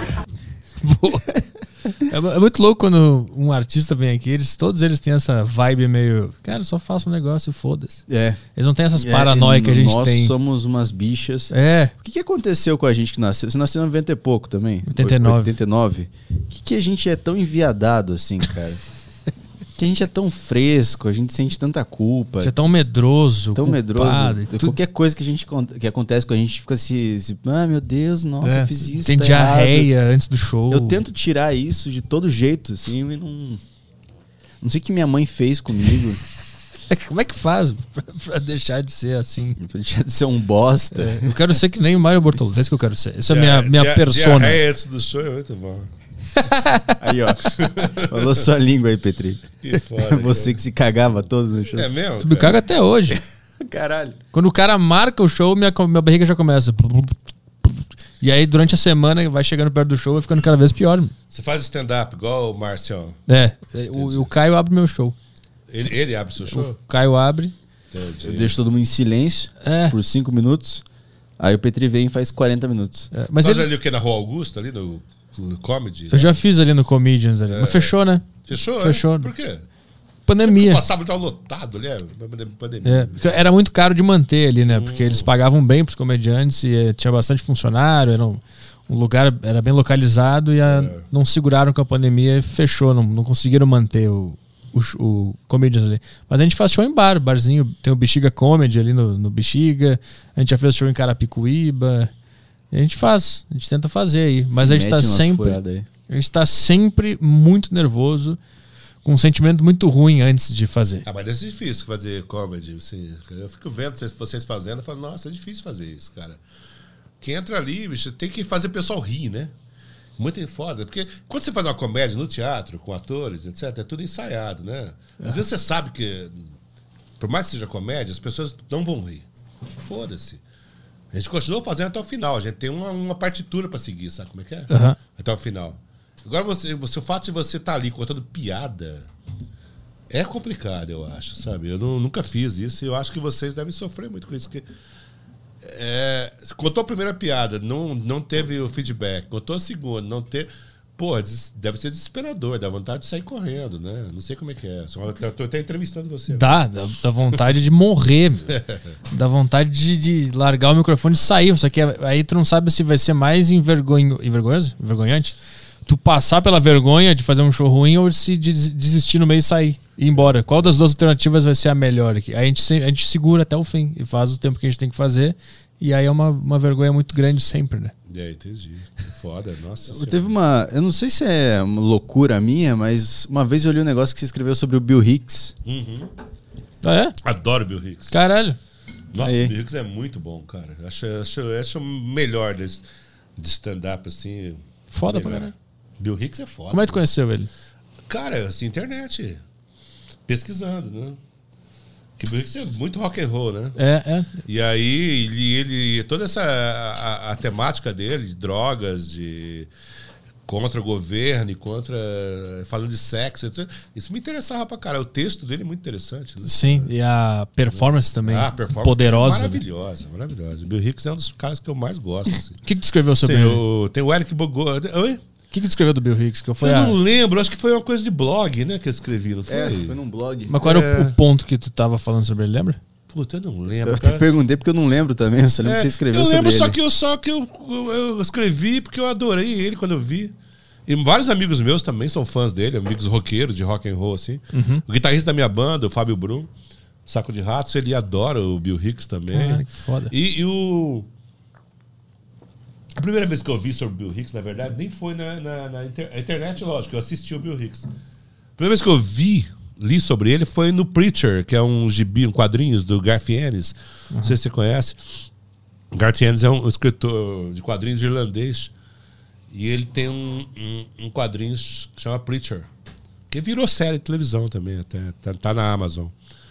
É muito louco quando um artista vem aqui, todos eles têm essa vibe meio... Cara, eu só faço um negócio e foda-se. Eles não têm essas paranoias que a gente tem. Nós somos umas bichas. O que aconteceu com a gente que nasceu? Você nasceu em 90 e pouco também? 89. O que a gente é tão enviadado assim, cara? Que a gente é tão fresco, a gente sente tanta culpa. A gente é tão medroso. Tão medroso. Qualquer coisa que acontece com a gente fica meu Deus, nossa, eu fiz isso. Tem diarreia antes do show. Eu tento tirar isso de todo jeito, assim, e não sei o que minha mãe fez comigo. Como é que faz pra deixar de ser assim? Pra deixar de ser um bosta. Eu quero ser que nem o Mário Bortolotto, é isso que eu quero ser. Essa é a minha persona. Diarreia antes do show é muito bom. Aí, ó. Falou sua língua aí, Petri. Que foda. Você que se cagava todo no show. É mesmo? Eu me cago até hoje. Caralho. Quando o cara marca o show, minha barriga já começa. E aí, durante a semana, vai chegando perto do show e ficando cada vez pior. Você faz stand-up igual o Marcião? O Caio abre meu show. Ele abre seu show? O Caio abre. Entendi. Eu deixo todo mundo em silêncio por 5 minutos. Aí o Petri vem e faz 40 minutos. Mas faz ali o que? Na Rua Augusta, ali no Comedy? Eu já fiz ali no Comedians. Ali. Mas fechou, né? Fechou. Por quê? Pandemia. Passava tava lotado ali, pandemia. Era muito caro de manter ali, né? Porque eles pagavam bem pros comediantes e tinha bastante funcionário, era um lugar, era bem localizado e não seguraram com a pandemia e fechou, não conseguiram manter o Comedians ali. Mas a gente faz show em barzinho, tem o Bexiga Comedy ali no Bexiga, a gente já fez show em Carapicuíba, a gente tenta fazer aí, mas a gente tá sempre muito nervoso, com um sentimento muito ruim antes de fazer. Mas é difícil fazer comedy. Assim, eu fico vendo vocês fazendo e falo, nossa, é difícil fazer isso, cara. Quem entra ali, bicho, tem que fazer o pessoal rir, né? Muito foda. Porque quando você faz uma comédia no teatro, com atores, etc., é tudo ensaiado, né? Às vezes você sabe que, por mais que seja comédia, as pessoas não vão rir. Foda-se. A gente continua fazendo até o final. A gente tem uma partitura pra seguir, sabe como é que é? Até o final. Agora, o fato de você estar ali contando piada é complicado, eu acho, sabe? Eu nunca fiz isso e eu acho que vocês devem sofrer muito com isso. Porque, contou a primeira piada, não teve o feedback. Contou a segunda, não teve... Pô, deve ser desesperador, dá vontade de sair correndo, né? Não sei como é que é. Estou até entrevistando você. Dá vontade de morrer. Dá vontade de largar o microfone e sair. Só que aí tu não sabe se vai ser mais envergonhante. Tu passar pela vergonha de fazer um show ruim ou se desistir no meio e sair e ir embora. Qual das duas alternativas vai ser a melhor aqui? Aí a gente segura até o fim e faz o tempo que a gente tem que fazer. E aí é uma vergonha muito grande sempre, né? Entendi. Foda, nossa. Eu não sei se é uma loucura minha, mas uma vez eu li um negócio que você escreveu sobre o Bill Hicks. Adoro Bill Hicks. Caralho. Nossa, o Bill Hicks é muito bom, cara. Acho o melhor de stand-up, assim. Foda pra caralho. Bill Hicks é foda. Como é que tu conheceu ele? Cara, assim, internet. Pesquisando, né? Que Bill Hicks é muito rock and roll, né? E aí, ele toda essa a temática dele, de drogas, de contra o governo e contra... falando de sexo, etc. Isso me interessava pra caralho. O texto dele é muito interessante. Né? Sim, e a performance também A performance poderosa. é maravilhosa, maravilhosa. O Bill Hicks é um dos caras que eu mais gosto. Assim. O que tu escreveu sobre Sim, ele? tem o Eric Bogô... Oi? O que tu escreveu do Bill Hicks? Que Eu não lembro, acho que foi uma coisa de blog, né, que eu escrevi, não foi? Foi num blog. Mas qual era o ponto que tu tava falando sobre ele, lembra? Puta, eu não lembro. Eu até perguntei porque eu não lembro também, eu só lembro que você escreveu eu sobre lembro, ele. só que eu escrevi porque eu adorei ele quando eu vi. E vários amigos meus também são fãs dele, amigos roqueiros de rock and roll, assim. O guitarrista da minha banda, o Fábio Brum, Saco de Ratos, ele adora o Bill Hicks também. Cara, que foda. A primeira vez que eu vi sobre o Bill Hicks, na verdade, nem foi na internet, lógico, eu assisti o Bill Hicks. A primeira vez que eu li sobre ele foi no Preacher, que é um gibi, quadrinhos do Garth Ennis. Não sei se você conhece. O Garth Ennis é um escritor de quadrinhos irlandês. E ele tem um quadrinho que chama Preacher, que virou série de televisão também, até tá na Amazon.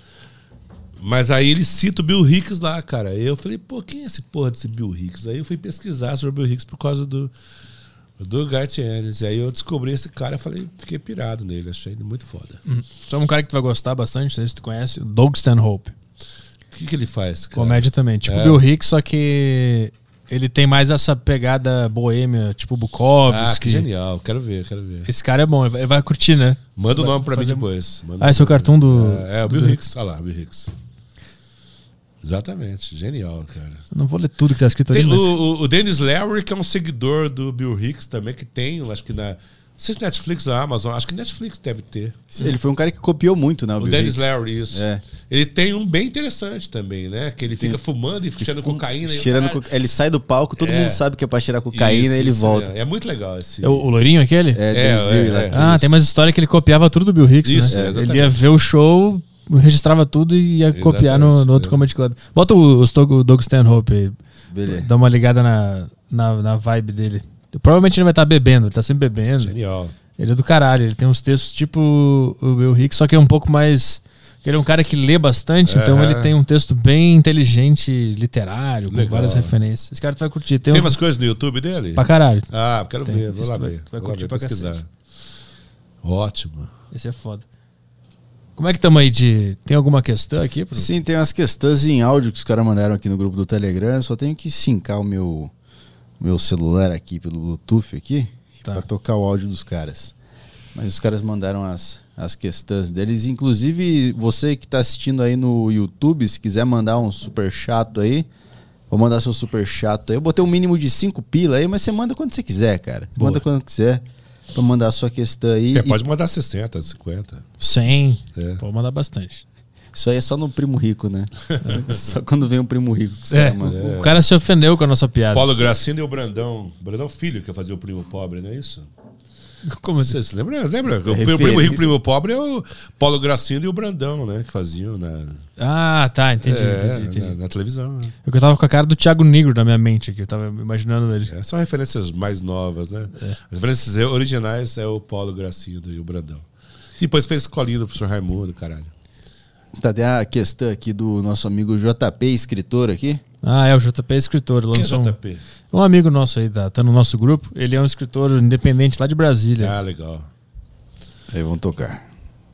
Mas aí ele cita o Bill Hicks lá, cara. Aí eu falei, pô, quem é esse porra desse Bill Hicks? Aí eu fui pesquisar sobre o Bill Hicks por causa do Garth Ennis. Aí eu descobri esse cara e fiquei pirado nele. Achei ele muito foda. Só um cara que tu vai gostar bastante, não sei se tu conhece, o Doug Stanhope. O que ele faz, cara? Comédia também. Tipo o Bill Hicks, só que ele tem mais essa pegada boêmia, tipo Bukowski. Ah, que genial. Quero ver. Esse cara é bom, ele vai curtir, né? Manda o nome pra mim depois. Esse é o cartoon do... o Bill Hicks. Olha lá, o Bill Hicks. Exatamente. Genial, cara. Eu não vou ler tudo que tá escrito ali, Tem mas... o Dennis Leary, que é um seguidor do Bill Hicks também, que tem, acho que não sei se Netflix ou Amazon, acho que Netflix deve ter. Ele foi um cara que copiou muito, né? O Dennis Leary, isso. Ele tem um bem interessante também, né? Que ele fica fumando e cheirando cocaína. Ele sai do palco, todo mundo sabe que é pra cheirar cocaína e ele volta. É muito legal esse. O loirinho aquele? Dennis Leary. Tem mais história que ele copiava tudo do Bill Hicks, isso, né? Ele ia ver o show, registrava tudo e ia copiar no outro Comedy Club. Bota o Doug Stanhope aí. Beleza. Dá uma ligada na vibe dele. Provavelmente ele vai estar bebendo, ele tá sempre bebendo. Genial. Ele é do caralho, ele tem uns textos tipo o Bill Hicks, só que é um pouco mais... Ele é um cara que lê bastante, então ele tem um texto bem inteligente, literário, com várias referências. Esse cara tu vai curtir. Tem umas coisas no YouTube dele? Pra caralho. Ah, quero ver, vou lá ver. Tu vai curtir pra pesquisar. cacete. Ótimo. Esse é foda. Como é que estamos aí de... Tem alguma questão aqui? Sim, tem umas questões em áudio que os caras mandaram aqui no grupo do Telegram. Eu só tenho que sincar o meu celular aqui pelo Bluetooth aqui pra tocar o áudio dos caras. Mas os caras mandaram as questões deles. Inclusive, você que tá assistindo aí no YouTube, se quiser mandar um super chato aí, vou mandar seu super chato aí. Eu botei um mínimo de 5 pila aí, mas você manda quando você quiser, cara. Boa. Manda quando quiser pra mandar a sua questão aí. Pode mandar 60, 50. 100. Pode mandar bastante. Isso aí é só no Primo Rico, né? Só quando vem um Primo Rico que você manda. O cara se ofendeu com a nossa piada. Paulo Gracindo e o Brandão Filho, que fazia o Primo Pobre, não é isso? Como assim? Você lembra? O Primo Rico e o Primo Pobre é o Paulo Gracindo e o Brandão, né? Que faziam entendi. Na televisão. Né? Eu tava com a cara do Thiago Negro na minha mente aqui, eu tava imaginando ele. São referências mais novas, né? As referências originais é o Paulo Gracindo e o Brandão. E depois fez escolinha do professor Raimundo, caralho. Tem a questão aqui do nosso amigo JP, escritor aqui. O JP é escritor. Lançou JP? Um amigo nosso aí, tá no nosso grupo. Ele é um escritor independente lá de Brasília. Ah, legal. Aí vamos tocar.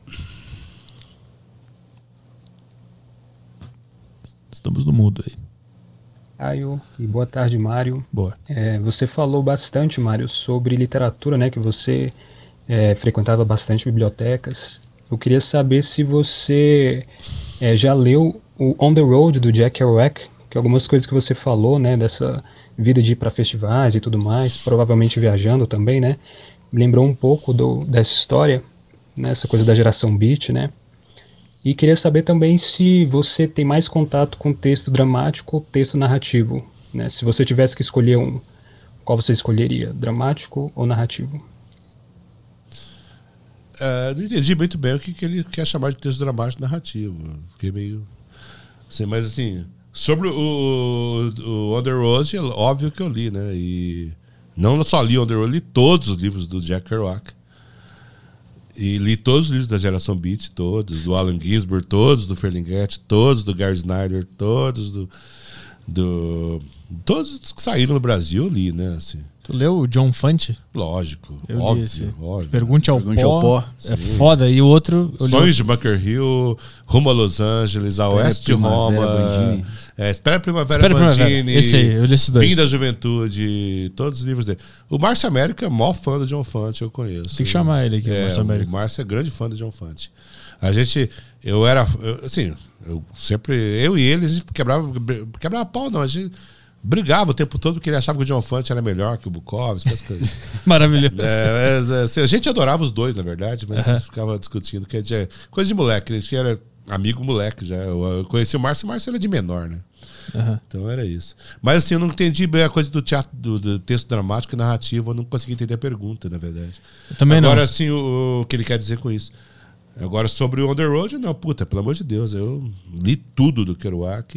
Estamos no mudo aí. Caio, e boa tarde, Mário. Boa. Você falou bastante, Mário, sobre literatura, né? Que você frequentava bastante bibliotecas. Eu queria saber se você já leu o On the Road, do Jack Kerouac, que algumas coisas que você falou, né, dessa vida de ir para festivais e tudo mais, provavelmente viajando também, né, me lembrou um pouco dessa história, né, essa coisa da geração beat, né, e queria saber também se você tem mais contato com texto dramático ou texto narrativo, né, se você tivesse que escolher qual você escolheria, dramático ou narrativo? Não entendi muito bem o que ele quer chamar de texto dramático narrativo. Fiquei meio... Assim, mas assim, sobre o On the Road, é óbvio que eu li, né? E não só li On the Road, li todos os livros do Jack Kerouac. E li todos os livros da geração Beat, todos, do Allen Ginsberg, todos do Ferlinghetti, todos do Gary Snyder, todos todos que saíram no Brasil eu li, né? Assim. Tu leu o John Fante? Lógico, Eu li óbvio, esse. óbvio. Pergunte ao Pergunte ao Pó. Pó. É foda. E o outro... eu li- Sonhos de Bunker Hill, Rumo a Los Angeles, a Oeste de Roma. Bandini. Espera a Primavera, Espera a Primavera. Bandini. Esse aí, eu li esses dois. Fim da Juventude, todos os livros dele. O Márcio Américo é maior fã do John Fante, eu conheço. Tem que chamar ele aqui, o Márcio Américo. O Márcio é grande fã do John Fante. Eu e ele, a gente quebrava pau, não. A gente brigava o tempo todo porque ele achava que o John Fante era melhor que o Bukowski, essas coisas. Maravilhoso. A gente adorava os dois, na verdade, mas ficava discutindo que é coisa de moleque. A gente era amigo moleque já. Eu conheci o Márcio era de menor, né? Então era isso. Mas assim, eu não entendi bem a coisa do teatro, do texto dramático e narrativo, eu não consegui entender a pergunta, na verdade. Eu também Agora, não. assim, o que ele quer dizer com isso. Agora, sobre o On The Road, não, puta, pelo amor de Deus, eu li tudo do Kerouac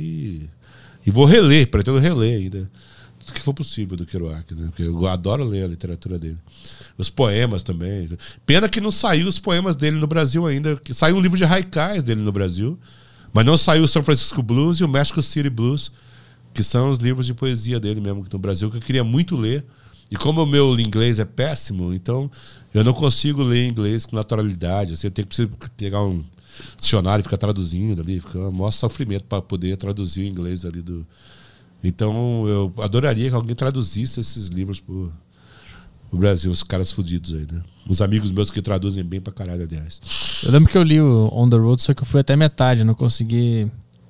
e vou reler, pretendo reler ainda. Tudo que for possível do Kerouac, né? Porque eu adoro ler a literatura dele. Os poemas também. Pena que não saiu os poemas dele no Brasil ainda. Que saiu um livro de haikais dele no Brasil, mas não saiu o São Francisco Blues e o Mexico City Blues, que são os livros de poesia dele mesmo no Brasil, que eu queria muito ler. E como o meu inglês é péssimo, então eu não consigo ler inglês com naturalidade. Assim, eu tenho que pegar um dicionário e ficar traduzindo ali. Fica um maior sofrimento para poder traduzir o inglês ali do... Então eu adoraria que alguém traduzisse esses livros pro Brasil, os caras fudidos aí, né? Os amigos meus que traduzem bem pra caralho, aliás. Eu lembro que eu li o On The Road, só que eu fui até metade, não consegui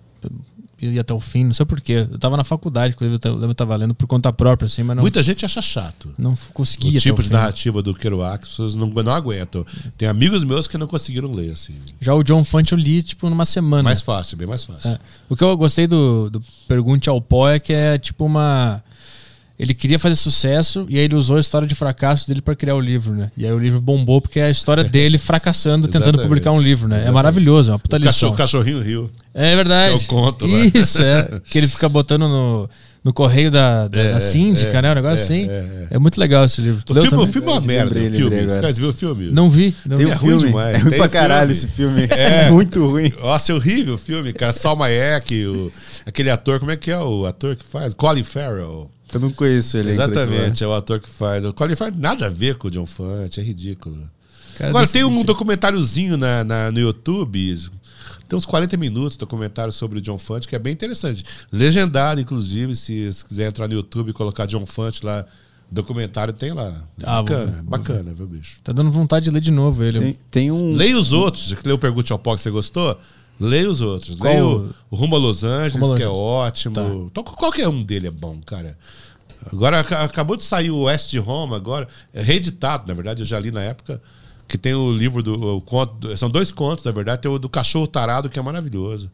ir até o fim, não sei porquê. Eu tava na faculdade, inclusive, eu lembro que eu tava lendo por conta própria, assim, mas não, Muita gente acha chato. não consegui ir O até tipo o de fim. narrativa do Kerouac, as pessoas não aguentam. Tem amigos meus que não conseguiram ler, assim. Já o John Fante eu li, tipo, numa semana. Mais fácil, bem mais fácil. É. O que eu gostei do Pergunte ao Pó é que é tipo uma... Ele queria fazer sucesso e aí ele usou a história de fracasso dele para criar o livro, né? E aí o livro bombou porque é a história dele fracassando, tentando Exatamente. publicar um livro, né? É Exatamente. maravilhoso, é uma puta lição. O cachorrinho riu. É verdade. Que é o conto, né? Isso, é. Que ele fica botando no correio da síndica, né? Um negócio assim. É muito legal esse livro. Tu leu O também? filme é uma merda. Lembrei O filme. agora. Você quase viu o filme? Não vi. Tem É um ruim filme. demais. É ruim Tem pra o caralho filme. esse filme. É muito ruim. Nossa, é horrível o filme, cara. Salma Hayek, aquele ator, como é que é o ator que faz? Colin Farrell. Eu não conheço ele. Exatamente, é o ator que faz. O Colin Farrell nada a ver com o John Fante, é ridículo. Cara, Agora, desse tem um vídeo. documentáriozinho no YouTube, tem uns 40 minutos, documentário sobre o John Fante, que é bem interessante. Legendado, inclusive, se quiser entrar no YouTube e colocar John Fante lá, documentário tem lá. Bacana, viu, bicho? Tá dando vontade de ler de novo ele. Tem um... Leia os outros, já que leu o Pergunte ao Pó que você gostou, leia os outros. Qual? Leia o Rumo a Los Angeles, Rumo a Los que é Angeles. ótimo. Tá. Então, qualquer um dele é bom, cara. Agora, acabou de sair o Oeste de Roma, agora, é reeditado, na verdade, eu já li na época, que tem o livro o conto, são 2 contos, na verdade, tem o do Cachorro Tarado, que é maravilhoso.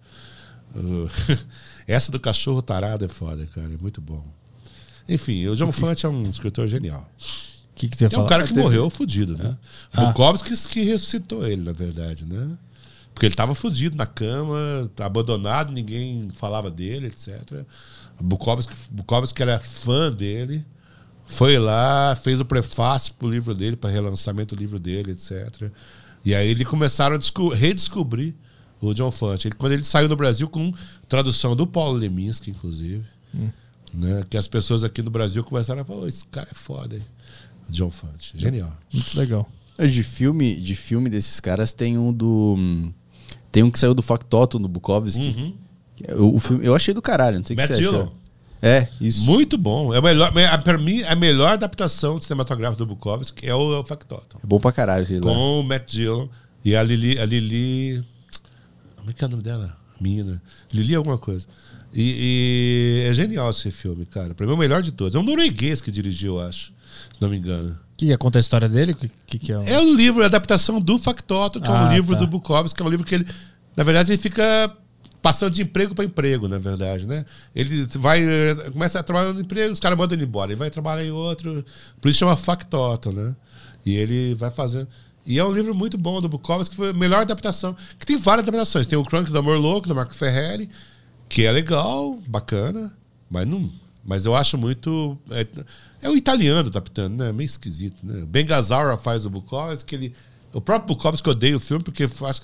Essa do Cachorro Tarado é foda, cara, é muito bom. Enfim, o John Fante é um escritor genial. O que você ia É um falar? cara que morreu fudido, né? Ah. Bukowski que ressuscitou ele, na verdade, né? Porque ele tava fudido na cama, abandonado, ninguém falava dele, etc. Bukowski, que era fã dele, foi lá, fez o prefácio pro livro dele, para relançamento do livro dele, etc. E aí eles começaram a redescobrir o John Fante. Quando ele saiu no Brasil com tradução do Paulo Leminski, inclusive, né? Que as pessoas aqui no Brasil começaram a falar: esse cara é foda, hein? John Fante, genial. Muito legal. De filme desses caras tem um do... Tem um que saiu do Factotum, do Bukowski. O filme, eu achei do caralho, não sei o que Matt você Dillon. achou. É, isso. Muito bom. É o melhor, pra mim, a melhor adaptação cinematográfica do Bukowski é o Factotum. É bom pra caralho aquele lá. Com o Matt Dillon e a Lili. Como é que é o nome dela? Menina. Lili alguma coisa. E é genial esse filme, cara. Pra mim é o melhor de todos. É um norueguês que dirigiu, eu acho. Se não me engano. Que conta a história dele? Que é o... É o livro, a adaptação do Factotum, que é um livro tá. do Bukowski, que é um livro que ele, na verdade, ele fica passando de emprego para emprego, na verdade, né? Ele começa a trabalhar no emprego, os caras mandam ele embora, ele vai trabalhar em outro, por isso chama Factotum, né? E ele vai fazendo. E é um livro muito bom do Bukowski, que foi a melhor adaptação. Que tem várias adaptações. Tem o Crônica do Amor Louco, do Marco Ferreri, que é legal, bacana, mas eu acho muito... É o italiano adaptando, né? Meio esquisito, né? Ben Gazzara faz o Bukowski, o próprio Bukowski odeia o filme, porque acho que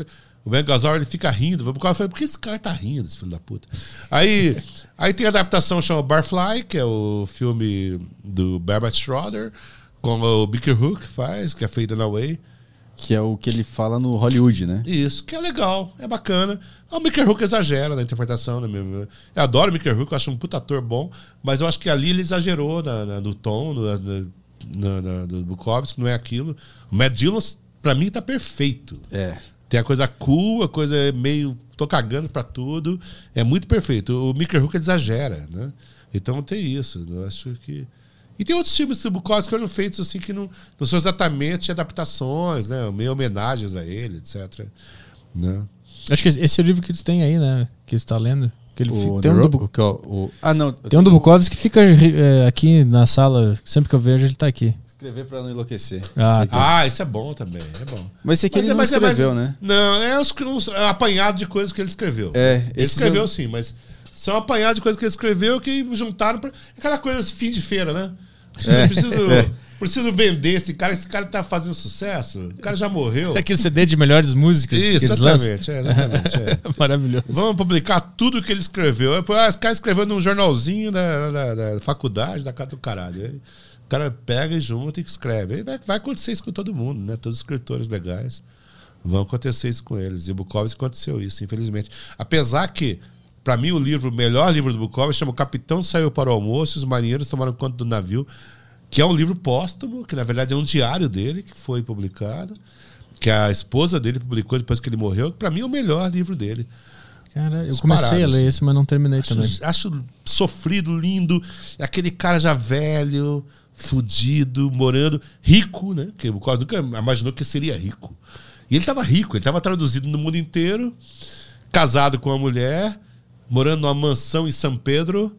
O Megazord, ele fica rindo. O cara fala, por que esse cara tá rindo, esse filho da puta? Aí tem a adaptação chama Barfly, que é o filme do Herbert Schroeder, com o Mickey Rourke faz, que é feita na Way. Que é o que ele fala no Hollywood, né? Isso, que é legal, é bacana. O Mickey Rourke exagera na interpretação, né? Eu adoro o Mickey Rourke, eu acho um puta ator bom, mas eu acho que ali ele exagerou no tom do Bukowski, não é aquilo. O Matt Dillon, pra mim, tá perfeito. É. Tem a coisa cool, a coisa meio... tô cagando pra tudo. É muito perfeito. O Mickey Rourke exagera, né? Então tem isso. Eu acho que... E tem outros filmes do Bukowski que foram feitos assim que não são exatamente adaptações, né? Meio homenagens a ele, etc. Né? Acho que esse é o livro que tu tem aí, né? Que tu tá lendo. Que ele Tem um do Bukowski que fica aqui na sala. Sempre que eu vejo, ele tá aqui. Escrever pra não enlouquecer. Isso é bom também. É bom. Mas esse aqui ele não escreveu, né? Não, é uns apanhado de coisas que ele escreveu. Ele escreveu sim, mas são apanhados de coisas que ele escreveu que juntaram pra... Aquela coisa fim de feira, né? Preciso vender esse cara tá fazendo sucesso. O cara já morreu. É aquele CD de melhores músicas. Isso, exatamente. Maravilhoso. Vamos publicar tudo que ele escreveu. Esse cara escreveu num jornalzinho da faculdade, da casa do caralho. Aí, o cara pega e junta e escreve. Aí vai acontecer isso com todo mundo, né? Todos os escritores legais vão acontecer isso com eles. E o Bukowski aconteceu isso, infelizmente. Apesar que, pra mim, o melhor livro do Bukowski chama O Capitão Saiu para o Almoço e os Marinheiros Tomaram Conta do Navio, que é um livro póstumo, que na verdade é um diário dele, que foi publicado, que a esposa dele publicou depois que ele morreu, que pra mim é o melhor livro dele. Cara, eu comecei a ler esse, mas não terminei também. Acho sofrido, lindo. É aquele cara já velho, fudido, morando, rico, né? Porque o Bukowski nunca imaginou que seria rico. E ele estava rico, ele estava traduzido no mundo inteiro, casado com uma mulher, morando numa mansão em São Pedro,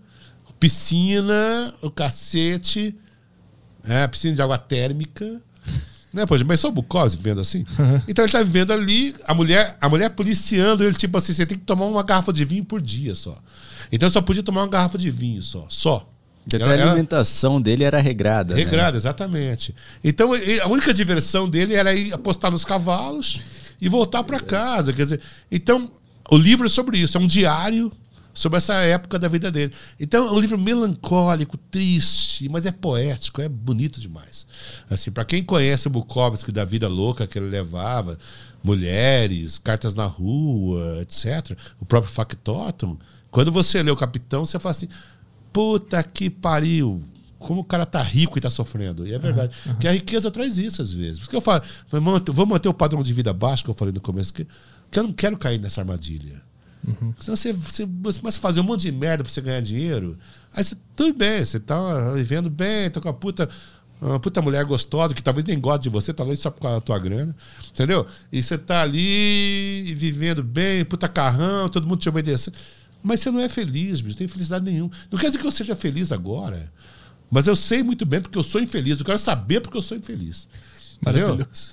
piscina, o cacete, piscina de água térmica. Né, pô, mas só o Bukowski vivendo assim. Então ele tá vivendo ali, a mulher policiando ele, tipo assim, você tem que tomar uma garrafa de vinho por dia só. Então só podia tomar uma garrafa de vinho só. Até a alimentação dele era regrada. Regrada, né? Exatamente. Então a única diversão dele era ir apostar nos cavalos e voltar para casa. Quer dizer, então o livro é sobre isso, é um diário sobre essa época da vida dele. Então é um livro melancólico, triste, mas é poético, é bonito demais. Assim, para quem conhece o Bukowski da vida louca que ele levava, mulheres, cartas na rua, etc., o próprio Factotum, quando você lê O Capitão, você fala assim, puta que pariu, como o cara tá rico e tá sofrendo. E é verdade. Porque a riqueza traz isso às vezes. Porque eu falo, vou manter o padrão de vida baixo que eu falei no começo, que eu não quero cair nessa armadilha. Senão você começa a fazer um monte de merda pra você ganhar dinheiro. Aí tudo bem, você tá vivendo bem, tá com uma puta mulher gostosa que talvez nem goste de você, tá ali só por causa da tua grana, entendeu? E você tá ali vivendo bem, puta carrão, todo mundo te obedecendo. Mas você não é feliz, bicho, não tem felicidade nenhuma. Não quer dizer que eu seja feliz agora, mas eu sei muito bem porque eu sou infeliz. Eu quero saber porque eu sou infeliz. Maravilhoso.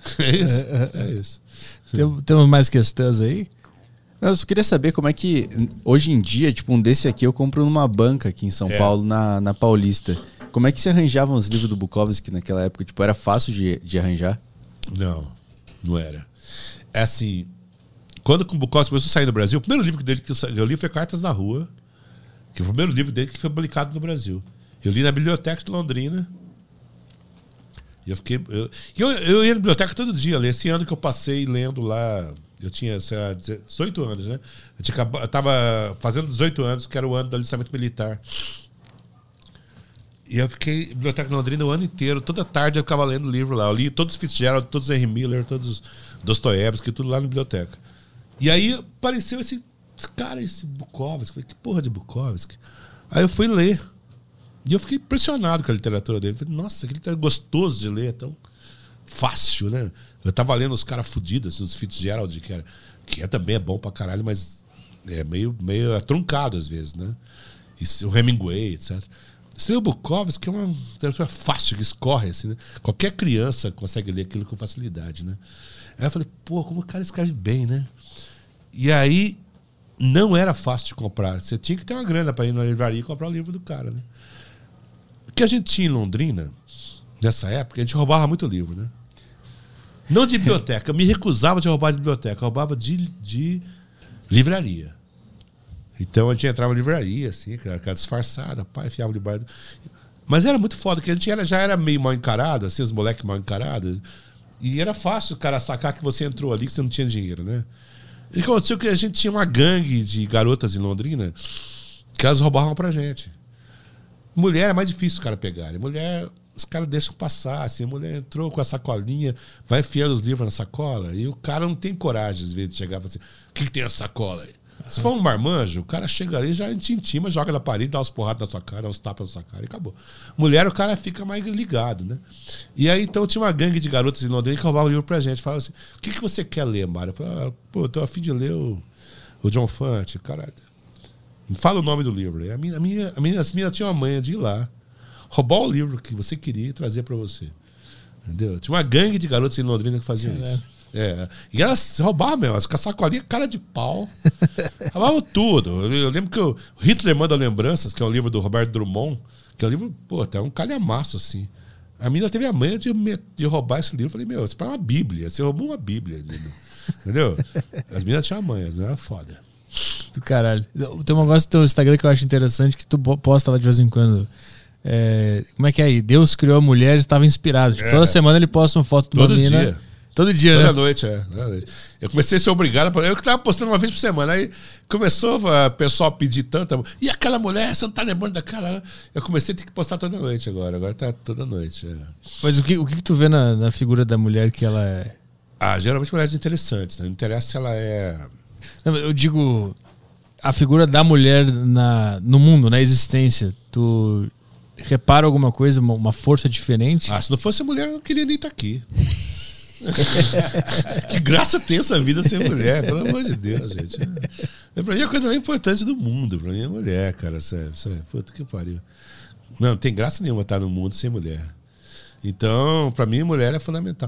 É isso. Temos mais questões aí? Eu só queria saber como é que, hoje em dia, tipo, um desse aqui eu compro numa banca aqui em São Paulo, na Paulista. Como é que se arranjavam os livros do Bukowski naquela época? Tipo, era fácil de arranjar? Não era. É assim, quando o Bukowski começou a sair no Brasil, o primeiro livro dele que eu li foi Cartas na Rua, que foi o primeiro livro dele que foi publicado no Brasil. Eu li na Biblioteca de Londrina. E eu ia na biblioteca todo dia. Esse ano que eu passei lendo lá, eu tinha 18 anos, né? Eu tava fazendo 18 anos, que era o ano do alistamento militar. E eu fiquei na Biblioteca de Londrina o ano inteiro. Toda tarde eu ficava lendo livro lá. Eu li todos os Fitzgerald, todos os Henry Miller, todos os Dostoiévski, tudo lá na biblioteca. E aí apareceu esse Bukowski. Eu falei, que porra de Bukowski? Aí eu fui ler. E eu fiquei impressionado com a literatura dele. Falei, nossa, que literatura gostoso de ler, tão fácil, né? Eu tava lendo os caras fudidos, os Fitzgerald, que também é bom pra caralho, mas é meio truncado às vezes, né? E o Hemingway, etc. Esse Bukowski, que é uma literatura fácil, que escorre, assim, né? Qualquer criança consegue ler aquilo com facilidade, né? Aí eu falei, pô, como o cara escreve bem, né? E aí não era fácil de comprar. Você tinha que ter uma grana para ir na livraria e comprar o livro do cara, né? O que a gente tinha em Londrina, nessa época, a gente roubava muito livro, né? Não de biblioteca. Eu me recusava de roubar de biblioteca. Eu roubava de livraria. Então a gente entrava na livraria, assim, cara disfarçada, pai, enfiava debaixo. Mas era muito foda, porque a gente já era meio mal encarado, assim, os moleques mal encarados. E era fácil o cara sacar que você entrou ali, que você não tinha dinheiro, né? E aconteceu que a gente tinha uma gangue de garotas em Londrina que elas roubavam pra gente. Mulher é mais difícil os caras pegarem. Mulher, os caras deixam passar, assim. A mulher entrou com a sacolinha, vai enfiando os livros na sacola, e o cara não tem coragem, às vezes, de chegar e falar assim: o que tem na sacola aí? Se for um marmanjo, o cara chega ali, já te intima, joga na parede, dá umas porradas na sua cara, dá uns tapas na sua cara e acabou. Mulher, o cara fica mais ligado, né? E aí, então, tinha uma gangue de garotas em Londrina que roubava o livro pra gente. Falava assim: o que você quer ler, Mário? Eu falava: pô, tô a fim de ler o John Fante, caralho. Fala o nome do livro. As meninas tinham a manha de ir lá, roubar o livro que você queria e trazer pra você. Entendeu? Tinha uma gangue de garotas em Londrina que faziam isso. E elas roubavam mesmo, as sacolinhas, cara de pau. Roubavam tudo. Eu lembro que o Hitler Manda Lembranças, que é um livro do Roberto Drummond, que é um livro, pô, até um calhamaço, assim. A menina teve a manha de roubar esse livro. Eu falei: meu, isso é uma bíblia. Você roubou uma bíblia. Entendeu? As meninas tinham a manha, as meninas eram foda. Do caralho. Tem um negócio do teu Instagram que eu acho interessante, que tu posta lá de vez em quando. Como é que é aí? Deus criou a mulher e estava inspirado. Tipo, toda semana ele posta uma foto de uma menina. Todo dia, toda né? Noite, toda noite. Eu comecei a ser obrigado. Eu que tava postando uma vez por semana. Aí começou o pessoal pedir tanta. E aquela mulher, você não tá lembrando daquela? Eu comecei a ter que postar toda noite agora. Agora tá toda noite. Mas o que tu vê na figura da mulher que ela é? Geralmente mulheres interessantes. Não interessa se ela é. Eu digo, a figura da mulher no mundo, na existência. Tu repara alguma coisa, uma força diferente? Se não fosse mulher, eu não queria nem estar aqui. Que graça tem essa vida sem mulher, pelo amor de Deus, gente. Pra mim é a coisa mais importante do mundo. Pra mim é mulher, cara. Sério. Puta que pariu. Não tem graça nenhuma estar no mundo sem mulher. Então, pra mim, mulher é fundamental.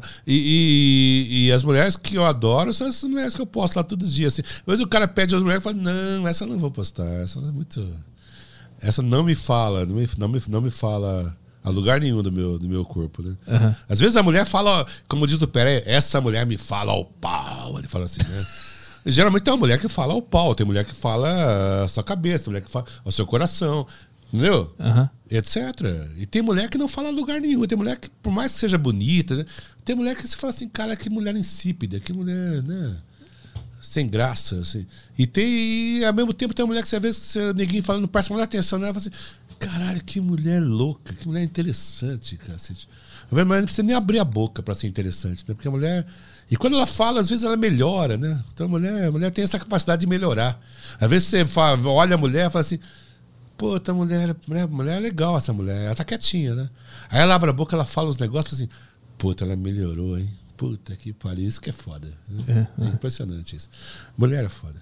E as mulheres que eu adoro são essas mulheres que eu posto lá todos os dias. Assim. Às vezes o cara pede as mulheres e fala: não, essa eu não vou postar. Essa é muito. Essa não me fala, não me fala a lugar nenhum do meu corpo, né? Uhum. Às vezes a mulher fala, como diz o Pérez, essa mulher me fala ao pau. Ele fala assim, né? Geralmente tem uma mulher que fala ao pau, tem mulher que fala a sua cabeça, tem mulher que fala ao seu coração, entendeu? Uhum. Etc. E tem mulher que não fala a lugar nenhum. Tem mulher que, por mais que seja bonita, né? Tem mulher que você fala assim, cara, que mulher insípida, que mulher, né? Sem graça, assim. E ao mesmo tempo tem uma mulher que você vê ninguém falando, não presta muita atenção, né? Ela fala assim, caralho, que mulher louca, que mulher interessante, cacete. Mas não precisa nem abrir a boca pra ser interessante, né? Porque a mulher. E quando ela fala, às vezes ela melhora, né? Então a mulher tem essa capacidade de melhorar. Às vezes você olha a mulher e fala assim, pô, essa mulher é legal, essa mulher. Ela tá quietinha, né? Aí ela abre a boca, ela fala os negócios assim, puta, ela melhorou, hein? Puta que pariu, isso que é foda. Né? É impressionante isso. Mulher é foda.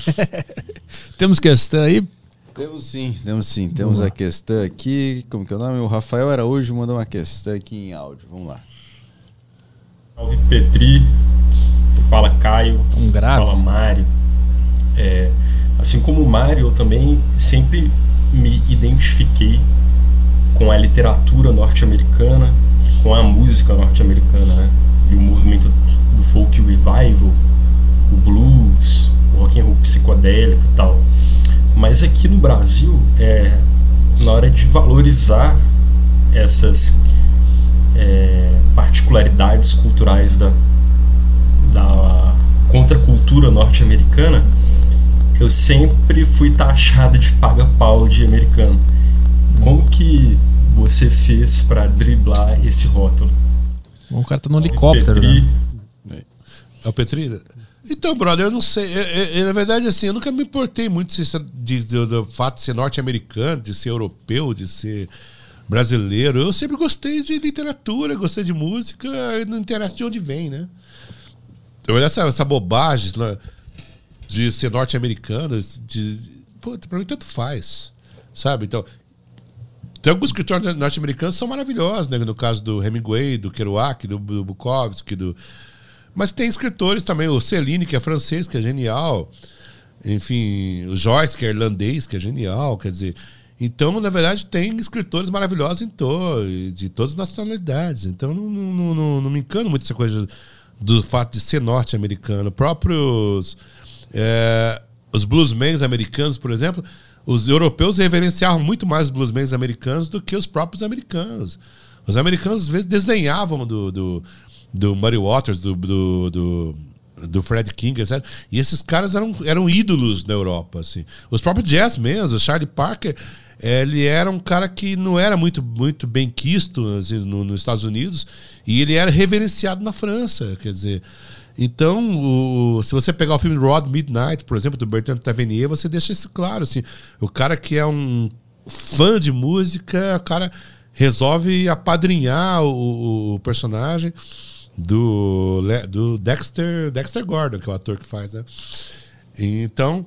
Temos questão aí? Temos sim. Temos a questão aqui. Como que é o nome? O Rafael Araújo mandou uma questão aqui em áudio. Vamos lá. Salve Petri. Fala Caio. Grave. Fala Mário. Assim como o Mário, eu também sempre me identifiquei com a literatura norte-americana, com a música norte-americana, né? E o movimento do folk revival, o blues, o rock and roll psicodélico e tal. Mas aqui no Brasil, na hora de valorizar essas particularidades culturais da contracultura norte-americana, eu sempre fui taxado de paga-pau de americano. Como que você fez para driblar esse rótulo? O cara tá no helicóptero, Petri. né? É o Petri? Então, brother, eu não sei. Na verdade, assim, eu nunca me importei muito do fato de ser norte-americano, de ser europeu, de ser brasileiro. Eu sempre gostei de literatura, gostei de música, não interessa de onde vem, né? Então, essa bobagem de ser norte-americano, pra mim tanto faz, sabe? Então, tem alguns escritores norte-americanos que são maravilhosos, né? No caso do Hemingway, do Kerouac, do Bukowski, Mas tem escritores também, o Céline, que é francês, que é genial. Enfim, o Joyce, que é irlandês, que é genial. Quer dizer, então, na verdade, tem escritores maravilhosos de todas as nacionalidades. Então, não me encano muito essa coisa do fato de ser norte-americano. Próprios os bluesmen americanos, por exemplo, os europeus reverenciavam muito mais os bluesmen americanos do que os próprios americanos. Os americanos, às vezes, desdenhavam do Muddy Waters, do Fred King, etc. E esses caras eram ídolos na Europa. Assim. Os próprios jazz mesmo, o Charlie Parker, ele era um cara que não era muito bem quisto assim, nos Estados Unidos, e ele era reverenciado na França. Quer dizer, então, se você pegar o filme Rod Midnight, por exemplo, do Bertrand Tavernier, você deixa isso claro. Assim, o cara que é um fã de música, o cara resolve apadrinhar o personagem do Dexter Gordon, que é o ator que faz, né? Então,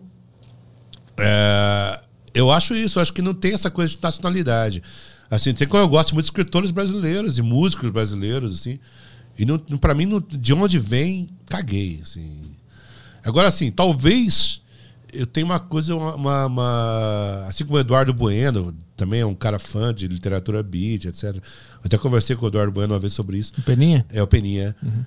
eu acho isso. Eu acho que não tem essa coisa de nacionalidade. Assim, eu gosto muito de escritores brasileiros e músicos brasileiros, assim. E pra mim, de onde vem, caguei, assim. Agora, assim, talvez eu tenha uma coisa, assim como o Eduardo Bueno, também é um cara fã de literatura beat, etc. Eu até conversei com o Eduardo Bueno uma vez sobre isso. O Peninha? O Peninha. Uhum.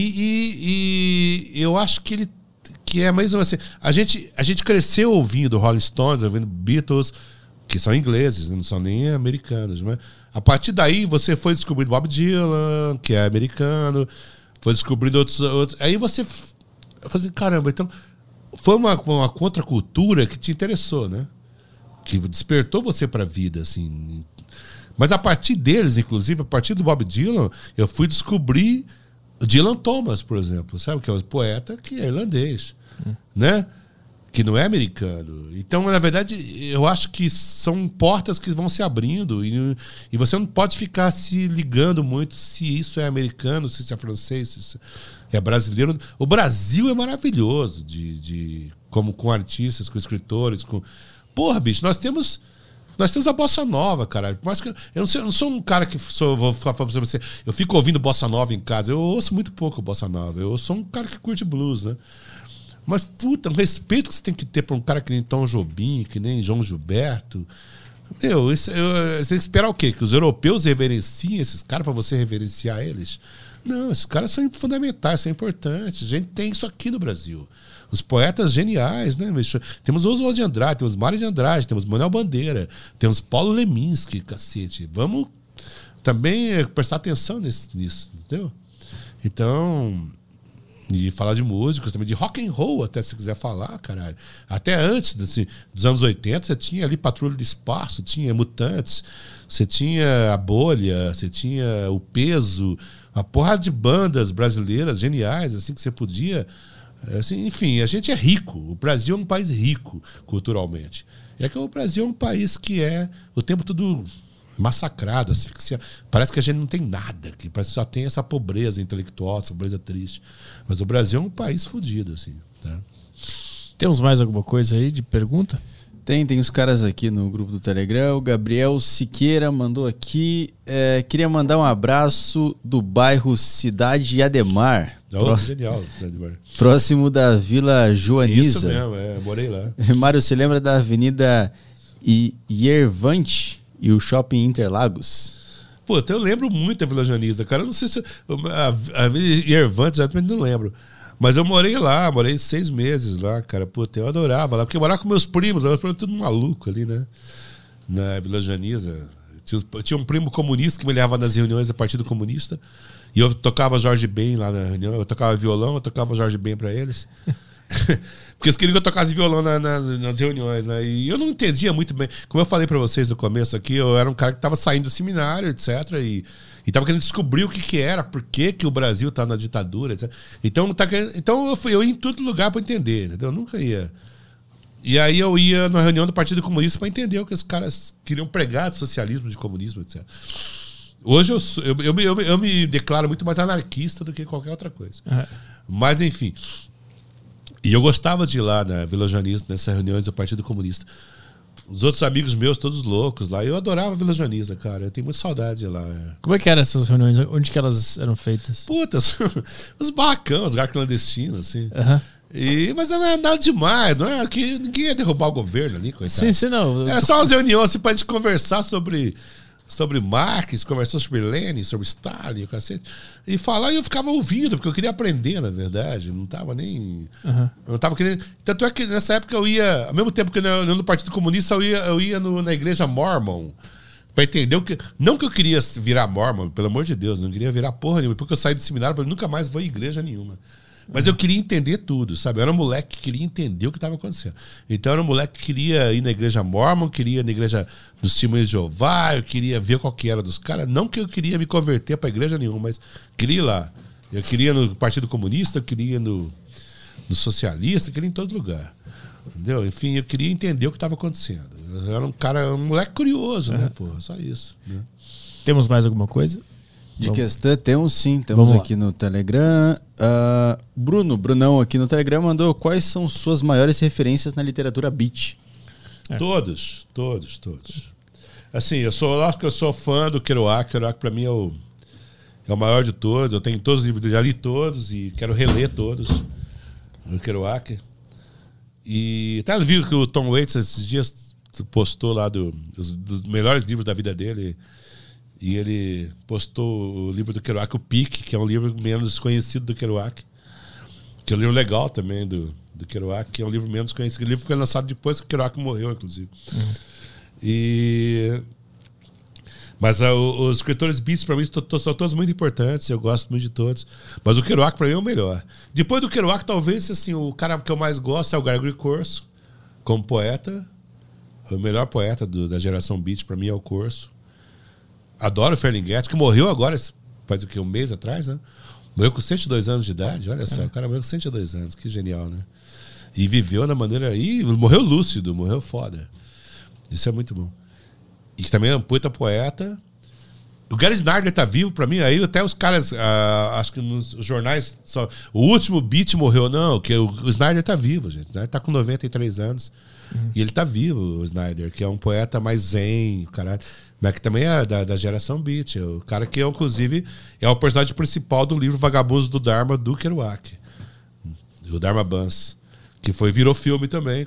E eu acho que é mais ou menos assim. A gente cresceu ouvindo Rolling Stones, ouvindo Beatles, que são ingleses, não são nem americanos. Mas a partir daí você foi descobrindo Bob Dylan, que é americano, foi descobrindo outros. Aí você falou, caramba, então foi uma contracultura que te interessou, né? Que despertou você para a vida, assim. Mas a partir deles, inclusive, a partir do Bob Dylan, eu fui descobrir Dylan Thomas, por exemplo, sabe? Que é um poeta que é irlandês, né? Que não é americano. Então, na verdade, eu acho que são portas que vão se abrindo e você não pode ficar se ligando muito se isso é americano, se isso é francês, se isso é brasileiro. O Brasil é maravilhoso como com artistas, com escritores, com... Porra, bicho, nós temos a Bossa Nova, caralho. Mas eu não sou um cara que vou falar pra você, eu fico ouvindo Bossa Nova em casa. Eu ouço muito pouco Bossa Nova. Eu sou um cara que curte blues, né? Mas, puta, o respeito que você tem que ter pra um cara que nem Tom Jobim, que nem João Gilberto. Meu, você tem que esperar o quê? Que os europeus reverenciem esses caras pra você reverenciar eles? Não, esses caras são fundamentais, são importantes. A gente tem isso aqui no Brasil. Os poetas geniais, né? Temos Oswald de Andrade, temos Mário de Andrade, temos Manuel Bandeira, temos Paulo Leminski, cacete. Vamos também prestar atenção nisso, entendeu? Então, e falar de músicos também, de rock and roll, até se quiser falar, caralho. Até antes dos anos 80, você tinha ali Patrulha do Espaço, tinha Mutantes, você tinha a Bolha, você tinha o Peso, uma porrada de bandas brasileiras geniais, assim, que você podia... Assim, enfim, a gente é rico. O Brasil é um país rico culturalmente. É que o Brasil é um país que é o tempo todo massacrado, asfixiado. Parece que a gente não tem nada, que parece que só tem essa pobreza intelectual, essa pobreza triste. Mas o Brasil é um país fodido, assim. Tá? Temos mais alguma coisa aí de pergunta? Tem os caras aqui no grupo do Telegram. O Gabriel Siqueira mandou aqui. Queria mandar um abraço do bairro Cidade Ademar. Genial, Cidade Ademar. Próximo da Vila Joaniza. Isso mesmo, morei lá. Mário, você lembra da Avenida Yervante e o Shopping Interlagos? Pô, eu lembro muito da Vila Joaniza, cara. Eu não sei se... A Avenida Yervante, exatamente não lembro. Mas eu morei lá, morei 6 meses lá, cara. Puta, eu adorava lá. Porque eu morava com meus primos tudo maluco ali, né? Na Vila Joaniza. Tinha um primo comunista que me levava nas reuniões do Partido Comunista. E eu tocava Jorge Ben lá na reunião. Eu tocava violão, eu tocava Jorge Ben pra eles. Porque eles queriam que eu tocasse violão nas reuniões, né? E eu não entendia muito bem. Como eu falei pra vocês no começo aqui, eu era um cara que tava saindo do seminário, etc. E tava querendo descobrir o que era, por que o Brasil tá na ditadura, etc. Então eu ia em todo lugar pra entender, entendeu? Eu nunca ia. E aí eu ia na reunião do Partido Comunista pra entender o que os caras queriam pregar de socialismo, de comunismo, etc. Hoje eu me declaro muito mais anarquista do que qualquer outra coisa. Mas, enfim. E eu gostava de ir lá na Vila Joaniza, nessas reuniões do Partido Comunista. Os outros amigos meus, todos loucos lá. Eu adorava a Vila Joaniza, cara. Eu tenho muita saudade de lá. Como é que eram essas reuniões? Onde que elas eram feitas? Puta, os barracão, os lugares clandestinos, assim. Mas não é nada demais, não é que ninguém ia derrubar o governo ali, coitado. Sim, não. Era só umas reuniões assim, pra gente conversar sobre sobre Marx, conversou sobre Lenin, sobre Stalin, cacete. E falar, e eu ficava ouvindo, porque eu queria aprender, na verdade. Não tava nem... Eu não tava querendo... Tanto é que nessa época eu ia... Ao mesmo tempo que eu no Partido Comunista, eu ia na igreja Mormon. Pra entender o que... Não que eu queria virar Mormon, pelo amor de Deus. Não queria virar porra nenhuma. Porque eu saí do seminário e falei, nunca mais vou em igreja nenhuma. Mas eu queria entender tudo, sabe? Eu era um moleque que queria entender o que estava acontecendo. Então eu era um moleque que queria ir na igreja Mormon, queria ir na igreja dos Testemunhos de Jeová, eu queria ver qual que era dos caras. Não que eu queria me converter para igreja nenhuma, mas queria ir lá. Eu queria ir no Partido Comunista, eu queria ir no Socialista, eu queria ir em todo lugar. Entendeu? Enfim, eu queria entender o que estava acontecendo. Eu era um moleque curioso, né? Pô, só isso. Né? Temos mais alguma coisa? De questão, temos sim, temos aqui no Telegram. Brunão aqui no Telegram mandou quais são suas maiores referências na literatura beat. Todos. Assim, eu acho que eu sou fã do Kerouac. Kerouac pra mim é o maior de todos. Eu tenho todos os livros, já li todos e quero reler todos. O Kerouac. E até viu que o Tom Waits esses dias postou lá dos melhores livros da vida dele. E ele postou o livro do Kerouac, o Pique, que é um livro menos conhecido do Kerouac. Que é um livro legal também do Kerouac, que é um livro menos conhecido. O livro foi lançado depois que o Kerouac morreu, inclusive. Mas os escritores beats, para mim, são todos muito importantes. Eu gosto muito de todos. Mas o Kerouac, para mim, é o melhor. Depois do Kerouac, talvez assim, o cara que eu mais gosto é o Gregory Corso, como poeta. O melhor poeta da geração beat, para mim, é o Corso. Adoro o Ferlinghetti, que morreu agora, faz o quê? Um mês atrás, né? Morreu com 102 anos de idade, olha só. O cara morreu com 102 anos, que genial, né? E viveu na maneira... E morreu lúcido, morreu foda. Isso é muito bom. E também é um poeta. O Gary Snyder tá vivo pra mim, aí até os caras, acho que nos jornais, o último beat morreu, não, que o Snyder tá vivo, gente. Ele tá com 93 anos. E ele tá vivo, o Snyder, que é um poeta mais zen, caralho. Mas que também é da geração beat. É o cara que, inclusive, é o personagem principal do livro Vagabundos do Dharma, do Kerouac. O Dharma Buns. Que virou filme também,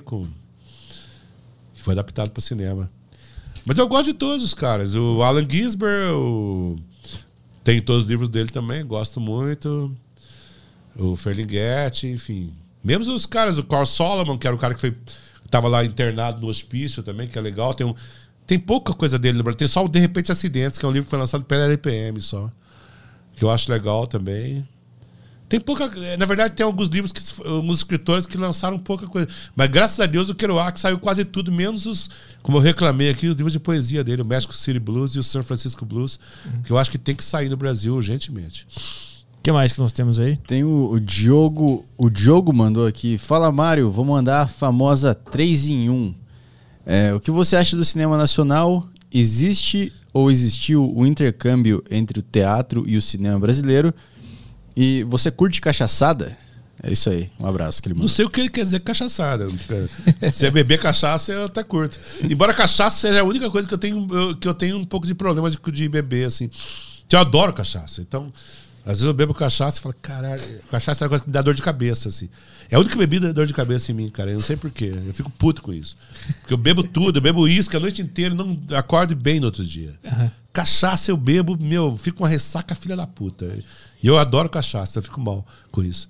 que foi adaptado para o cinema. Mas eu gosto de todos os caras. O Allen Ginsberg, tem todos os livros dele também, gosto muito. O Ferlinghetti, enfim. Mesmo os caras, o Carl Solomon, que era o cara que estava lá internado no hospício também, que é legal. Tem pouca coisa dele no Brasil. Tem só o De Repente Acidentes, que é um livro que foi lançado pela LPM só. Que eu acho legal também. Tem pouca... Na verdade, tem alguns livros, alguns escritores que lançaram pouca coisa. Mas graças a Deus o Kerouac saiu quase tudo, menos como eu reclamei aqui, os livros de poesia dele, o Mexico City Blues e o San Francisco Blues, que eu acho que tem que sair no Brasil urgentemente. O que mais que nós temos aí? Tem o Diogo. O Diogo mandou aqui. Fala, Mário, vou mandar a famosa 3 em 1. O que você acha do cinema nacional? Existe ou existiu o intercâmbio entre o teatro e o cinema brasileiro? E você curte cachaçada? É isso aí. Um abraço que ele mandou. Não sei o que ele quer dizer cachaçada. Se é beber cachaça, eu até curto. Embora cachaça seja a única coisa que eu tenho um pouco de problema de beber, assim. Eu adoro cachaça. Então, às vezes eu bebo cachaça e falo, caralho, cachaça é uma coisa que dá dor de cabeça, assim. É a única bebida que dá dor de cabeça em mim, cara. Eu não sei porquê. Eu fico puto com isso. Porque eu bebo tudo, eu bebo uísque a noite inteira e não acordo bem no outro dia. Cachaça eu bebo, fico uma ressaca filha da puta. E eu adoro cachaça, eu fico mal com isso.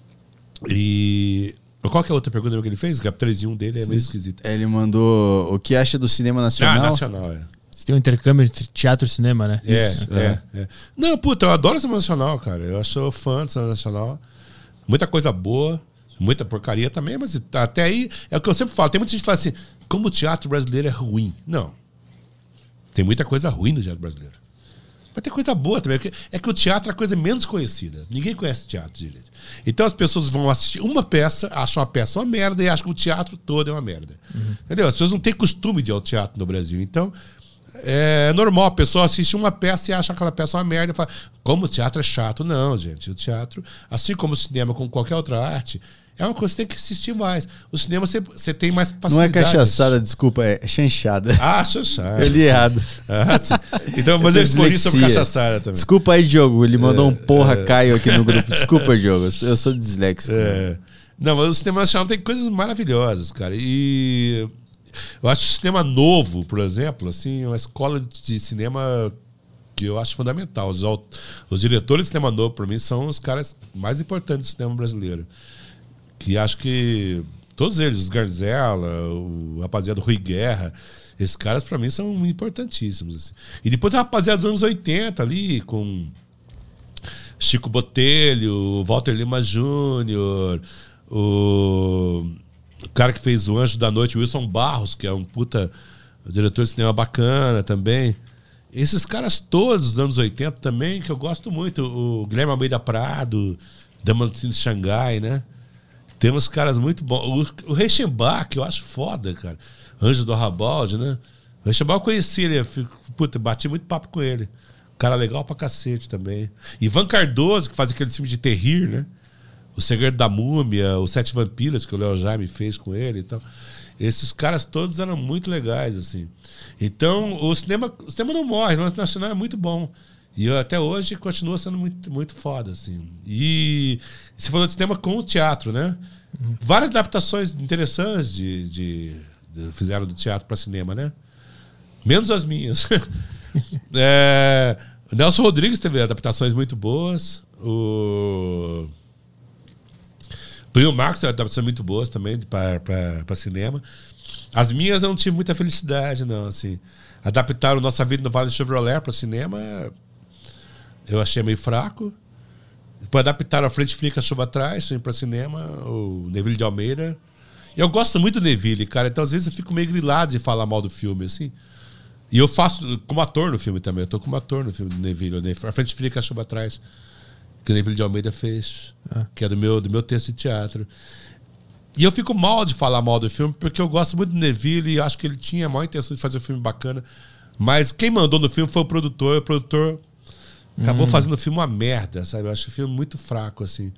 E qual que é a outra pergunta que ele fez? O 3 em 1 dele é meio esquisito. Ele mandou o que acha do cinema nacional? Nacional, Você tem um intercâmbio entre teatro e cinema, né? É. Não, puta, eu adoro cinema nacional, cara. Eu sou fã do cinema nacional. Muita coisa boa, muita porcaria também, mas até aí é o que eu sempre falo. Tem muita gente que fala assim, como o teatro brasileiro é ruim. Não. Tem muita coisa ruim no teatro brasileiro. Mas tem coisa boa também. É que o teatro é a coisa menos conhecida. Ninguém conhece teatro direito. Então as pessoas vão assistir uma peça, acham a peça uma merda e acham que o teatro todo é uma merda. Entendeu? As pessoas não têm costume de ir ao teatro no Brasil. Então, é normal. A pessoa assiste uma peça e acha aquela peça uma merda e fala, como o teatro é chato. Não, gente. O teatro, assim como o cinema, como qualquer outra arte, é uma coisa que você tem que assistir mais. O cinema você tem mais facilidade. Não é cachaçada, desculpa, é chanchada. Ah, chanchada. Eu li errado. Então vou fazer explodir sobre cachaçada também. Desculpa aí, Diogo. Ele mandou um porra Caio aqui no grupo. Desculpa, Diogo. Eu sou disléxico. Não, mas o cinema nacional tem coisas maravilhosas, cara. E Eu acho o cinema novo, por exemplo, assim, uma escola de cinema que eu acho fundamental. Os diretores de cinema novo, para mim, são os caras mais importantes do cinema brasileiro. Que acho que todos eles, os Garzella, o rapaziada do Rui Guerra, esses caras, para mim, são importantíssimos. Assim. E depois a rapaziada dos anos 80 ali, com Chico Botelho, Walter Lima Jr., o cara que fez O Anjo da Noite, Wilson Barros, que é um puta diretor de cinema bacana também. Esses caras todos dos anos 80 também, que eu gosto muito. O Guilherme Almeida Prado, Dama do Cine de Xangai, né? Tem uns caras muito bons. O Reichenbach, eu acho foda, cara. Anjo do Arrabalde, né? O Reichenbach eu conheci ele, puta, bati muito papo com ele. Cara legal pra cacete também. Ivan Cardoso, que faz aquele filme de terrir, né? O Segredo da Múmia, Os Sete Vampiros, que o Léo Jaime fez com ele e tal. Esses caras todos eram muito legais, assim. Então, o cinema não morre, o cinema nacional é muito bom. E até hoje continua sendo muito, muito foda, assim. E você falou de cinema com o teatro, né? Várias adaptações interessantes fizeram do teatro para cinema, né? Menos as minhas. O Nelson Rodrigues teve adaptações muito boas. O Primo Marcos teve adaptações muito boas também para cinema. As minhas eu não tive muita felicidade, não. Assim. Adaptaram Nossa Vida no Vale do Chevrolet para cinema, eu achei meio fraco. Depois adaptaram A Frente Fica, a Chuva Atrás para cinema, o Neville de Almeida. Eu gosto muito do Neville, cara, então às vezes eu fico meio grilado de falar mal do filme, assim. E eu faço como ator no filme também, eu tô como ator no filme do Neville. A Frente Fica, a Chuva Atrás, que o Neville de Almeida fez, que é do meu texto de teatro. E eu fico mal de falar mal do filme, porque eu gosto muito do Neville e acho que ele tinha a maior intenção de fazer um filme bacana. Mas quem mandou no filme foi o produtor acabou fazendo o filme uma merda, sabe? Eu acho o filme muito fraco, assim.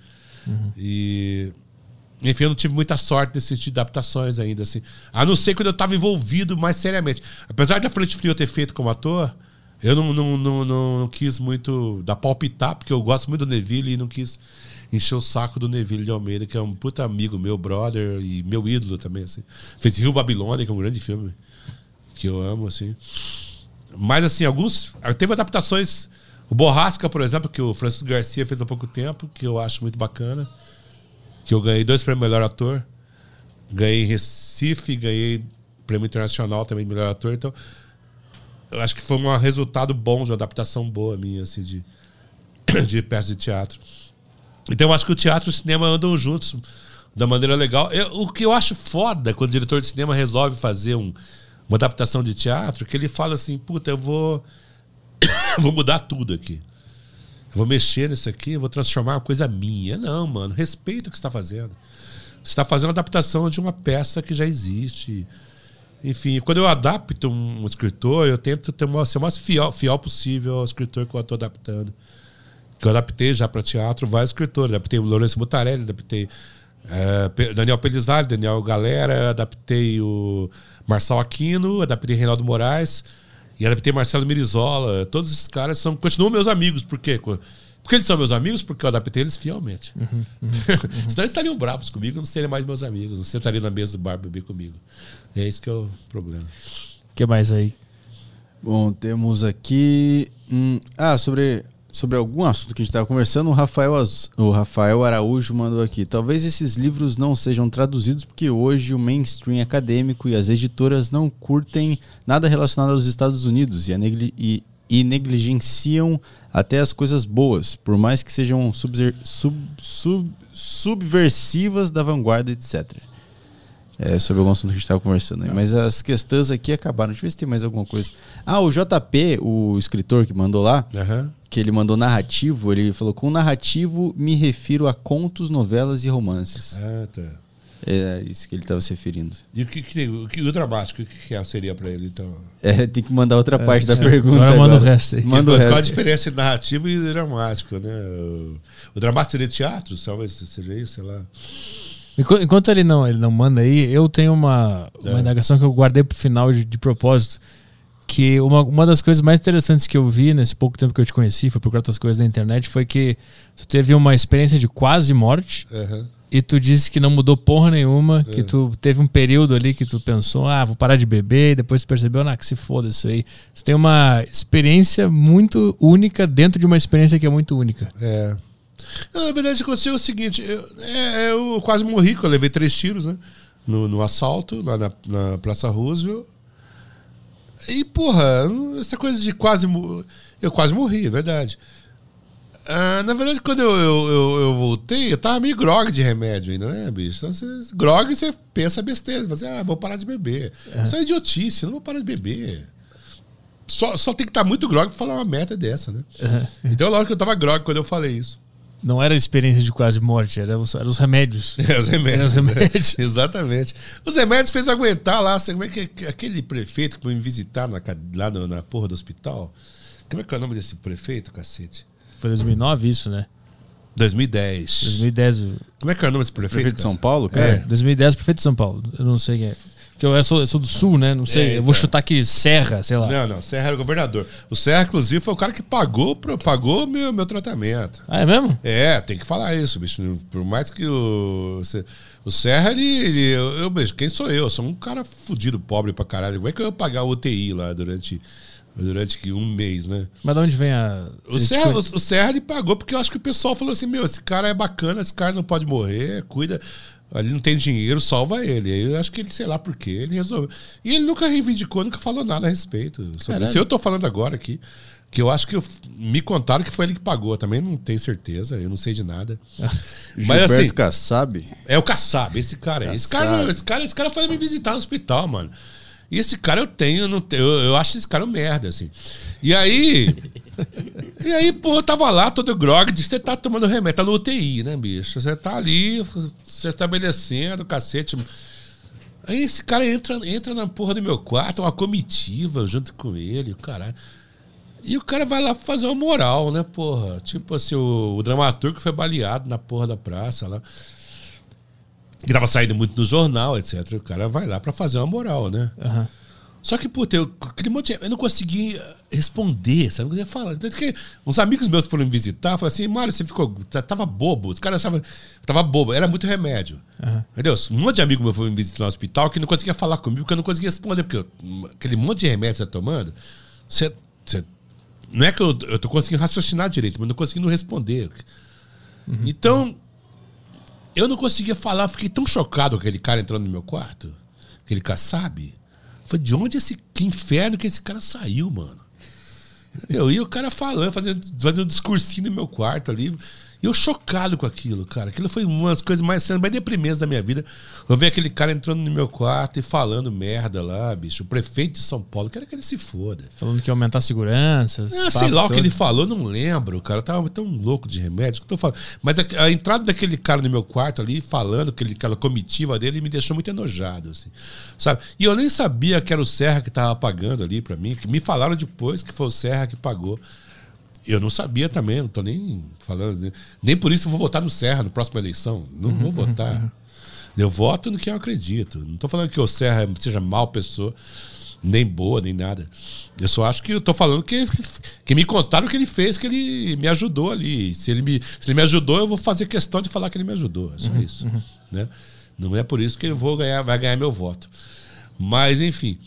E... Enfim, eu não tive muita sorte nesse sentido de adaptações ainda, assim. A não ser quando eu estava envolvido mais seriamente. Apesar da Frente Fria eu ter feito como ator, eu não quis muito dar palpitar, porque eu gosto muito do Neville e não quis encher o saco do Neville de Almeida, que é um puta amigo meu, brother, e meu ídolo também, assim. Fez Rio Babilônia, que é um grande filme que eu amo, assim. Mas, assim, teve adaptações... O Borrasca, por exemplo, que o Francisco Garcia fez há pouco tempo, que eu acho muito bacana. Que eu ganhei 2 prêmios Melhor Ator. Ganhei em Recife, ganhei prêmio internacional também de Melhor Ator. Então, eu acho que foi um resultado bom, de uma adaptação boa minha, assim, de peça de teatro. Então, eu acho que o teatro e o cinema andam juntos da maneira legal. O que eu acho foda quando o diretor de cinema resolve fazer uma adaptação de teatro, que ele fala assim, puta, eu vou mudar tudo aqui. Eu vou mexer nisso aqui, eu vou transformar uma coisa minha. Não, mano, respeita o que você está fazendo. Você está fazendo a adaptação de uma peça que já existe. Enfim, quando eu adapto um escritor, eu tento ser o mais fiel possível ao escritor que eu estou adaptando. Que eu adaptei já para teatro vários escritores. Adaptei o Lourenço Mutarelli, adaptei Daniel Pelizardi, Daniel Galera, adaptei o Marçal Aquino, adaptei Reinaldo Moraes e adaptei Marcelo Mirizola. Todos esses caras continuam meus amigos. Por quê? Porque eles são meus amigos, porque eu adaptei eles fielmente. Senão eles estariam bravos comigo, não seriam mais meus amigos, não sentariam na mesa do bar beber comigo. É isso que é o problema. O que mais aí? Bom, temos aqui... Sobre algum assunto que a gente estava conversando, o Rafael Araújo mandou aqui. Talvez esses livros não sejam traduzidos porque hoje o mainstream acadêmico e as editoras não curtem nada relacionado aos Estados Unidos e negligenciam até as coisas boas, por mais que sejam subversivas da vanguarda, etc. Sobre algum assunto que a gente estava conversando aí. Mas as questões aqui acabaram. Deixa eu ver se tem mais alguma coisa. O JP, o escritor que mandou lá, que ele mandou narrativo, ele falou: com narrativo me refiro a contos, novelas e romances. Tá. É isso que ele estava se referindo. E o dramático, o que seria para ele, então? Tem que mandar outra parte da pergunta. Agora manda o resto aí. Qual a diferença entre narrativo e dramático, né? O dramático seria teatro, talvez seja isso, sei lá. Enquanto ele não manda aí, eu tenho uma indagação que eu guardei pro final de propósito, que uma das coisas mais interessantes que eu vi nesse pouco tempo que eu te conheci, foi procurar outras coisas na internet, foi que tu teve uma experiência de quase morte E tu disse que não mudou porra nenhuma, que tu teve um período ali que tu pensou, vou parar de beber, e depois tu percebeu, que se foda isso aí. Tu tem uma experiência muito única dentro de uma experiência que é muito única. Na verdade, aconteceu o seguinte, eu quase morri, porque eu levei 3 tiros, né? No assalto, lá na Praça Roosevelt. E, porra, essa coisa de eu quase morri, é verdade. Na verdade, quando eu voltei, eu tava meio grog de remédio ainda, né, bicho? Então, grog, você pensa besteira. Você fala assim, vou parar de beber. Isso é idiotice, eu não vou parar de beber. Só tem que estar muito grog pra falar uma merda dessa, né? Então, logo que eu tava grog quando eu falei isso. Não era a experiência de quase morte, eram os remédios. Os remédios. Os remédios. Exatamente. Os remédios fez aguentar lá. Como é que aquele prefeito que foi me visitar lá na porra do hospital? Como é que é o nome desse prefeito, cacete? Foi 2009 isso, né? 2010. 2010. Como é que é o nome desse prefeito? Prefeito de São Paulo, cara? 2010, prefeito de São Paulo. Eu não sei quem é. Porque eu sou do Sul, né? Não sei. Eu vou chutar aqui Serra, sei lá. Não. Serra era o governador. O Serra, inclusive, foi o cara que pagou meu tratamento. É mesmo? Tem que falar isso, bicho. Por mais que o Serra, bicho, quem sou eu? Eu sou um cara fudido, pobre pra caralho. Como é que eu ia pagar o UTI lá durante um mês, né? Mas de onde vem O Serra, ele pagou, porque eu acho que o pessoal falou assim, esse cara é bacana, esse cara não pode morrer, cuida, ele não tem dinheiro, salva ele. Aí eu acho que ele, sei lá por quê, ele resolveu. E ele nunca reivindicou, nunca falou nada a respeito. Sobre isso eu tô falando agora aqui, que eu acho que me contaram que foi ele que pagou, também não tenho certeza, eu não sei de nada. Mas assim, Kassab? É o Kassab, esse cara aí. Esse cara foi me visitar no hospital, mano. E esse cara eu acho esse cara um merda, assim. E aí, pô, eu tava lá todo grog, disse, você tá tomando remédio, tá no UTI, né, bicho? Você tá ali, se estabelecendo, cacete. Aí esse cara entra na porra do meu quarto, uma comitiva junto com ele, caralho. E o cara vai lá fazer uma moral, né, porra? Tipo assim, o dramaturgo foi baleado na porra da praça lá. Que tava saindo muito no jornal, etc. O cara vai lá pra fazer uma moral, né? Só que, puta, eu não consegui responder, sabe? Não conseguia falar. Tanto que uns amigos meus que foram me visitar falaram assim, Mário, você tava bobo. Os caras achavam tava bobo, era muito remédio. Entendeu? Um monte de amigo meu foi me visitar no hospital que não conseguia falar comigo, porque eu não conseguia responder. Porque aquele monte de remédio que você tá tomando, não é que eu tô conseguindo raciocinar direito, mas não conseguindo responder. Então, eu não conseguia falar, fiquei tão chocado com aquele cara entrando no meu quarto, aquele Kassab. Foi de onde que inferno que esse cara saiu, mano? Eu ia o cara falando, fazendo um discursinho no meu quarto ali. E eu chocado com aquilo, cara. Aquilo foi uma das coisas mais deprimentes da minha vida. Eu ver aquele cara entrando no meu quarto e falando merda lá, bicho. O prefeito de São Paulo, quero que ele se foda. Falando que ia aumentar a segurança. Sei lá o que ele falou, não lembro, cara. Eu tava tão louco de remédio que eu tô falando. Mas a entrada daquele cara no meu quarto ali, falando, aquela comitiva dele, me deixou muito enojado, assim, sabe? E eu nem sabia que era o Serra que tava pagando ali pra mim, que me falaram depois que foi o Serra que pagou. Eu não sabia também, não tô nem falando. Nem por isso eu vou votar no Serra na próxima eleição. Não vou votar. Eu voto no que eu acredito. Não tô falando que o Serra seja mal pessoa, nem boa, nem nada. Eu só acho que eu tô falando que me contaram o que ele fez, que ele me ajudou ali. Se ele me ajudou, eu vou fazer questão de falar que ele me ajudou. É só isso. Né? Não é por isso que ele vai ganhar meu voto. Mas, enfim.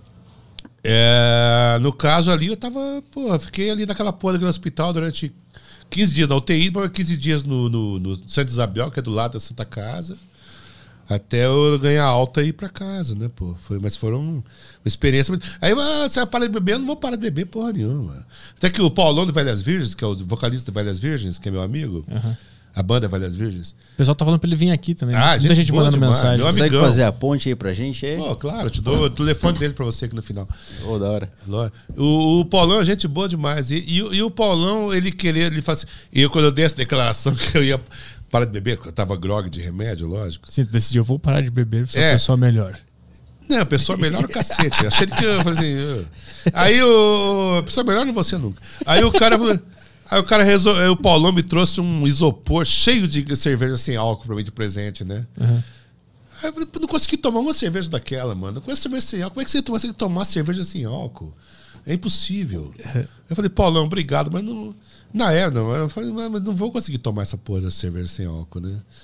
No caso ali, eu fiquei ali naquela porra daquele hospital durante 15 dias na UTI, 15 dias no Santa Isabel, que é do lado da Santa Casa, até eu ganhar alta e ir pra casa, né, pô? Mas foram uma experiência. Aí você vai parar de beber? Eu não vou parar de beber porra nenhuma. Até que o Paulão do Velhas Virgens, que é o vocalista do Velhas Virgens, que é meu amigo, a banda Velhas Virgens. O pessoal tá falando pra ele vir aqui também. Muita gente mandando mensagem. Você consegue fazer a ponte aí pra gente? Claro, eu te dou o telefone dele pra você aqui no final. Da hora. O Paulão é gente boa demais. E o Paulão, ele fala assim. E quando eu dei essa declaração que eu ia parar de beber, eu tava grog de remédio, lógico. Sim, tu decidiu, eu vou parar de beber, sou a pessoa melhor. Não, a pessoa melhor é o cacete. Achei que eu falei assim. Aí a pessoa melhor não é você nunca. Aí o cara falou. Aí o Paulão me trouxe um isopor cheio de cerveja sem álcool pra mim de presente, né? Aí eu falei, não consegui tomar uma cerveja daquela, mano. Não conheço cerveja sem álcool. Como é que você consegue tomar cerveja sem álcool? É impossível. Eu falei, Paulão, obrigado, mas não. Na época, não. Eu falei, mas não vou conseguir tomar essa porra da cerveja sem álcool, né?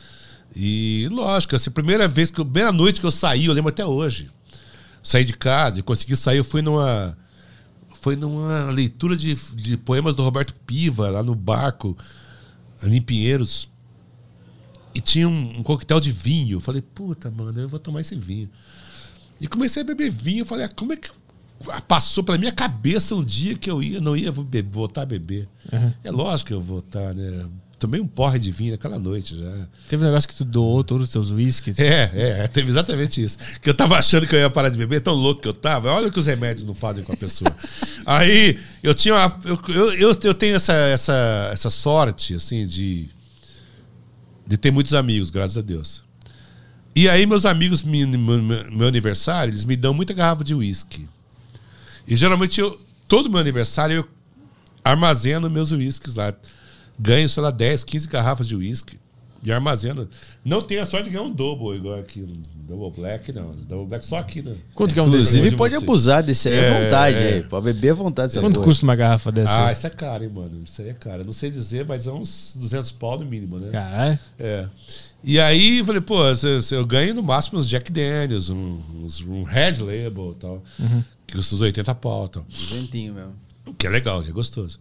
E lógico, essa primeira noite que eu saí, eu lembro até hoje. Saí de casa e consegui sair, eu fui numa leitura de poemas do Roberto Piva, lá no barco, ali em Pinheiros. E tinha um coquetel de vinho. Eu falei, puta, mano, eu vou tomar esse vinho. E comecei a beber vinho. Eu falei, como é que passou pela minha cabeça um dia que eu não ia voltar a beber? Uhum. É lógico que eu vou voltar, né? Tomei um porre de vinho naquela noite já. Teve um negócio que tu doou todos os teus uísques. Teve exatamente isso. Que eu tava achando que eu ia parar de beber, tão louco que eu tava. Olha o que os remédios não fazem com a pessoa. Aí eu tinha eu tenho essa sorte, assim, de ter muitos amigos, graças a Deus. E aí meus amigos, meu aniversário, eles me dão muita garrafa de uísque. E geralmente todo meu aniversário eu armazeno meus uísques lá. Ganho, sei lá, 10, 15 garrafas de uísque e armazeno. Não tenho a sorte de ganhar um double igual aqui. Um double black, não. Double black só aqui, né? Quanto que é um Inclusive, desse? pode abusar desse aí à vontade. Aí. Pode beber à vontade. Quanto custa uma garrafa dessa? Ah, isso é caro, hein, mano. Isso aí é caro. Não sei dizer, mas é uns 200 pau no mínimo, né? Caralho. E aí, eu falei, pô, eu ganho no máximo uns Jack Daniels, um Red Label e tal. Uhum. Que custa uns 80 pau e tal. Ventinho mesmo. Que é legal, que é gostoso.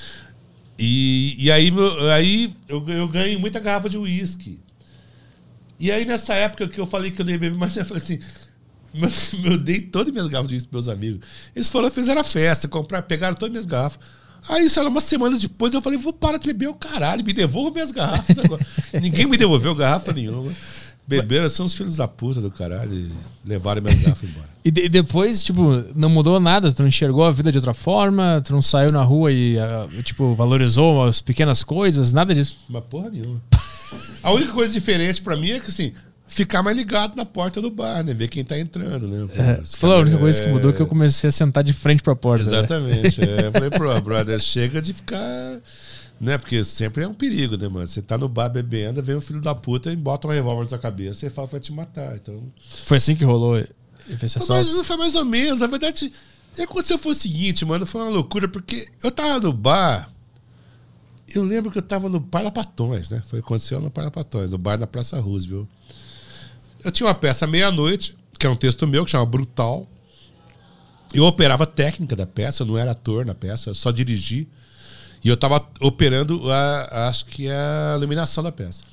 E aí eu ganho muita garrafa de uísque. E aí nessa época que eu falei que eu não ia beber mais, eu falei assim, eu dei todas as minhas garrafas de uísque pros meus amigos. Eles fizeram a festa, pegaram todas as minhas garrafas. Aí, sei lá, uma semana depois eu falei, vou parar de beber o caralho, me devolva minhas garrafas agora. Ninguém me devolveu garrafa nenhuma. Beberam, são os filhos da puta do caralho e levaram minhas garrafas embora. E depois, tipo, não mudou nada? Tu não enxergou a vida de outra forma? Tu não saiu na rua e, tipo, valorizou as pequenas coisas? Nada disso? Mas porra nenhuma. A única coisa diferente pra mim é que, assim, ficar mais ligado na porta do bar, né? Ver quem tá entrando, né? Você falou, a única coisa que mudou é que eu comecei a sentar de frente pra porta. Exatamente. Né? Eu falei, brother, chega de ficar... Né? Porque sempre é um perigo, né, mano? Você tá no bar bebendo, vem um filho da puta e bota um revólver na sua cabeça e fala que vai te matar. Então... Foi assim que rolou? Foi mais ou menos. Na verdade, aconteceu foi o seguinte, mano, foi uma loucura, porque eu tava no bar, eu lembro que eu tava no Parlapatões, né? Aconteceu no Parlapatões, no bar na Praça Roosevelt. Eu tinha uma peça meia-noite, que é um texto meu, que chama Brutal. Eu operava a técnica da peça, eu não era ator na peça, eu só dirigi. E eu tava operando, acho que a iluminação da peça.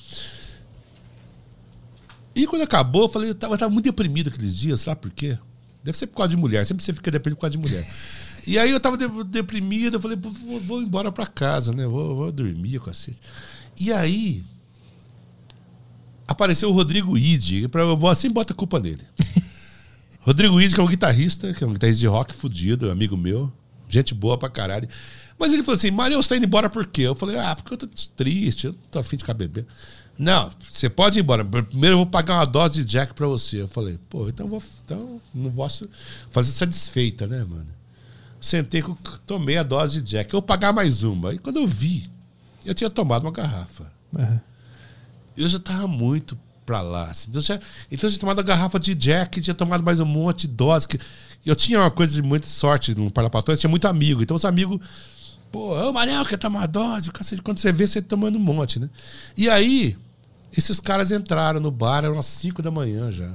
E quando acabou, eu falei, eu tava muito deprimido aqueles dias, sabe por quê? Deve ser por causa de mulher, sempre você fica deprimido por causa de mulher. E aí eu tava deprimido, eu falei, vou embora pra casa, né? Vou dormir, cacete. E aí apareceu o Rodrigo Ide, assim bota a culpa nele. Rodrigo Ide, que é um guitarrista de rock fudido, amigo meu, gente boa pra caralho. Mas ele falou assim, Mário, você tá indo embora por quê? Eu falei, porque eu tô triste, eu não tô afim de ficar bebendo. Não, você pode ir embora. Primeiro eu vou pagar uma dose de Jack pra você. Eu falei, pô, então não posso fazer essa desfeita, né, mano? Sentei, tomei a dose de Jack. Eu vou pagar mais uma. E quando eu vi, eu tinha tomado uma garrafa. Uhum. Eu já tava muito pra lá. Assim. Então eu tinha tomado a garrafa de Jack, tinha tomado mais um monte de dose. Eu tinha uma coisa de muita sorte no Parlapatões, tinha muito amigo. Então os amigos... Pô, ô Mariel, quer tomar dose? Quando você vê, você tomando um monte, né? E aí, esses caras entraram no bar, eram às 5 da manhã já.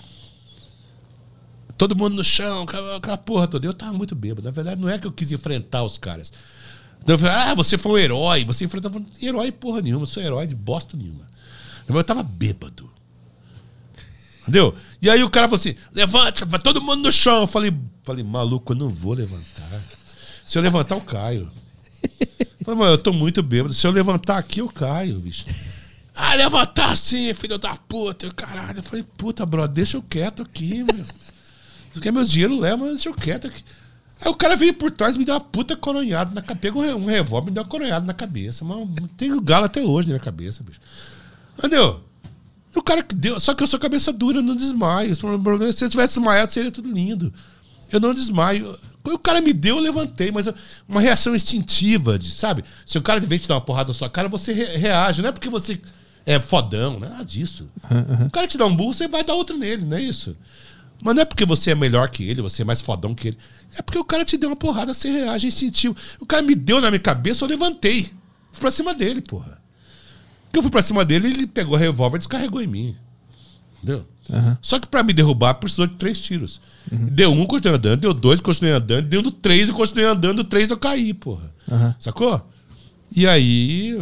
Todo mundo no chão, aquela porra toda. Eu tava muito bêbado. Na verdade, não é que eu quis enfrentar os caras. Então eu falei, você foi um herói. Você enfrentou... Herói porra nenhuma, eu sou herói de bosta nenhuma. Eu tava bêbado. Entendeu? E aí o cara falou assim, levanta, vai todo mundo no chão. Eu falei, maluco, eu não vou levantar. Se eu levantar, eu caio. Eu falei, mano, eu tô muito bêbado. Se eu levantar aqui, eu caio, bicho. Levantar sim, filho da puta, caralho. Eu falei, puta, brother, deixa eu quieto aqui, meu. Você quer meus dinheiro, leva, deixa eu quieto aqui. Aí o cara veio por trás e me deu uma puta coronhada na cabeça. Pegou um revólver e me deu uma coronhada na cabeça. Mas tem galo até hoje na minha cabeça, bicho. Entendeu? O cara que deu. Só que eu sou cabeça dura, eu não desmaio. Se eu tivesse desmaiado, seria tudo lindo. Eu não desmaio. O cara me deu, eu levantei, mas uma reação instintiva, sabe? Se o cara vem te dar uma porrada na sua cara, você reage. Não é porque você é fodão, nada disso. O cara te dá um burro, você vai dar outro nele, não é isso? Mas não é porque você é melhor que ele, você é mais fodão que ele. É porque o cara te deu uma porrada, você reage instintivo. O cara me deu na minha cabeça, eu levantei. Fui pra cima dele, porra. Que eu fui pra cima dele, ele pegou o revólver e descarregou em mim. Entendeu? Só que pra me derrubar, precisou de 3 tiros. Deu 1, continuei andando, deu 2, continuei andando, deu 3 e continuei andando, 3 eu caí, porra. Sacou? E aí...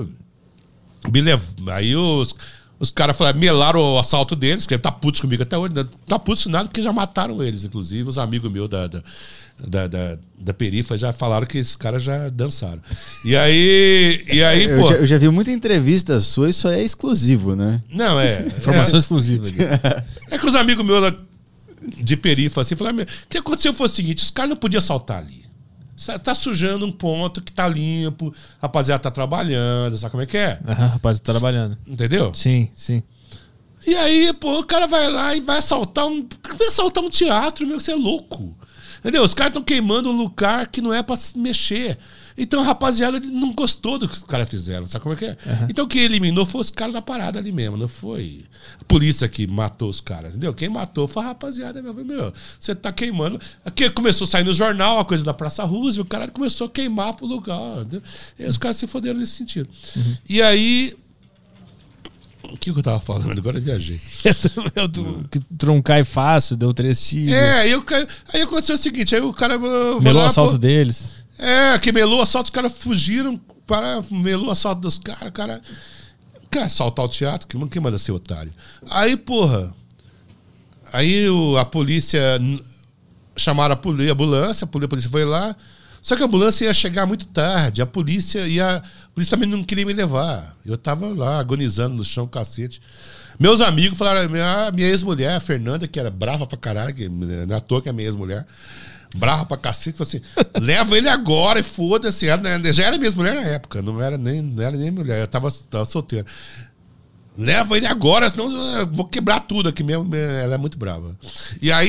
Aí os caras falaram, melaram o assalto deles, que deve estar putos comigo até hoje. Não tá putos nada porque já mataram eles, inclusive. Os amigos meus da perifa já falaram que esses caras já dançaram. E aí pô... Eu já vi muita entrevista sua, isso aí é exclusivo, né? Não, Informação exclusiva. É que os amigos meus de perifa assim falaram, o que aconteceu foi o seguinte, os caras não podiam assaltar ali. Tá sujando um ponto que tá limpo, rapaziada tá trabalhando, sabe como é que é? Rapaz, tá trabalhando. Entendeu? Sim, sim. E aí, pô, o cara vai lá e vai assaltar um teatro, meu, você é louco. Entendeu? Os caras estão queimando um lugar que não é pra se mexer. Então a rapaziada não gostou do que os caras fizeram, sabe como é que é? Então quem eliminou foi os caras da parada ali mesmo, não foi a polícia que matou os caras, entendeu? Quem matou foi a rapaziada mesmo. Meu, você tá queimando. Aqui começou a sair no jornal a coisa da Praça Roosevelt, o cara começou a queimar pro lugar, entendeu? E os caras se foderam nesse sentido. E aí... O que eu tava falando? Agora eu viajei. Que troncar é fácil, deu 3 tiros. Aí aconteceu o seguinte, aí o cara... Melou o assalto deles. Que melou o assalto, os caras fugiram, melou o assalto dos caras, cara assaltar o teatro, quem manda ser otário? Aí, porra, aí a polícia, chamaram a ambulância foi lá, só que a ambulância ia chegar muito tarde, a polícia também não queria me levar, eu tava lá agonizando no chão, cacete. Meus amigos falaram, minha ex-mulher, a Fernanda, que era brava pra caralho, que não é à toa que é minha ex-mulher, brava pra cacete, falou assim, leva ele agora e foda-se. Ela já era minha mulher na época, não era nem mulher, eu tava solteiro. Leva ele agora, senão eu vou quebrar tudo aqui mesmo. Ela é muito brava. E aí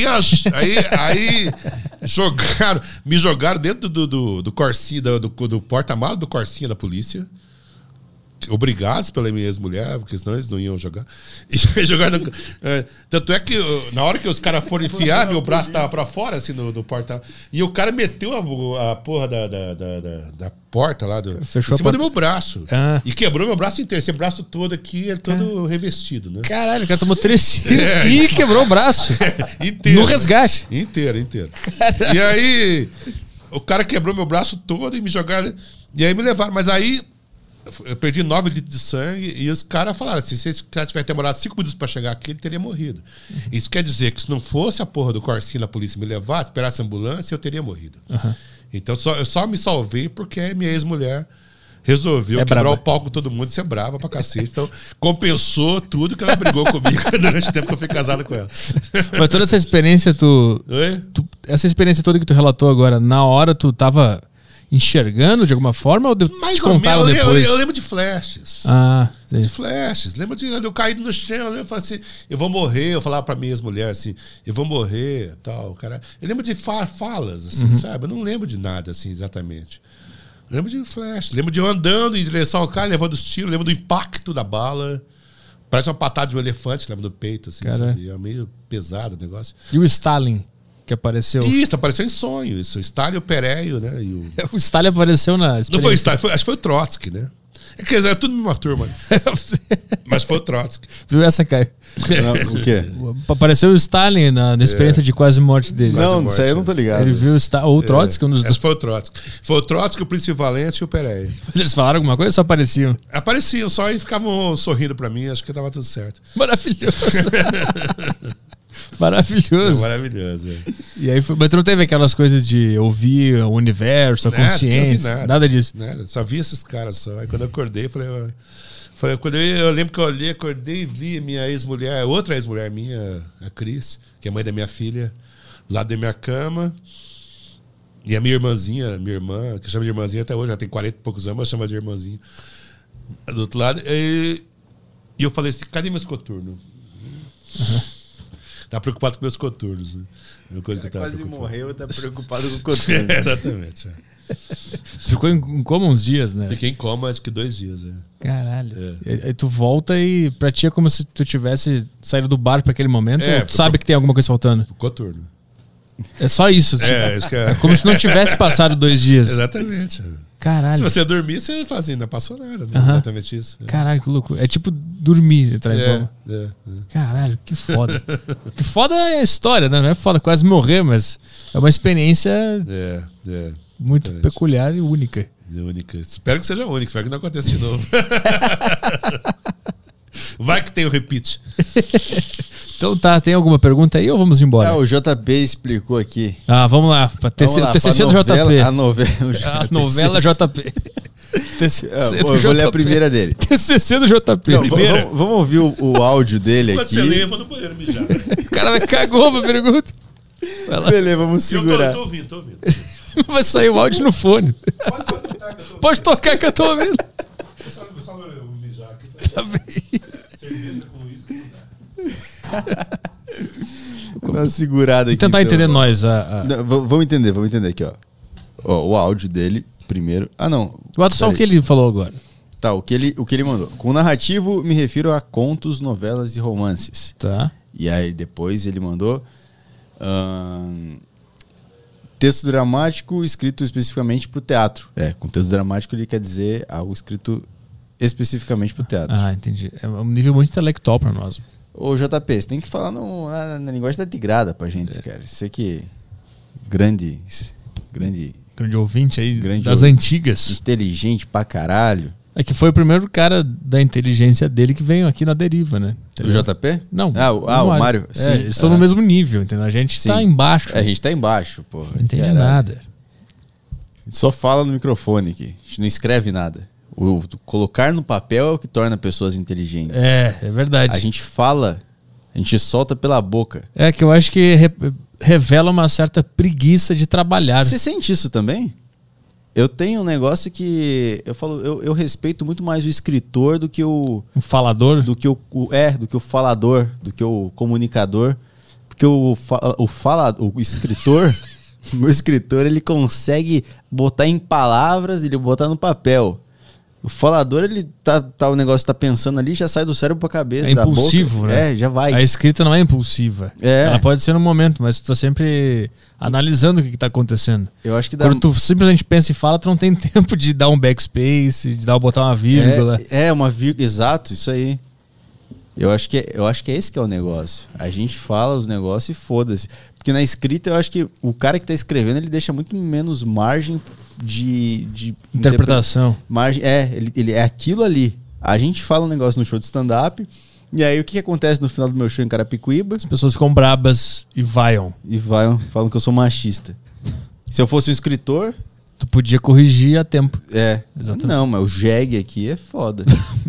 me jogaram dentro do corsinha, do porta-malas do corsinha da polícia. Obrigados pela minha ex-mulher, porque senão eles não iam jogar. E jogaram tanto é que na hora que os caras foram enfiar, meu braço tava pra fora, assim, no porta. E o cara meteu a porra da porta lá em cima do meu braço. E quebrou meu braço inteiro. Esse braço todo aqui é todo revestido, né? Caralho, o cara tomou 3 tiros e quebrou o braço. Inteiro. No resgate. Inteiro. Caralho. E aí, o cara quebrou meu braço todo e me jogaram. E aí me levaram. Mas aí, eu perdi 9 litros de sangue e os caras falaram assim, se esse cara tivesse demorado 5 minutos pra chegar aqui, ele teria morrido. Isso quer dizer que se não fosse a porra do corsinho da polícia me levar, esperasse a ambulância, eu teria morrido. Então eu só me salvei porque minha ex-mulher resolveu quebrar o pau com todo mundo e ser brava pra cacete. Então compensou tudo que ela brigou comigo durante o tempo que eu fui casado com ela. Mas toda essa experiência, essa experiência toda que tu relatou agora, na hora tu tava enxergando de alguma forma ou mais te contaram depois? Eu lembro de flashes. De flashes. Lembro de eu caído no chão, eu falei assim, eu vou morrer. Eu falava pra minha ex-mulher assim, eu vou morrer, tal, cara. Eu lembro de falas, assim, sabe? Eu não lembro de nada, assim, exatamente. Eu lembro de flash. Lembro de eu andando em direção ao cara, levando os tiros, lembro do impacto da bala. Parece uma patada de um elefante, lembra do peito, assim, sabe? É meio pesado o negócio. E o Stalin? Que apareceu. Isso, apareceu em sonho. Isso, o Stalin, o Pereio, né? O Stalin apareceu na experiência. Não foi o Stalin, acho que foi o Trotsky, né? É que era tudo numa turma. Mas foi o Trotsky. Viu essa, Caio? O quê? Apareceu o Stalin na experiência de quase morte dele. Não, isso aí eu não tô ligado. Ele viu ou o Trotsky. Esse foi o Trotsky. Foi o Trotsky, o Príncipe Valente e o Pereio. Mas eles falaram alguma coisa ou só apareciam? Apareciam, só e ficavam sorrindo pra mim. Acho que tava tudo certo. Maravilhoso. Maravilhoso. Maravilhoso. E aí, mas tu não teve aquelas coisas de ouvir o universo, a consciência? Nada disso. Nada. Só vi esses caras só. Aí quando eu acordei, eu lembro que eu acordei e vi minha ex-mulher, outra ex-mulher minha, a Cris, que é mãe da minha filha, lá da minha cama. E a minha irmã, que eu chamo de irmãzinha até hoje, já tem 40 e poucos anos, mas chama de irmãzinha. Do outro lado. E eu falei assim, cadê meus coturnos? Tá preocupado com meus coturnos. Né? Coisa que eu quase morreu, tá preocupado com o coturno. Exatamente. Ficou em coma uns dias, né? Fiquei em coma acho que 2 dias. Caralho. Aí tu volta e pra ti é como se tu tivesse saído do bar pra aquele momento. Tu sabe que tem alguma coisa faltando? Coturno. É só isso. Isso que é. É como se não tivesse passado 2 dias. Exatamente. Caralho. Se você dormir, você faz ainda passou nada. Exatamente isso. Caralho, que loucura. É tipo dormir, entrar em coma. É. Caralho, que foda. Que foda é a história, né? Não é foda quase morrer, mas é uma experiência muito peculiar e única. Única. Espero que seja única, espero que não aconteça de novo. Vai que tem o repeat. Então tá, tem alguma pergunta aí ou vamos embora? O JP explicou aqui. Vamos lá. TCC do JP. A novela JP. Eu vou ler a primeira dele. TCC do JP. Não, vamos ouvir o áudio dele aqui. Quando você lê, eu vou no banheiro mijar. O cara vai cagou pra pergunta. Beleza, vamos segurar. Eu tô ouvindo. Vai sair o áudio no fone. Pode tocar que eu tô ouvindo. Só mijar aqui. Tá bem. Cerveja com isso não dá. Vou dar uma segurada aqui. Tentar entender nós. Vamos entender aqui, ó. O áudio dele, primeiro. Não. Bota só o que ele falou agora. Tá, o que ele mandou. Com narrativo, me refiro a contos, novelas e romances. Tá. E aí depois ele mandou... texto dramático escrito especificamente para o teatro. Com texto dramático ele quer dizer algo escrito especificamente para o teatro. Entendi. É um nível muito intelectual para nós. Ô JP, você tem que falar na linguagem da tigrada pra gente, cara. Você que grande ouvinte aí das antigas. Inteligente pra caralho. É que foi o primeiro cara da inteligência dele que veio aqui na Deriva, né? Entendeu? O JP? Não. O Mário. Sim. Eles estão no mesmo nível, entendeu? A gente tá embaixo. A gente tá embaixo, pô. Não entende nada. A gente só fala no microfone aqui. A gente não escreve nada. O colocar no papel é o que torna pessoas inteligentes. É verdade. A gente fala, a gente solta pela boca. É que eu acho que revela uma certa preguiça de trabalhar. Você sente isso também? Eu tenho um negócio que eu falo, eu respeito muito mais o escritor do que o falador, do que o falador, do que o comunicador, porque o escritor, o escritor ele consegue botar em palavras, ele botar no papel. O falador, ele o negócio tá pensando ali, já sai do cérebro pra cabeça. É impulsivo, boca, né? Já vai. A escrita não é impulsiva. Ela pode ser no momento, mas tu tá sempre analisando o que tá acontecendo. Eu acho que quando tu simplesmente pensa e fala, tu não tem tempo de dar um backspace, de botar uma vírgula. Uma vírgula, exato, isso aí. Eu acho que é esse que é o negócio. A gente fala os negócios e foda-se. Porque na escrita, eu acho que o cara que tá escrevendo, ele deixa muito menos margem de interpretação. Ele é aquilo ali. A gente fala um negócio no show de stand-up, e aí o que acontece no final do meu show em Carapicuíba? As pessoas ficam brabas e vaiam. Falam que eu sou machista. Se eu fosse um escritor... Tu podia corrigir a tempo. Exatamente. Não, mas o jegue aqui é foda.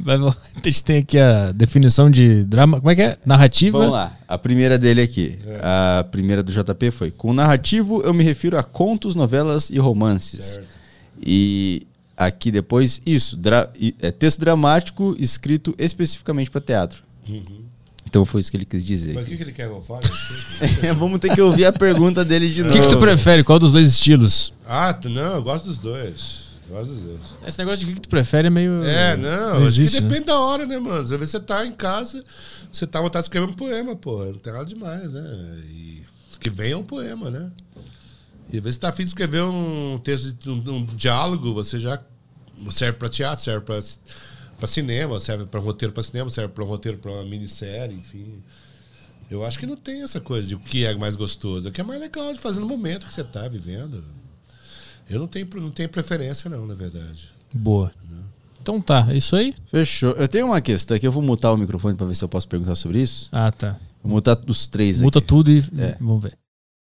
A gente tem aqui a definição de drama. Como é que é? Narrativa? Vamos lá. A primeira dele aqui. A primeira do JP foi: com narrativo eu me refiro a contos, novelas e romances. Certo. E aqui depois, isso. Texto dramático escrito especificamente para teatro. Então foi isso que ele quis dizer. Mas o que ele quer que eu fale? Vamos ter que ouvir a pergunta dele de novo. O que tu prefere? Qual dos dois estilos? Não, eu gosto dos dois. Esse negócio de o que tu prefere é meio... Não existe, acho que depende da hora, né, mano? Às vezes você tá em casa, você tá à vontade de escrever um poema, pô. Não tem nada demais, né? E que vem é um poema, né? E às vezes você tá afim de escrever um texto, um diálogo, você já serve pra teatro, serve pra cinema, serve pra roteiro pra cinema, serve pra roteiro pra uma minissérie, enfim. Eu acho que não tem essa coisa de o que é mais gostoso. O que é mais legal de fazer no momento que você tá vivendo. Eu não tenho preferência, não, na verdade. Boa. Então tá, é isso aí? Fechou. Eu tenho uma questão aqui, eu vou mutar o microfone pra ver se eu posso perguntar sobre isso. Tá. Vou mutar os três Muta aqui. Tudo e vamos ver.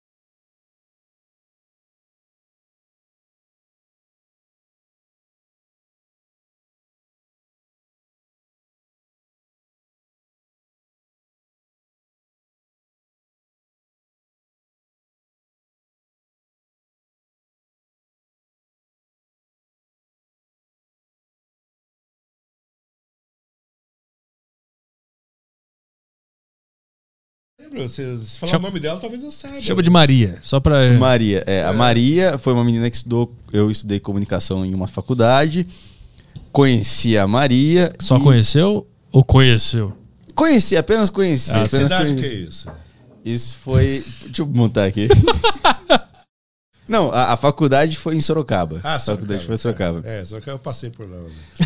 Se falar o nome dela, talvez eu saiba. Chama de Maria, só pra... Maria, a Maria foi uma menina que eu estudei comunicação em uma faculdade, conheci a Maria. Só conheceu ou conheceu? Conheci, apenas conheci. Que cidade que é isso? Isso foi... Deixa eu montar aqui. Não, a faculdade foi em Sorocaba. Ah, a faculdade foi em Sorocaba. Sorocaba eu passei por lá. Né?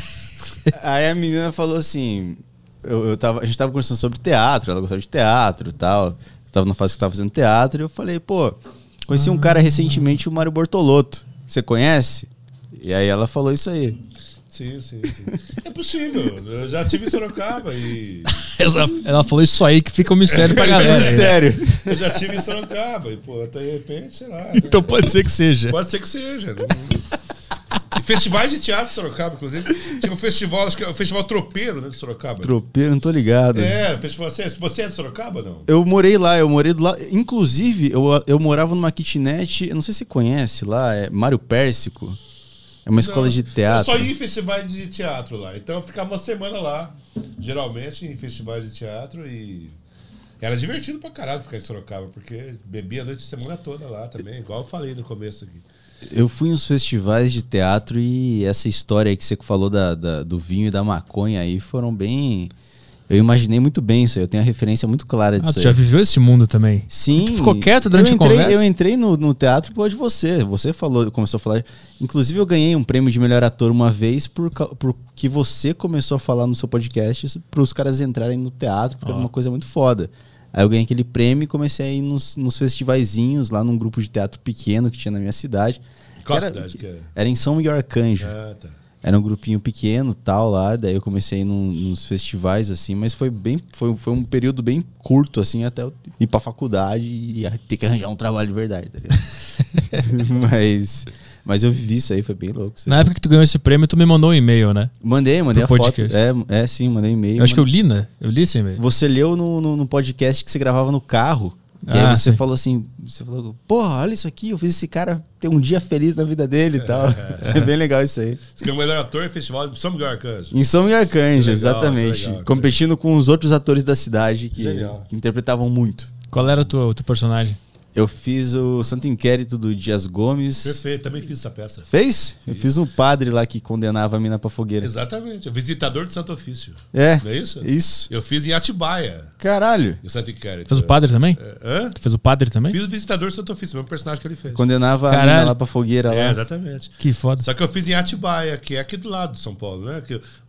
Aí a menina falou assim... a gente tava conversando sobre teatro, ela gostava de teatro e tal. Eu tava na fase que eu tava fazendo teatro e eu falei, pô, conheci um cara recentemente, o Mário Bortolotto. Você conhece? E aí ela falou isso aí. Sim. É possível. Eu já tive em Sorocaba e... Ela falou isso aí que fica um mistério pra galera. Mistério. Eu já tive em Sorocaba e, pô, até de repente, sei lá. Então pode ser que seja. Pode ser que seja. E festivais de teatro de Sorocaba, inclusive. Tinha um festival, acho que é o Festival Tropeiro, né, de Sorocaba. Tropeiro, não tô ligado. Festival. Você é de Sorocaba ou não? Eu morei do lado. Inclusive, eu morava numa kitnet, eu não sei se você conhece lá, é Mário Pérsico. É uma escola de teatro. Eu só ia em festivais de teatro lá. Então eu ficava uma semana lá, geralmente, em festivais de teatro e... Era divertido pra caralho ficar em Sorocaba, porque bebia a noite de semana toda lá também, igual eu falei no começo aqui. Eu fui nos festivais de teatro e essa história aí que você falou do vinho e da maconha aí foram bem... Eu imaginei muito bem isso aí, eu tenho a referência muito clara disso. Tu já viveu esse mundo também? Sim. Tu ficou quieto durante a conversa? Eu entrei no teatro por causa de você. Você começou a falar. Inclusive, eu ganhei um prêmio de melhor ator uma vez por que você começou a falar no seu podcast para os caras entrarem no teatro, porque era uma coisa muito foda. Aí eu ganhei aquele prêmio e comecei a ir nos festivaizinhos, lá num grupo de teatro pequeno que tinha na minha cidade. Qual cidade que é? Era em São Miguel Arcanjo. Ah, tá. Era um grupinho pequeno tal lá, daí eu comecei a ir nos festivais, assim, mas foi um período bem curto, assim, até eu ir pra faculdade e ter que arranjar um trabalho de verdade, tá ligado? mas eu vivi isso aí, foi bem louco. Na época que tu ganhou esse prêmio, tu me mandou um e-mail, né? Mandei a foto. Sim, mandei um e-mail. Eu acho que eu li, né? Eu li esse e-mail. Você leu no podcast que você gravava no carro. E aí você falou assim, porra, olha isso aqui, eu fiz esse cara ter um dia feliz na vida dele e tal. É bem legal isso aí. Você ganhou o melhor ator em festival em São Miguel Arcanjo. Em São Miguel Arcanjo, exatamente. Legal, competindo com os outros atores da cidade que interpretavam muito. Qual era o teu personagem? Eu fiz o Santo Inquérito do Dias Gomes. Perfeito, também fiz essa peça. Fez? Eu fiz um padre lá que condenava a mina pra fogueira. Exatamente, o visitador de Santo Ofício. Não é isso? Isso. Eu fiz em Atibaia. Caralho. O Santo Inquérito. Fez o padre também? Hã? Tu fez o padre também? Fiz o visitador de Santo Ofício, o mesmo personagem que ele fez. Condenava a mina lá pra fogueira lá. Exatamente. Que foda. Só que eu fiz em Atibaia, que é aqui do lado de São Paulo, né?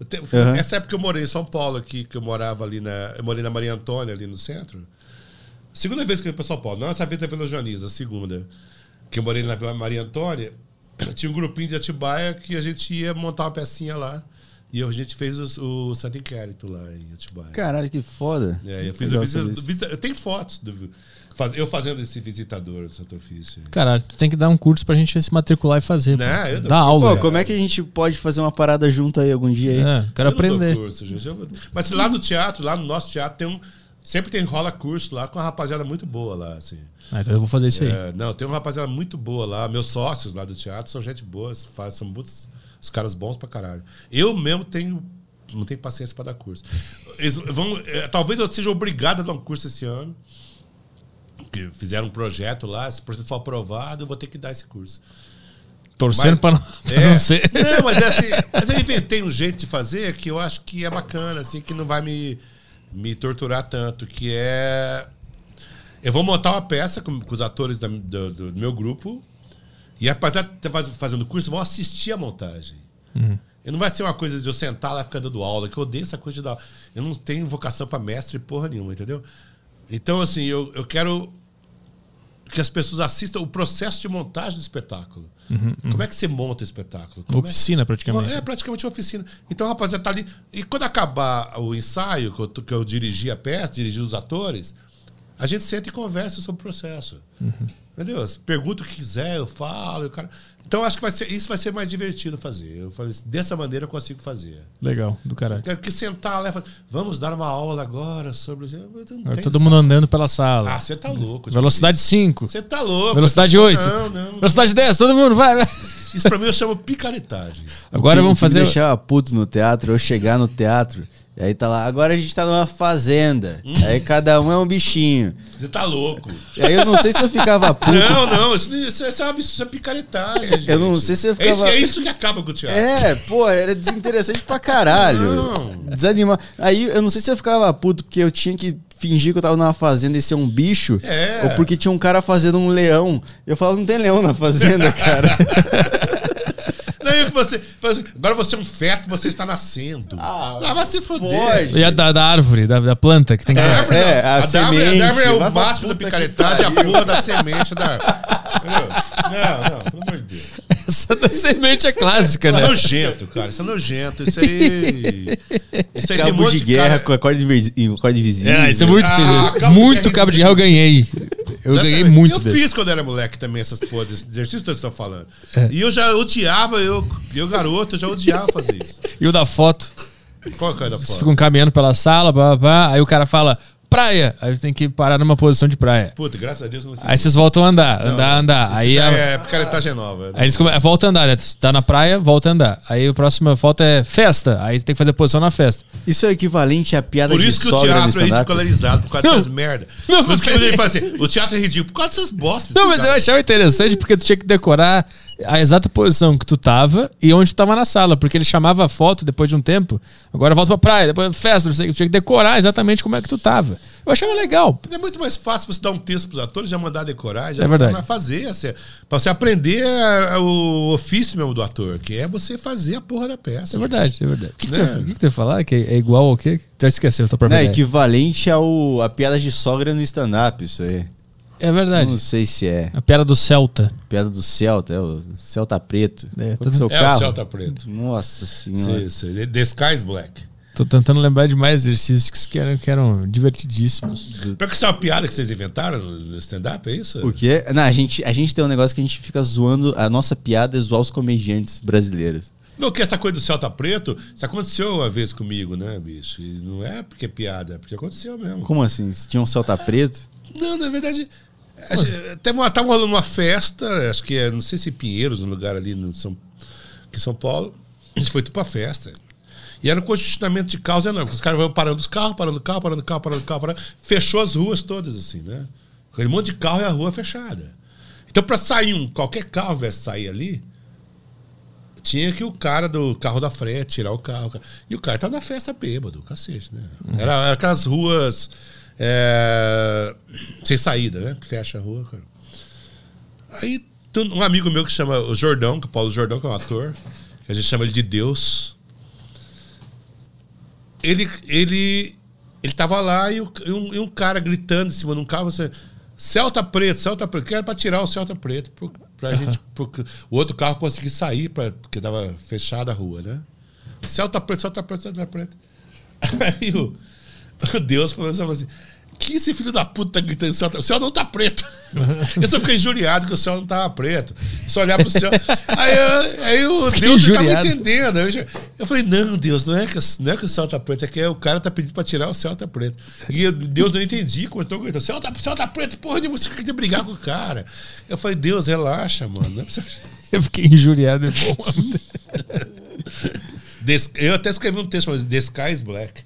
Essa época que eu morei em São Paulo aqui, que eu morava ali eu morei na Maria Antônia, ali no centro. Segunda vez que eu fui para São Paulo, não essa vez da Vila Joaniza, a segunda, que eu morei na Vila Maria Antônia, tinha um grupinho de Atibaia que a gente ia montar uma pecinha lá e a gente fez o Santo Inquérito lá em Atibaia. Caralho, que foda. Eu fiz eu tenho fotos eu fazendo esse visitador do Santo Ofício. Caralho, tu tem que dar um curso pra gente se matricular e fazer. Não, dá aula. Pô, como é que a gente pode fazer uma parada junto aí algum dia aí? Quero aprender. Curso, mas lá no teatro, lá no nosso teatro, sempre rola curso lá com uma rapaziada muito boa lá, assim. Então eu vou fazer isso aí. Não, tem uma rapaziada muito boa lá. Meus sócios lá do teatro são gente boa, são muitos os caras bons pra caralho. Eu mesmo não tenho paciência pra dar curso. Talvez eu seja obrigado a dar um curso esse ano. Que fizeram um projeto lá, se o projeto for aprovado, eu vou ter que dar esse curso. Torcendo pra não ser. Não, mas é assim. Mas eu inventei um jeito de fazer que eu acho que é bacana, assim, que não vai me torturar tanto, que é... Eu vou montar uma peça com os atores do meu grupo e, apesar de estar fazendo curso, vão assistir a montagem. E não vai ser uma coisa de eu sentar lá e ficar dando aula, que eu odeio essa coisa de dar... Eu não tenho vocação para mestre porra nenhuma, entendeu? Então, assim, eu quero que as pessoas assistam o processo de montagem do espetáculo. Como é que você monta o espetáculo? Oficina, praticamente. É praticamente uma oficina. Então, rapaziada, tá ali. E quando acabar o ensaio, que eu dirigi a peça, dirigi os atores, a gente senta e conversa sobre o processo. Entendeu? Pergunta o que quiser, eu falo. Então, acho que isso vai ser mais divertido fazer. Eu falei, dessa maneira eu consigo fazer. Legal, do caralho. Quero que sentar lá e falar, vamos dar uma aula agora sobre... Todo mundo andando pela sala. Ah, você tá louco. Velocidade 5. Você tá louco. Velocidade 8. Não. Velocidade 10, todo mundo vai. Isso pra mim eu chamo picaretagem. Agora vamos fazer... deixar puto no teatro, eu chegar no teatro E aí tá lá, agora a gente tá numa fazenda. Aí cada um é um bichinho. Você tá louco. E aí eu não sei se eu ficava puto. Não, isso é picaretagem, gente. Eu não sei se eu ficava... É isso que acaba com o teatro. Pô, era desinteressante pra caralho. Não. Desanimar. Aí eu não sei se eu ficava puto porque eu tinha que fingir que eu tava numa fazenda e ser um bicho. Ou porque tinha um cara fazendo um leão. Eu falava, não tem leão na fazenda, cara. Não, agora você é um feto, você está nascendo. Vai se foder. Pode. E a da árvore, da planta que tem que nascer. A semente. A árvore é Vai o pra máximo da puta picaretagem, a porra da semente da árvore. Não, pelo amor de Deus. Essa da semente é clássica, Isso é né? nojento, cara. Isso é nojento. Isso aí tem Cabo um monte de guerra cara... com a corda invisível. Isso é muito difícil. cabo de Muito guerra cabo de guerra eu ganhei. Eu ganhei muito Eu dele. fiz quando era moleque também essas porras, esse exercício que vocês estão falando. E eu já odiava, eu garoto, eu já odiava fazer isso. E o da foto. Qual que é da Vocês foto? ficam caminhando pela sala, aí o cara fala, praia. Aí você tem que parar numa posição de praia. Puta, graças a Deus eu não fiz Aí vocês voltam a andar. Aí isso. É picaretagem nova. Né? Aí eles volta a andar, né? Você tá na praia, volta a andar. Aí a próxima foto é festa. Aí você tem que fazer posição na festa. Isso é equivalente à piada Por de isso que o sogra no teatro é stand-up? ridicularizado por causa dessas merda. Por isso que ele fala assim, o teatro é ridículo por causa dessas bostas. Não, mas eu achava interessante porque tu tinha que decorar a exata posição que tu tava e onde tu tava na sala. Porque ele chamava a foto depois de um tempo. Agora volta pra praia, depois festa. Tu tinha que decorar exatamente como é que tu tava. Eu achava legal. É muito mais fácil você dar um texto pros atores, já mandar decorar, já É verdade. mandar fazer. Assim, pra você aprender o ofício mesmo do ator, que é você fazer a porra da peça. É verdade, é verdade. O que Né? você ia falar? Que é igual ao quê? Já esqueceu, tô Não, é ideia. equivalente a piada de sogra no stand-up, isso aí. É verdade. Não sei se é. A piada do Celta. Piada do Celta, é o Celta Preto. É, Qual que é o seu É carro? o Celta Preto. Nossa senhora. Sim. The Sky is Black. Tô tentando lembrar de mais exercícios que eram divertidíssimos. Pior que isso é uma piada que vocês inventaram no stand-up, é isso? O quê? Não, a gente tem um negócio que a gente fica zoando. A nossa piada é zoar os comediantes brasileiros. Não, que essa coisa do Celta Preto, isso aconteceu uma vez comigo, né, bicho? E não é porque é piada, é porque aconteceu mesmo. Como assim? Se tinha um Celta Preto? Não, na verdade, tava rolando uma festa, acho que é, não sei se Pinheiros, um lugar ali aqui em São Paulo. A gente foi tudo pra festa. E era um congestionamento de carros enorme, porque os caras vão parando os carros, parando o carro, fechou as ruas todas, assim, né? Aquele monte de carro e a rua fechada. Então, pra sair qualquer carro viesse sair ali, tinha que o cara do carro da frente tirar o carro. E o cara tava na festa bêbado, cacete, né? Era aquelas ruas sem saída, né? Que fecha a rua, cara. Aí, tem um amigo meu que chama o Jordão, que é o Paulo Jordão, que é um ator, que a gente chama ele de Deus. Ele tava lá e um cara gritando em cima de um carro, assim, Celta Preto, que era pra tirar o Celta Preto pra gente, porque o outro carro conseguir sair, porque tava fechada a rua, né? Celta Preto. Aí o Deus falou assim, que esse filho da puta tá gritando, o céu não tá preto. Eu só fiquei injuriado que o céu não tava preto. Só olhar pro céu. Aí o Deus não tava entendendo. Eu falei, não, Deus, não é que o céu tá preto, é que o cara tá pedindo pra tirar o céu tá preto. E Deus não entendi, começou a gritar, o céu tá preto, porra, você quer brigar com o cara. Eu falei, Deus, relaxa, mano. Não é pra... Eu fiquei injuriado. Eu até escrevi um texto, mas The Sky is Black.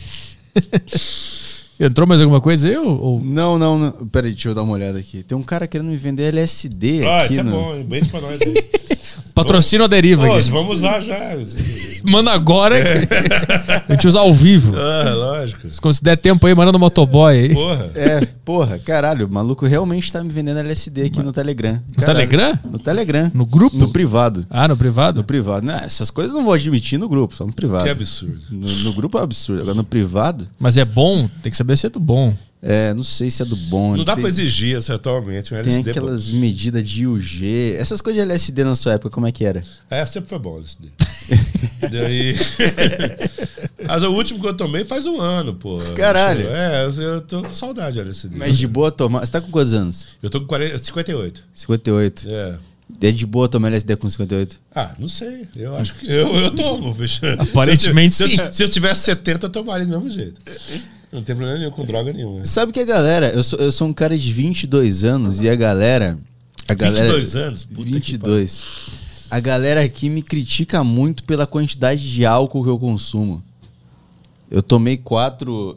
Entrou mais alguma coisa aí? Ou... Não. Peraí, deixa eu dar uma olhada aqui. Tem um cara querendo me vender LSD aqui. Isso é bom, beijo pra nós aí. Patrocina a deriva. Pô, aqui. vamos usar já. Manda agora. A gente usa ao vivo. Lógico. Se der tempo aí, manda no motoboy aí. Porra, caralho, o maluco realmente tá me vendendo LSD aqui no Telegram. No Telegram? No Telegram. No grupo? No privado. Ah, no privado? No privado. Não, essas coisas eu não vou admitir no grupo, só no privado. Que absurdo. No grupo é absurdo. Agora no privado, Mas é bom? Tem que saber se é do bom. não sei se é do bom. Não dá tem, pra exigir isso atualmente. Um Tem LSD, aquelas medidas de UG. Essas coisas de LSD na sua época, como é que era? sempre foi bom o LSD. Daí... Mas o último que eu tomei faz um ano, pô. Caralho. Eu tô com saudade de LSD. Mas de boa tomar. Você tá com quantos anos? Eu tô com 58. 58. É de boa tomar LSD com 58? Não sei. Eu acho que eu tomo, bicho. Aparentemente sim. Se eu tivesse 70, eu tomaria do mesmo jeito. Não tem problema nenhum com droga nenhuma. Sabe que a galera... Eu sou um cara de 22 anos e a galera... 22 anos? Puta 22. A galera aqui me critica muito pela quantidade de álcool que eu consumo. Eu tomei 4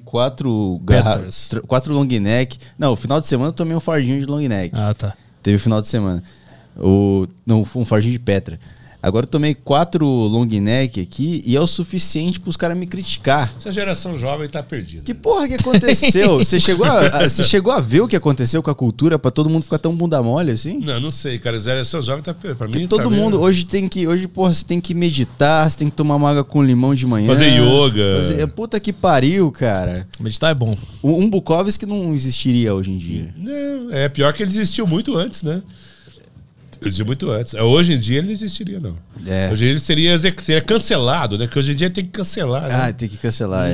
long neck. Não, o final de semana eu tomei um fardinho de long neck. Ah, tá. Teve o final de semana. Não, um fardinho de Petra. Agora eu tomei 4 long neck aqui e é o suficiente para os caras me criticar. Essa geração jovem tá perdida. Que porra que aconteceu? Você chegou a ver o que aconteceu com a cultura para todo mundo ficar tão bunda mole assim? Não sei, cara. A geração jovem tá perdida. Pra mim, todo mundo hoje porra, você tem que meditar, você tem que tomar uma água com limão de manhã. Fazer yoga. Puta que pariu, cara. Meditar é bom. Um Bukowski não existiria hoje em dia. Não, é pior que ele existiu muito antes, né? Existiu muito antes. Hoje em dia ele não existiria, não. É. Hoje ele seria cancelado, né? Que hoje em dia tem que cancelar. Né? Ah, tem que cancelar,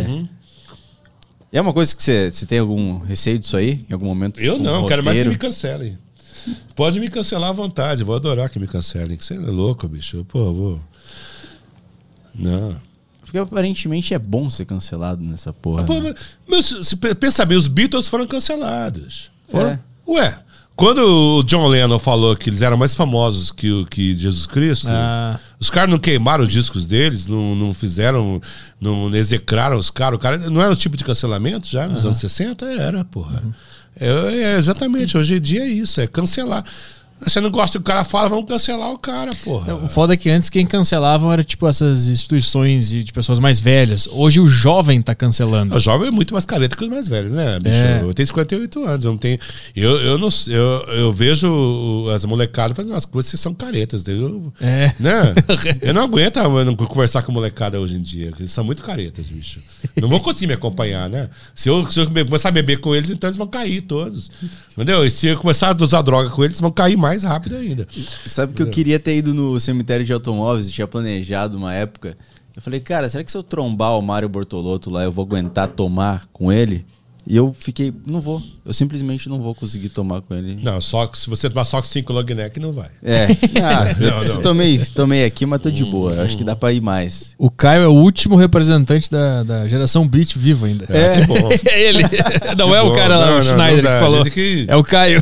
É uma coisa que você tem algum receio disso aí? Em algum momento? Eu tipo, não, quero mais que me cancelem. Pode me cancelar à vontade, vou adorar que me cancelem. Que você é louco, bicho. Pô, vou. Não. Porque aparentemente é bom ser cancelado nessa porra. Pô, né? mas pensa bem, os Beatles foram cancelados. Foram? Ué. Quando o John Lennon falou que eles eram mais famosos que Jesus Cristo, os caras não queimaram os discos deles, não fizeram, não execraram os caras. O cara não era o tipo de cancelamento já nos anos 60? Era, porra. Exatamente, hoje em dia é isso, é cancelar. Você não gosta do que o cara fala, vamos cancelar o cara, porra. O foda é que antes quem cancelavam era tipo essas instituições de pessoas mais velhas. Hoje o jovem tá cancelando. O jovem é muito mais careta que os mais velhos, né, bicho? Eu tenho 58 anos, eu não tenho. Eu vejo as molecadas fazendo umas coisas que são caretas, entendeu? Né? Eu não aguento conversar com a molecada hoje em dia, porque eles são muito caretas, bicho. Não vou conseguir me acompanhar, né? Se eu começar a beber com eles, então eles vão cair todos. Entendeu? E se eu começar a usar droga com eles, vão cair mais rápido ainda. Sabe que eu queria ter ido no cemitério de automóveis, eu tinha planejado uma época. Eu falei, cara, será que se eu trombar o Mário Bortolotto lá, eu vou aguentar tomar com ele? E eu fiquei, não vou. Eu simplesmente não vou conseguir tomar com ele. Não, só se você tomar só 5 long neck, não vai. Tomei aqui, mas tô de boa. Eu acho que dá pra ir mais. O Caio é o último representante da geração Beat vivo ainda. Que bom. É ele. Não é o cara lá, o Schneider, que falou. É o Caio.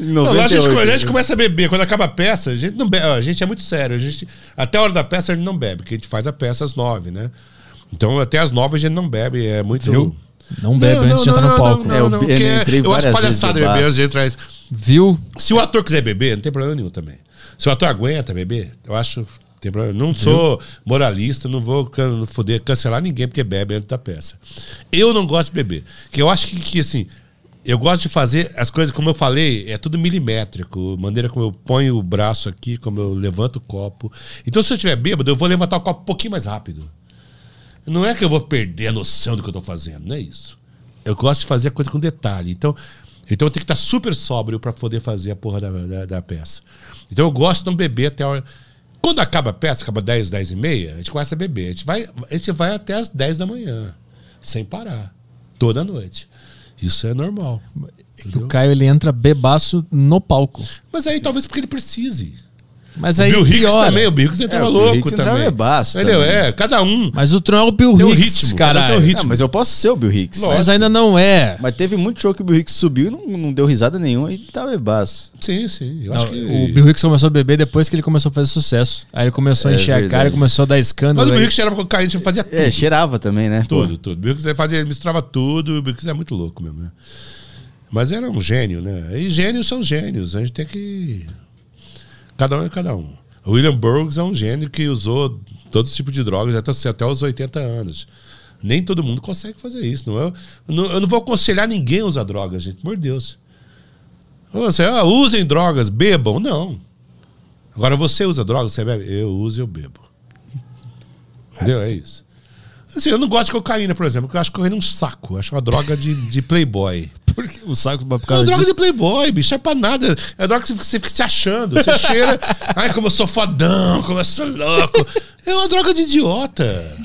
A gente começa a beber. Quando acaba a peça, a gente não bebe. A gente é muito sério. Até a hora da peça a gente não bebe, porque a gente faz a peça às 9, né? Então até às 9 a gente não bebe. É muito... Viu? Não bebe antes de entrar no palco. Eu acho palhaçada beber antes de entrar. Viu? Se o ator quiser beber, não tem problema nenhum também. Se o ator aguenta beber, eu acho... Tem problema. Não sou moralista, não vou cancelar ninguém porque bebe antes da peça. Eu não gosto de beber. Porque eu acho que assim... Eu gosto de fazer as coisas, como eu falei, é tudo milimétrico. Maneira como eu ponho o braço aqui, como eu levanto o copo. Então, se eu estiver bêbado, eu vou levantar o copo um pouquinho mais rápido. Não é que eu vou perder a noção do que eu estou fazendo, não é isso. Eu gosto de fazer a coisa com detalhe. Então eu tenho que estar super sóbrio para poder fazer a porra da peça. Então eu gosto de não beber até a hora... Quando acaba a peça, acaba 10, 10 e meia, a gente começa a beber. A gente vai até as 10 da manhã, sem parar, toda noite. Isso é normal. O Caio, ele entra bebaço no palco. Mas aí talvez porque ele precise. Mas aí o Bill Hicks também, o Bill Hicks entrava louco também. Entendeu? Cada um. Mas o Tron é o Bill Hicks, cara. Mas eu posso ser o Bill Hicks. Mas ainda não é. Mas teve muito show que o Bill Hicks subiu e não deu risada nenhuma e tava bebaço. Sim. Eu acho que... O Bill Hicks começou a beber depois que ele começou a fazer sucesso. Aí ele começou a encher a cara e começou a dar escândalo. Mas o Bill Hicks cheirava cocaína, fazia tudo. Cheirava também, né? Tudo. O Bill Hicks misturava tudo. O Bill Hicks é muito louco mesmo, né? Mas era um gênio, né? E gênios são gênios. A gente tem que... Cada um é cada um. O William Burroughs é um gênio que usou todo tipo de drogas até os 80 anos. Nem todo mundo consegue fazer isso. Eu não vou aconselhar ninguém a usar drogas, gente, por Deus. Você, usem drogas, bebam. Não. Agora você usa drogas, você bebe? Eu uso e eu bebo. Entendeu? É isso. Assim, eu não gosto de cocaína, por exemplo, porque eu acho cocaína um saco. Eu acho uma droga de playboy. Porque o saco por causa disso? É uma droga de playboy, bicho. É pra nada. É droga que você fica se achando. Você cheira. Ai, como eu sou fodão, como eu sou louco. É uma droga de idiota.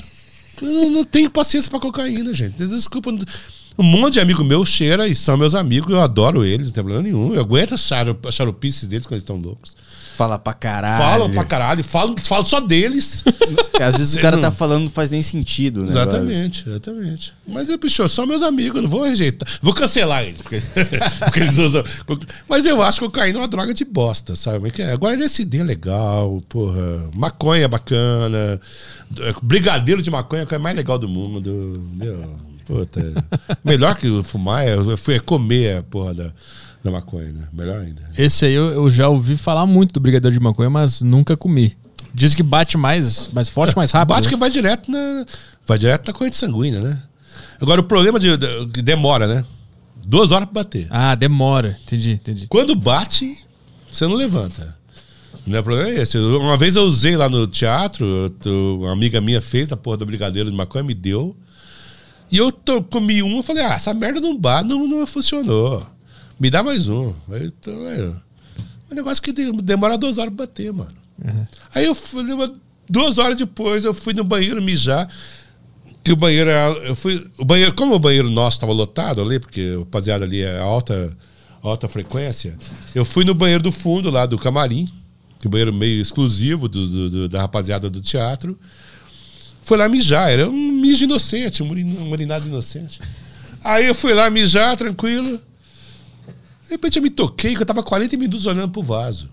Eu não tenho paciência pra cocaína, gente. Desculpa. Um monte de amigo meu cheira e são meus amigos. Eu adoro eles, não tem problema nenhum. Eu aguento as charupices deles quando eles estão loucos. Fala pra caralho. Falam pra caralho, falam só deles. Às vezes o cara tá falando, não faz nem sentido, né? Exatamente. Mas, bicho, são meus amigos, eu não vou rejeitar. Vou cancelar eles, porque eles usam. Mas eu acho que cocaína é uma droga de bosta, sabe? Agora LSD é legal, porra. Maconha é bacana. Brigadeiro de maconha é a coisa mais legal do mundo. Entendeu? Puta, melhor que fumar é comer a porra da maconha, né? Melhor ainda. Esse aí eu já ouvi falar muito do brigadeiro de maconha, mas nunca comi. Diz que bate mais forte, mais rápido. Bate que vai direto na corrente sanguínea, né? Agora o problema de demora, né? 2 horas pra bater. Ah, demora. Entendi. Quando bate, você não levanta. Não é problema esse. Uma vez eu usei lá no teatro, uma amiga minha fez a porra do brigadeiro de maconha, me deu. E eu comi um, eu falei, essa merda não funcionou. Me dá mais um. Aí, um negócio que demora 2 horas pra bater, mano. Uhum. Aí eu fui, 2 horas depois, eu fui no banheiro mijar. Que o banheiro como o banheiro nosso tava lotado ali, porque o rapaziada ali é alta frequência, eu fui no banheiro do fundo lá do camarim, que é um banheiro meio exclusivo da rapaziada do teatro. Foi lá mijar, era um mijo inocente, um urinado inocente. Aí eu fui lá mijar, tranquilo. De repente eu me toquei, que eu tava 40 minutos olhando pro vaso.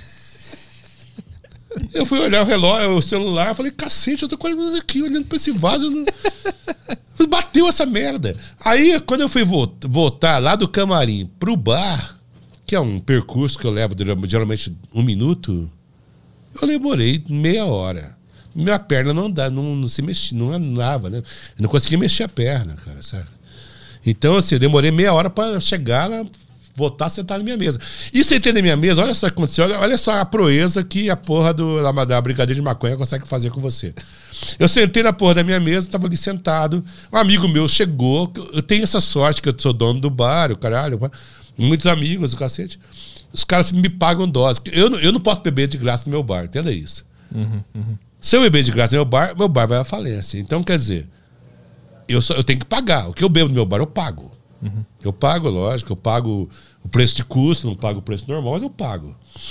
Eu fui olhar o relógio, o celular, falei, cacete, eu tô 40 minutos aqui olhando pra esse vaso. Bateu essa merda. Aí, quando eu fui voltar lá do camarim pro bar, que é um percurso que eu levo geralmente 1 minuto, eu demorei meia hora. Minha perna não se mexia, não andava, né? Eu não conseguia mexer a perna, cara, sabe? Então, assim, eu demorei meia hora pra chegar lá, voltar a sentar na minha mesa. E sentei na minha mesa, olha só o que aconteceu, olha só a proeza que a porra da brigadeira de maconha consegue fazer com você. Eu sentei na porra da minha mesa, tava ali sentado, um amigo meu chegou, eu tenho essa sorte que eu sou dono do bar, o caralho, muitos amigos, o cacete. Os caras me pagam dose. Eu não posso beber de graça no meu bar, entenda isso. Uhum. Se eu beber de graça no meu bar vai à falência. Então, quer dizer, eu tenho que pagar. O que eu bebo no meu bar, eu pago. Uhum. Eu pago, lógico, eu pago o preço de custo, não pago o preço normal, mas eu pago.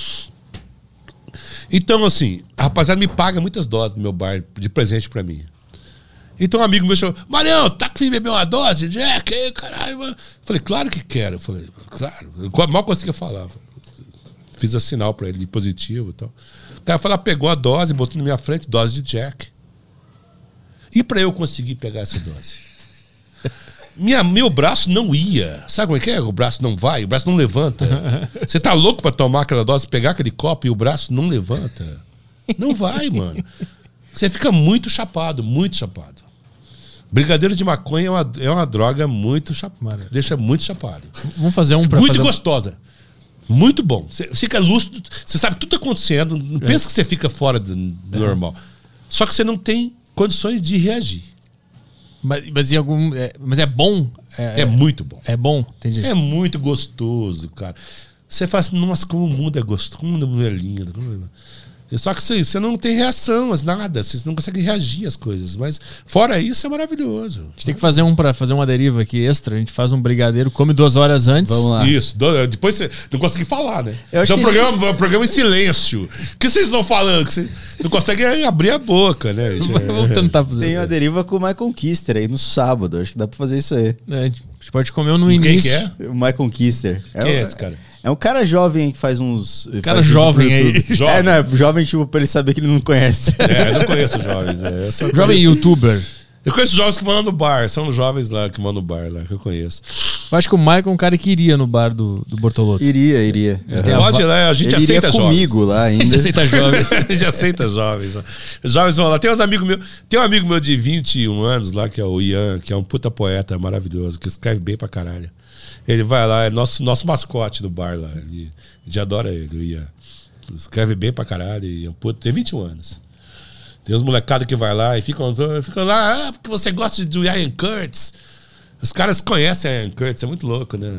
Então, assim, a rapaziada me paga muitas doses no meu bar de presente pra mim. Então um amigo meu chamou, Marião, tá com fim de beber uma dose? Jack, aí, caralho, mano. Falei, claro que quero. Falei, claro. Eu mal conseguia falar. Fiz o sinal pra ele de positivo e tal. O cara falou, pegou a dose, botou na minha frente, dose de Jack. E pra eu conseguir pegar essa dose? Meu braço não ia. Sabe como é que é? O braço não vai, o braço não levanta. Você tá louco pra tomar aquela dose, pegar aquele copo e o braço não levanta? Não vai, mano. Você fica muito chapado, muito chapado. Brigadeiro de maconha é uma droga muito chapada. Deixa muito chapado. Vamos fazer um pra muito fazer... gostosa. Muito bom. Você fica lúcido, você sabe tudo tá acontecendo. Não pensa que você fica fora do normal. Só que você não tem condições de reagir. Mas é bom? É muito bom. É bom? Entendi. É muito gostoso, cara. Você fala assim, nossa, como o mundo é gostoso, como o mundo é lindo. Só que você não tem reação, nada. Você não consegue reagir às coisas. Mas fora isso, é maravilhoso. A gente tem que fazer pra fazer uma deriva aqui extra. A gente faz um brigadeiro, come 2 horas antes. Vamos lá. Isso. Depois você não consegue falar, né? Então o programa em silêncio. O que vocês estão falando? Que você não consegue abrir a boca, né? Vamos tentar fazer. Tem uma deriva com o Michael Kister aí no sábado. Acho que dá pra fazer isso aí. A gente pode comer no início. Quem que é? O Michael Kister. Quem é esse cara? É um cara jovem que faz uns... Cara jovem aí. Jovem. Não, é jovem tipo pra ele saber que ele não conhece. Eu não conheço jovens. Jovem youtuber. Eu conheço jovens que vão lá no bar. São os jovens lá que vão no bar lá, que eu conheço. Eu acho que o Michael é um cara que iria no bar do Bortolotto. Iria. Pode ir lá, a gente ele aceita iria jovens. comigo lá ainda. A gente aceita jovens. A gente aceita jovens. Os jovens vão lá. Tem um amigo meu de 21 anos lá, que é o Ian, que é um puta poeta maravilhoso, que escreve bem pra caralho. Ele vai lá, é nosso mascote do bar lá. A gente adora ele, o Ian. Escreve bem pra caralho. E, puta, tem 21 anos. Tem uns molecados que vai lá e ficam lá, porque você gosta do Ian Curtis. Os caras conhecem Ian Curtis, é muito louco, né?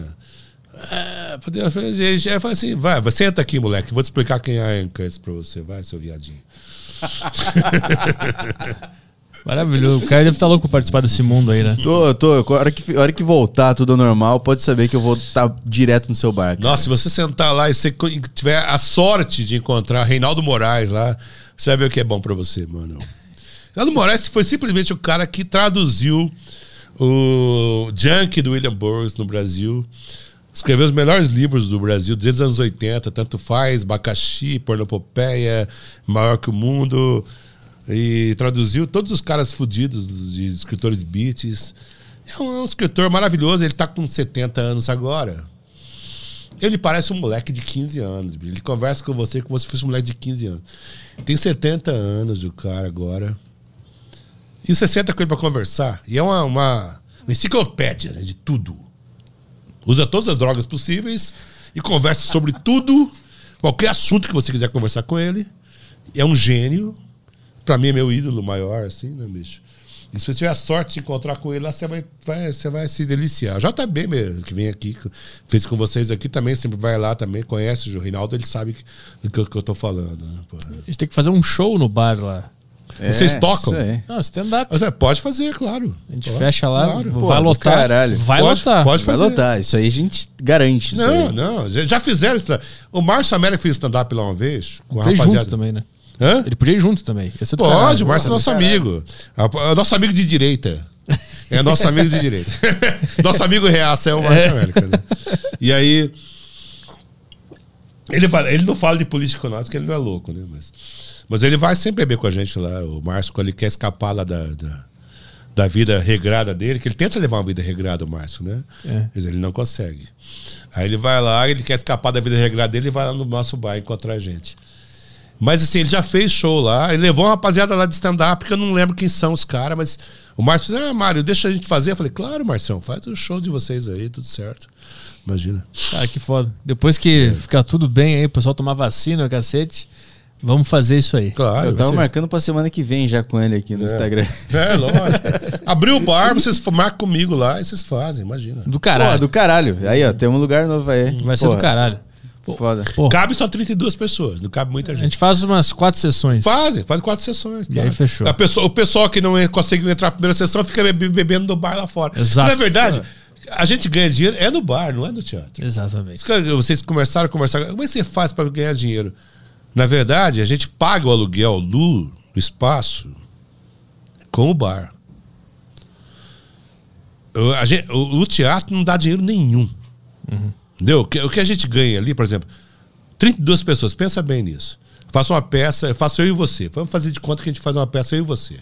Eu falei assim, vai, senta aqui, moleque, vou te explicar quem é Ian Curtis pra você. Vai, seu viadinho. Maravilhoso. O cara deve estar louco pra participar desse mundo aí, né? Tô. A hora que voltar tudo normal, pode saber que eu vou estar direto no seu bar. Cara. Nossa, se você sentar lá e você tiver a sorte de encontrar Reinaldo Moraes lá, você vai ver o que é bom pra você, mano. Reinaldo Moraes foi simplesmente o cara que traduziu o Junk do William Burroughs no Brasil. Escreveu os melhores livros do Brasil desde os anos 80. Tanto faz, Abacaxi, Pornopopeia, Maior que o Mundo. E traduziu todos os caras fudidos de escritores beats. É um escritor maravilhoso. Ele tá com 70 anos agora. Ele parece um moleque de 15 anos. Ele conversa com você como se fosse um moleque de 15 anos. Tem 70 anos o cara agora. E você senta com ele pra conversar. E é uma enciclopédia, né, de tudo. Usa todas as drogas possíveis e conversa sobre tudo. Qualquer assunto que você quiser conversar com ele. É um gênio. Pra mim é meu ídolo maior, assim, né, bicho? E se você tiver a sorte de encontrar com ele lá, você vai se deliciar. O JB mesmo, que vem aqui, fez com vocês aqui também, sempre vai lá também, conhece o Reinaldo, ele sabe do que eu tô falando. Né? A gente tem que fazer um show no bar lá. Vocês tocam? Não, stand-up. Pode fazer, claro. A gente fecha lá, claro. vai lotar. Caralho. Vai lotar. Pode Vai fazer. lotar. Isso aí a gente garante. Não, já fizeram isso. O Márcio América fez stand-up lá uma vez, com a Tem rapaziada. junto também, né? Hã? Ele podia ir junto também. Esse é do Pode, caralho. o Márcio é nosso amigo. É nosso amigo de direita. É nosso amigo de direita. Nosso amigo reaça é o Márcio América. Né? E aí. Ele não fala de política com nós, porque ele não é louco, né? Mas ele vai sempre beber com a gente lá. O Márcio, quando ele quer escapar lá da vida regrada dele, que ele tenta levar uma vida regrada, o Márcio, né? Mas ele não consegue. Aí ele vai lá, ele quer escapar da vida regrada dele e vai lá no nosso bar encontrar a gente. Mas assim, ele já fez show lá, ele levou uma rapaziada lá de stand-up, que eu não lembro quem são os caras, mas o Márcio disse, Mário, deixa a gente fazer. Eu falei, claro, Marcião, faz o show de vocês aí, tudo certo. Imagina. Cara, que foda. Depois que ficar tudo bem aí, o pessoal tomar vacina, cacete, vamos fazer isso aí. Claro. Eu tava marcando pra semana que vem já com ele aqui no Instagram. Lógico. Abriu o bar, vocês marcam comigo lá e vocês fazem, imagina. Do caralho. Pô, do caralho. Aí, ó, tem um lugar novo aí. Vai ser do caralho. Foda. Pô, Cabe só 32 pessoas, não cabe muita a gente. gente faz umas 4 sessões. Faz 4 sessões. E aí fechou. O pessoal que não conseguiu entrar na primeira sessão fica bebendo no bar lá fora. Exato. Na verdade, a gente ganha dinheiro no bar, não é no teatro. Exatamente. Vocês começaram a conversar. Como é que você faz para ganhar dinheiro? Na verdade, a gente paga o aluguel do espaço com o bar. O teatro não dá dinheiro nenhum. Entendeu? O que a gente ganha ali, por exemplo, 32 pessoas, pensa bem nisso. Faça uma peça, faço eu e você. Vamos fazer de conta que a gente faz uma peça eu e você.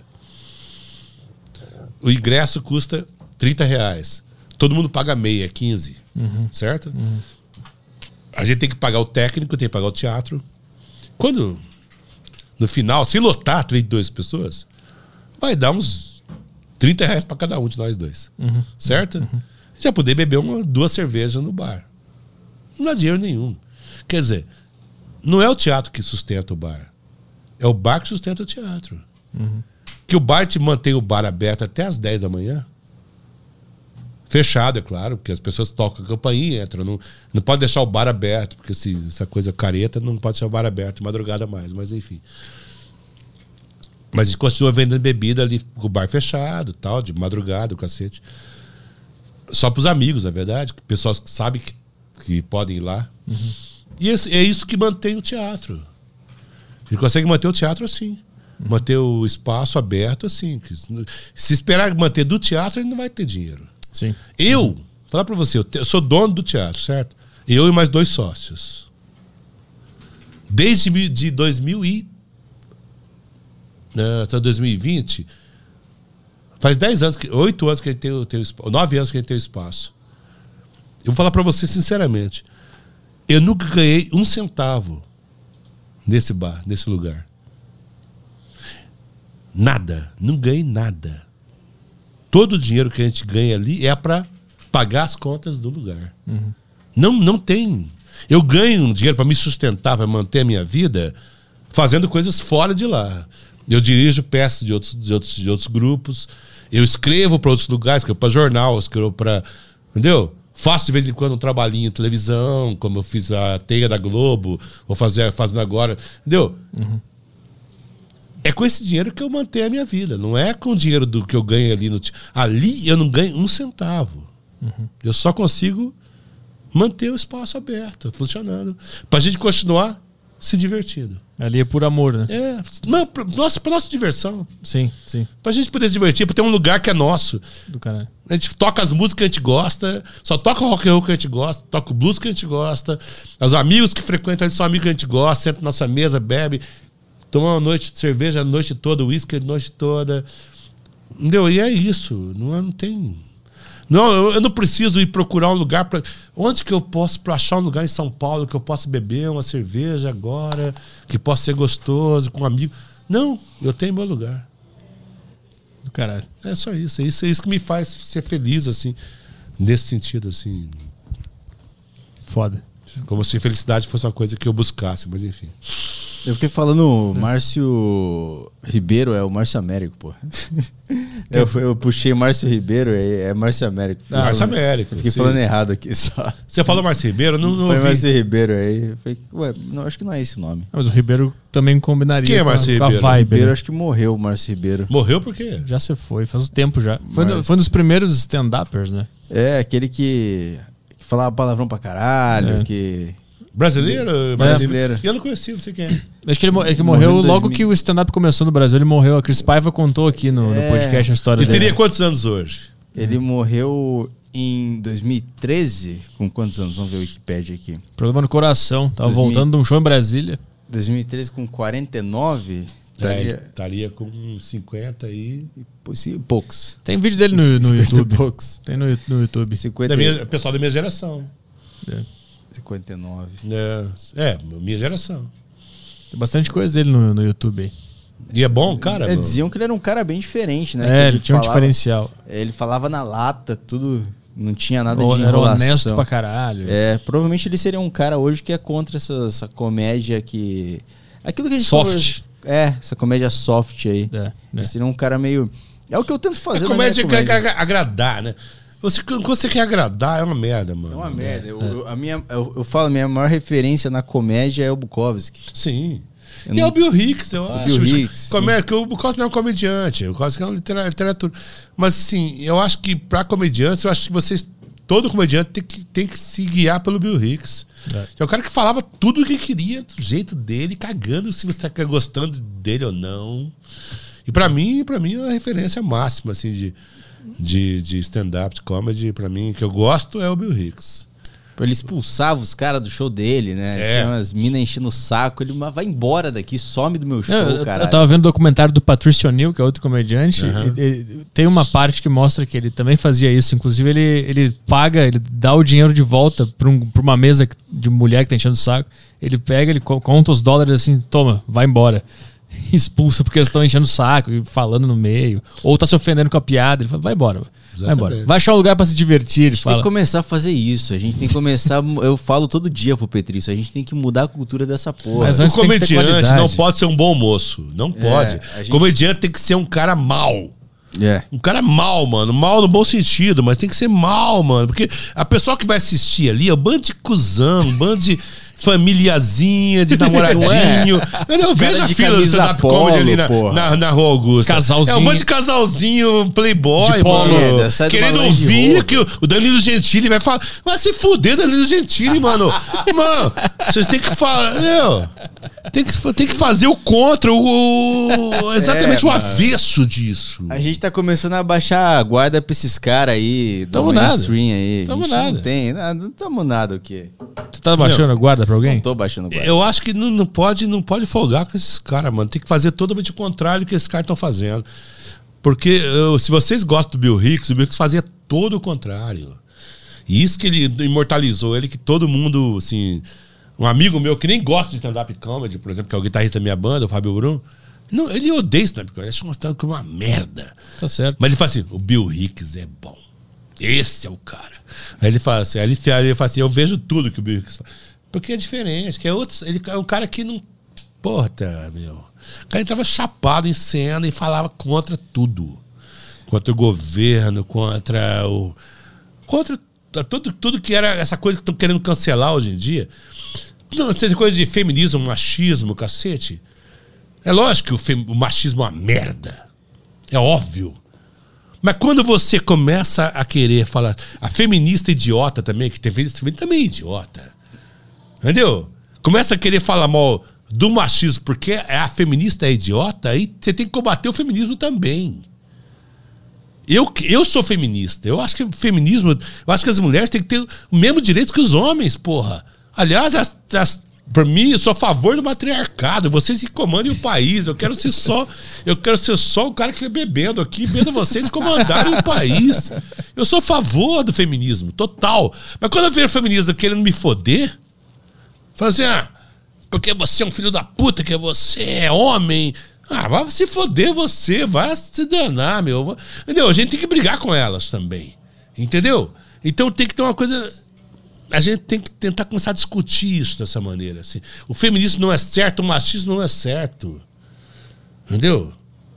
O ingresso custa R$30. Todo mundo paga meia, 15. Certo? A gente tem que pagar o técnico, tem que pagar o teatro. Quando, no final, se lotar 32 pessoas, vai dar uns R$30 para cada um de nós dois. Certo? Já poder beber 2 cervejas no bar. Não dá dinheiro nenhum. Quer dizer, não é o teatro que sustenta o bar. É o bar que sustenta o teatro. Que o bar te mantém o bar aberto até as 10 da manhã. Fechado, é claro, porque as pessoas tocam a campainha, entram. Não pode deixar o bar aberto, porque essa coisa careta não pode deixar o bar aberto de madrugada mais, mas enfim. Mas a gente continua vendendo bebida ali com o bar fechado, tal, de madrugada, o cacete. Só para os amigos, na verdade, pessoas que sabem que podem ir lá. E é isso que mantém o teatro. A gente consegue manter o teatro assim. Manter o espaço aberto assim. Se esperar manter do teatro, ele não vai ter dinheiro. Sim. Eu, falar para você, eu sou dono do teatro, certo? Eu e mais 2 sócios. Desde 2020, faz 10 anos, 8 anos que a gente tem o espaço, 9 anos que a gente tem o espaço. Eu vou falar para você sinceramente, eu nunca ganhei 1 centavo nesse bar, nesse lugar. Nada, não ganhei nada. Todo o dinheiro que a gente ganha ali é para pagar as contas do lugar. Não tem. Eu ganho dinheiro para me sustentar, para manter a minha vida, fazendo coisas fora de lá. Eu dirijo peças de outros grupos, eu escrevo para outros lugares, escrevo para jornal, escrevo para... Entendeu? Faço de vez em quando um trabalhinho em televisão, como eu fiz a Teia da Globo, vou fazendo agora. Entendeu? é com esse dinheiro que eu mantenho a minha vida. Não é com o dinheiro do que eu ganho ali. Ali eu não ganho um centavo. Eu só consigo manter o espaço aberto, funcionando. Pra gente continuar se divertindo. Ali é por amor, né? Não, pra nossa diversão. Sim, sim. Pra gente poder se divertir, pra ter um lugar que é nosso. Do caralho. A gente toca as músicas que a gente gosta, só toca o rock and roll que a gente gosta, toca o blues que a gente gosta. Os amigos que frequentam a gente são amigos que a gente gosta, senta na nossa mesa, bebe, toma uma noite de cerveja a noite toda, uísque a noite toda. Entendeu? E é isso. Não tem... Não, eu não preciso ir procurar um lugar para. Onde que eu posso achar um lugar em São Paulo que eu possa beber uma cerveja agora, que possa ser gostoso, com um amigo? Não, eu tenho meu lugar. Do caralho. É só isso. É isso que me faz ser feliz, assim, nesse sentido, assim. Foda. Como se felicidade fosse uma coisa que eu buscasse, mas enfim. Eu fiquei falando Márcio Ribeiro, é o Márcio Américo, pô. Eu puxei Márcio Ribeiro, é Márcio Américo. Márcio Américo. Eu fiquei falando errado aqui só. Você falou Márcio Ribeiro? Não Foi ouvi. Márcio Ribeiro aí. Eu falei, ué, não, acho que não é esse o nome. Mas o Ribeiro também combinaria Quem é Márcio com a Ribeiro? vibe. Ribeiro, Né? acho que morreu o Márcio Ribeiro. Morreu por quê? Já se foi, faz um tempo já. Foi Mas- um dos primeiros stand-uppers, né? É, aquele que falava palavrão pra caralho, É. que... Brasileiro? Brasileiro. E eu não conheci, não sei quem é. Acho que ele morreu Morreu em logo 2000. que o stand-up começou no Brasil. Ele morreu. A Cris Paiva contou aqui no podcast a história Ele dele. teria quantos anos hoje? Ele morreu em 2013. Com quantos anos? Vamos ver o Wikipedia aqui. Problema no coração. Tava 2000. voltando de um show em Brasília. 2013 com 49. Estaria com 50 e... Poucos. Tem vídeo dele no 50 YouTube. poucos. Tem no YouTube. 50, Pessoal da minha geração. 59. Minha geração. Tem bastante coisa dele no YouTube aí. E é bom, cara? É, diziam que ele era um cara bem diferente, né? É, Que ele tinha um falava- diferencial. Ele falava na lata, tudo. Não tinha nada de Era enrolação. honesto pra caralho. É, provavelmente ele seria um cara hoje que é contra essa comédia que... Aquilo que a gente Soft. essa comédia soft aí. É, né? Ele seria um cara meio... É o que eu tento fazer A na minha comédia comédia. quer agradar, né? Quando você quer agradar, é uma merda, mano. É uma merda. Eu falo, a minha maior referência na comédia é o Bukowski. Sim. Eu E é não- o Bill Hicks, eu acho. Bill Hicks, Que o Bukowski não é um comediante, o Bukowski é uma literatura. Mas, assim, eu acho que pra comediantes, eu acho que vocês... Todo comediante tem que se guiar pelo Bill Hicks. Que é o cara que falava tudo o que queria, do jeito dele, cagando se você tá gostando dele ou não. E pra mim é uma referência máxima, assim, de stand-up, de comedy, pra mim, que eu gosto é o Bill Hicks. Ele expulsava os caras do show dele, né? É. Tinha umas minas enchendo o saco. Ele vai embora daqui, some do meu show, Eu cara. tava vendo o documentário do Patrício O'Neill, que é outro comediante. E tem uma parte que mostra que ele também fazia isso. Inclusive, ele dá o dinheiro de volta pra uma mesa de mulher que tá enchendo o saco. Ele pega, ele conta os dólares assim, toma, vai embora. Expulsa porque eles estão enchendo o saco e falando no meio. Ou tá se ofendendo com a piada. Ele fala, vai embora. Vai embora. Vai achar um lugar pra se divertir. Ele Tem fala. que começar a fazer isso. A gente tem que começar. Eu falo todo dia pro Petrício. A gente tem que mudar a cultura dessa porra. Mas O antes tem que ter comediante qualidade. não pode ser um bom moço. Não pode. a gente- Comediante tem que ser um cara mau. É. Um cara mal, mano. Mal no bom sentido, mas tem que ser mal, mano. Porque a pessoa que vai assistir ali é um bando de cuzão, um bando de familiazinha, de namoradinho. Eu vejo a de fila do camisa stand-up polo, comedy ali porra. na Rua Augusta. Casalzinho. É um bando de casalzinho playboy, De polo. mano. Sai do Querendo Land ouvir Rover. que o Danilo Gentili vai falar. Vai se fuder, Danilo Gentili, mano. Mano, vocês têm que falar. Tem que fazer o contra, exatamente o mano. avesso disso. A gente tá começando a baixar a guarda pra esses caras aí. Do Tamo nada. mainstream aí. Tamo A gente nada. Não tem. Não tamo nada o quê? Tu tá baixando a guarda pra alguém? Não tô baixando guarda. Eu acho que não pode folgar com esses caras, mano. Tem que fazer totalmente o contrário do que esses caras estão fazendo. Porque se vocês gostam do Bill Hicks, o Bill Hicks fazia todo o contrário. E isso que ele imortalizou ele, que todo mundo, assim... Um amigo meu que nem gosta de stand-up comedy, por exemplo, que é o guitarrista da minha banda, o Fábio Brum, não, ele odeia stand-up comedy, ele acha mostrando como uma merda. Tá certo. Mas ele fala assim, o Bill Hicks é bom. Esse é o cara. Aí ele fala assim, ele fala assim, eu vejo tudo que o Bill Hicks faz. Porque é diferente, que é outro, ele é um cara que não... Porra, meu... O cara entrava chapado em cena e falava contra tudo. Contra o governo, contra tudo que era essa coisa que estão querendo cancelar hoje em dia. Não, seja coisa de feminismo, machismo, cacete. É lógico que o machismo é uma merda. É óbvio. Mas quando você começa a querer falar... A feminista idiota também, que tem feminista também é idiota. Entendeu? Começa a querer falar mal do machismo porque a feminista é idiota, aí você tem que combater o feminismo também. Eu sou feminista. Eu acho que o feminismo... Eu acho que as mulheres têm que ter o mesmo direito que os homens, porra. Aliás, por mim, eu sou a favor do matriarcado. Vocês que comandem o país. Eu quero ser só o cara que fica bebendo aqui, vendo vocês comandarem o país. Eu sou a favor do feminismo, total. Mas quando eu vejo o feminismo querendo me foder, fala assim, porque você é um filho da puta, que você é homem. Vai se foder você, vai se danar, meu. Entendeu? A gente tem que brigar com elas também. Entendeu? Então tem que ter uma coisa... A gente tem que tentar começar a discutir isso dessa maneira. Assim. O feminismo não é certo, o machismo não é certo. Entendeu?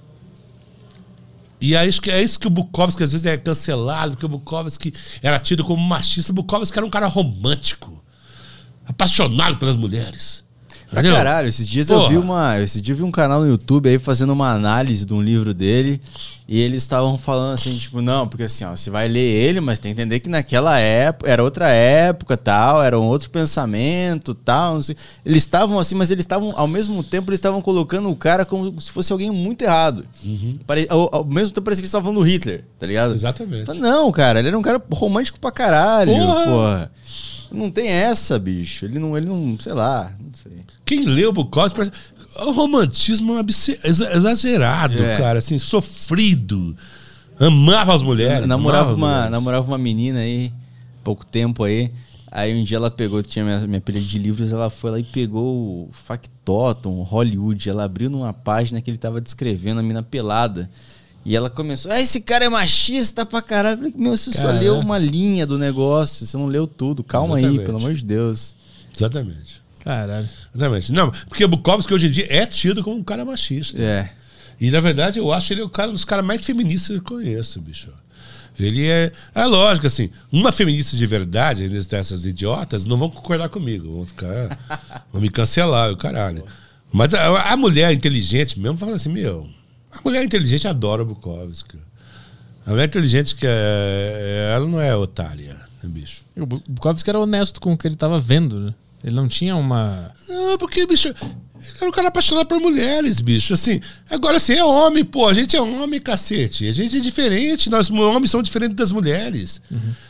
E é isso que o Bukowski às vezes é cancelado, porque o Bukowski era tido como machista. O Bukowski era um cara romântico, apaixonado pelas mulheres. Pra caralho, esses dias eu vi um canal no YouTube aí fazendo uma análise de um livro dele e eles estavam falando assim, tipo, não, porque assim, ó, você vai ler ele, mas tem que entender que naquela época, era outra época, tal, era um outro pensamento, tal, não sei. Eles estavam assim, mas eles estavam, ao mesmo tempo, eles estavam colocando o cara como se fosse alguém muito errado. Ao mesmo tempo parecia que eles estavam falando do Hitler, tá ligado? Exatamente. Mas não, cara, ele era um cara romântico pra caralho, porra. Não tem essa, bicho. Ele não, sei lá, não sei. Quem leu o Bukowski parece... O romantismo exagerado, cara, assim, sofrido. Amava as mulheres. Namorava uma menina aí, pouco tempo aí. Aí um dia ela pegou, tinha minha pilha de livros, ela foi lá e pegou o Factotum, Hollywood. Ela abriu numa página que ele tava descrevendo a mina pelada. E ela começou, esse cara é machista pra caralho. Eu falei, meu, você só leu uma linha do negócio, você não leu tudo. Calma aí, pelo amor de Deus. Exatamente. Caralho. Exatamente. Não, porque o Bukowski hoje em dia é tido como um cara machista. É. E na verdade eu acho ele um dos caras mais feministas que eu conheço, bicho. Ele é lógico, assim, uma feminista de verdade, dessas idiotas, não vão concordar comigo. Vão me cancelar, o caralho. Mas a mulher inteligente mesmo fala assim, meu... A mulher inteligente adora o Bukowski. A mulher inteligente ela não é otária, né, bicho? O Bukowski era honesto com o que ele tava vendo, né? Ele não tinha uma... Não, porque, bicho, ele era um cara apaixonado por mulheres, bicho. Assim, agora, assim, é homem, pô. A gente é homem, cacete. A gente é diferente. Nós, homens, somos diferentes das mulheres.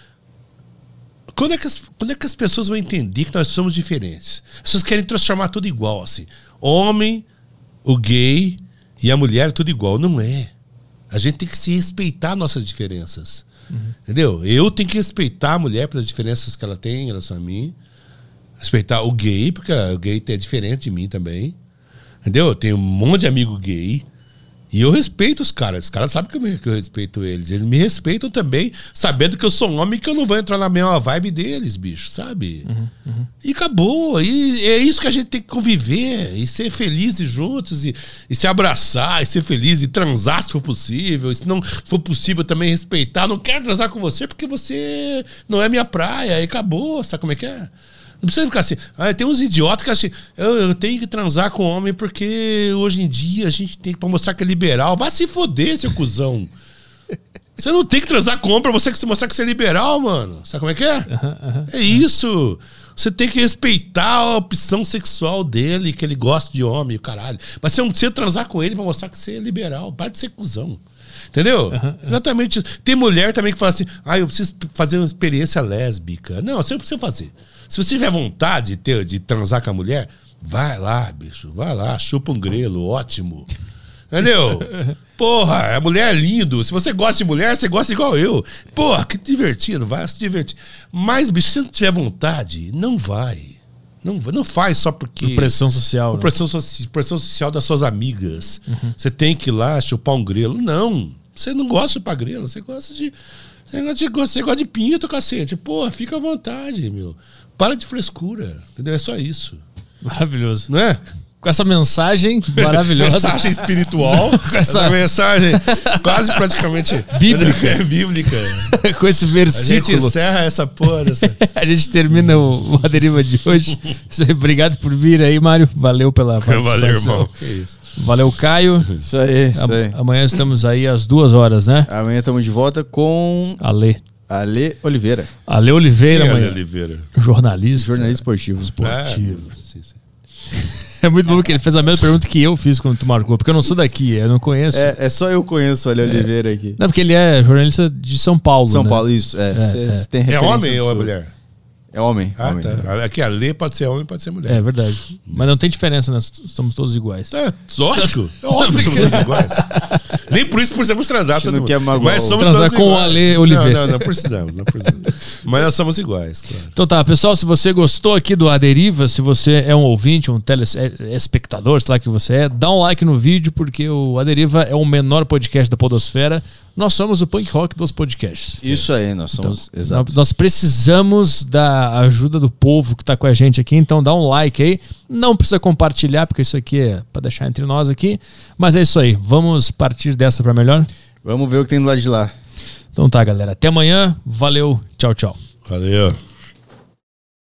Quando é que as pessoas vão entender que nós somos diferentes? As pessoas querem transformar tudo igual, assim. Homem, o gay... E a mulher é tudo igual. Não é. A gente tem que se respeitar nossas diferenças. Entendeu? Eu tenho que respeitar a mulher pelas diferenças que ela tem em relação a mim. Respeitar o gay, porque o gay é diferente de mim também. Entendeu? Eu tenho um monte de amigo gay. E eu respeito os caras. Os caras sabem que eu respeito eles. Eles me respeitam também, sabendo que eu sou um homem e que eu não vou entrar na mesma vibe deles, bicho, sabe? E acabou. E é isso que a gente tem que conviver. E ser felizes juntos. E se abraçar. E ser feliz. E transar se for possível. E se não for possível também respeitar. Não quero transar com você porque você não é minha praia. E acabou. Sabe como é que é? Não precisa ficar assim. Tem uns idiotas que assim, eu tenho que transar com homem porque hoje em dia a gente tem que mostrar que é liberal. Vai se foder, seu cuzão. Você não tem que transar com homem pra você mostrar que você é liberal, mano. Sabe como é que é? É isso. Você tem que respeitar a opção sexual dele, que ele gosta de homem, o caralho. Mas você não precisa transar com ele pra mostrar que você é liberal. Para de ser cuzão. Entendeu? Exatamente isso. Tem mulher também que fala assim, eu preciso fazer uma experiência lésbica. Não, você não precisa fazer. Se você tiver vontade de transar com a mulher, vai lá, bicho. Vai lá, chupa um grelo, ótimo. Entendeu? Porra, a mulher é lindo. Se você gosta de mulher, você gosta igual eu. Porra, que divertido, vai se divertir. Mas, bicho, se você não tiver vontade, não vai. Não faz só porque... Pressão social. Né? Pressão social das suas amigas. Você tem que ir lá chupar um grelo. Não, você não gosta de chupar grelo. Você gosta de... Você gosta de pinto, cacete. Pô, fica à vontade, meu. Para de frescura, entendeu? É só isso. Maravilhoso. Não é? com essa mensagem maravilhosa. Mensagem espiritual. Essa mensagem quase praticamente bíblica. Bíblica. Com esse versículo. A gente encerra essa porra. A gente termina o A Deriva de hoje. Obrigado por vir aí, Mário. Valeu pela participação. Valeu, irmão. Que isso. Valeu, Caio. Isso aí. Amanhã estamos aí às 2 horas, né? Amanhã estamos de volta com Ale Oliveira. Ale Oliveira Quem é amanhã. Ale Oliveira? Jornalista esportivo. Sim. É muito bom que ele fez a mesma pergunta que eu fiz quando tu marcou, porque eu não sou daqui, eu não conheço. Só eu conheço o Ale Oliveira aqui. Não, porque ele é jornalista de São Paulo. São né? Paulo, isso. Você tem referência homem ou é mulher? É homem. Tá. Aqui a lei pode ser homem, pode ser mulher. É verdade. Mas não tem diferença, nós estamos todos iguais. Lógico. É óbvio que somos todos iguais. Nem por isso precisamos transar todo mundo. Mas somos transar todos com iguais. o Ale Oliveira. Não precisamos. Mas nós somos iguais, claro. Então tá, pessoal, se você gostou aqui do A Deriva, se você é um ouvinte, um telespectador, sei lá que você é, dá um like no vídeo, porque o A Deriva é o menor podcast da podosfera. Nós somos o punk rock dos podcasts. Isso aí, nós somos. Exato. Nós precisamos da ajuda do povo que tá com a gente aqui, então dá um like aí. Não precisa compartilhar, porque isso aqui é pra deixar entre nós aqui. Mas é isso aí, vamos partir dessa pra melhor? Vamos ver o que tem do lado de lá. Então tá, galera. Até amanhã. Valeu. Tchau, tchau. Valeu.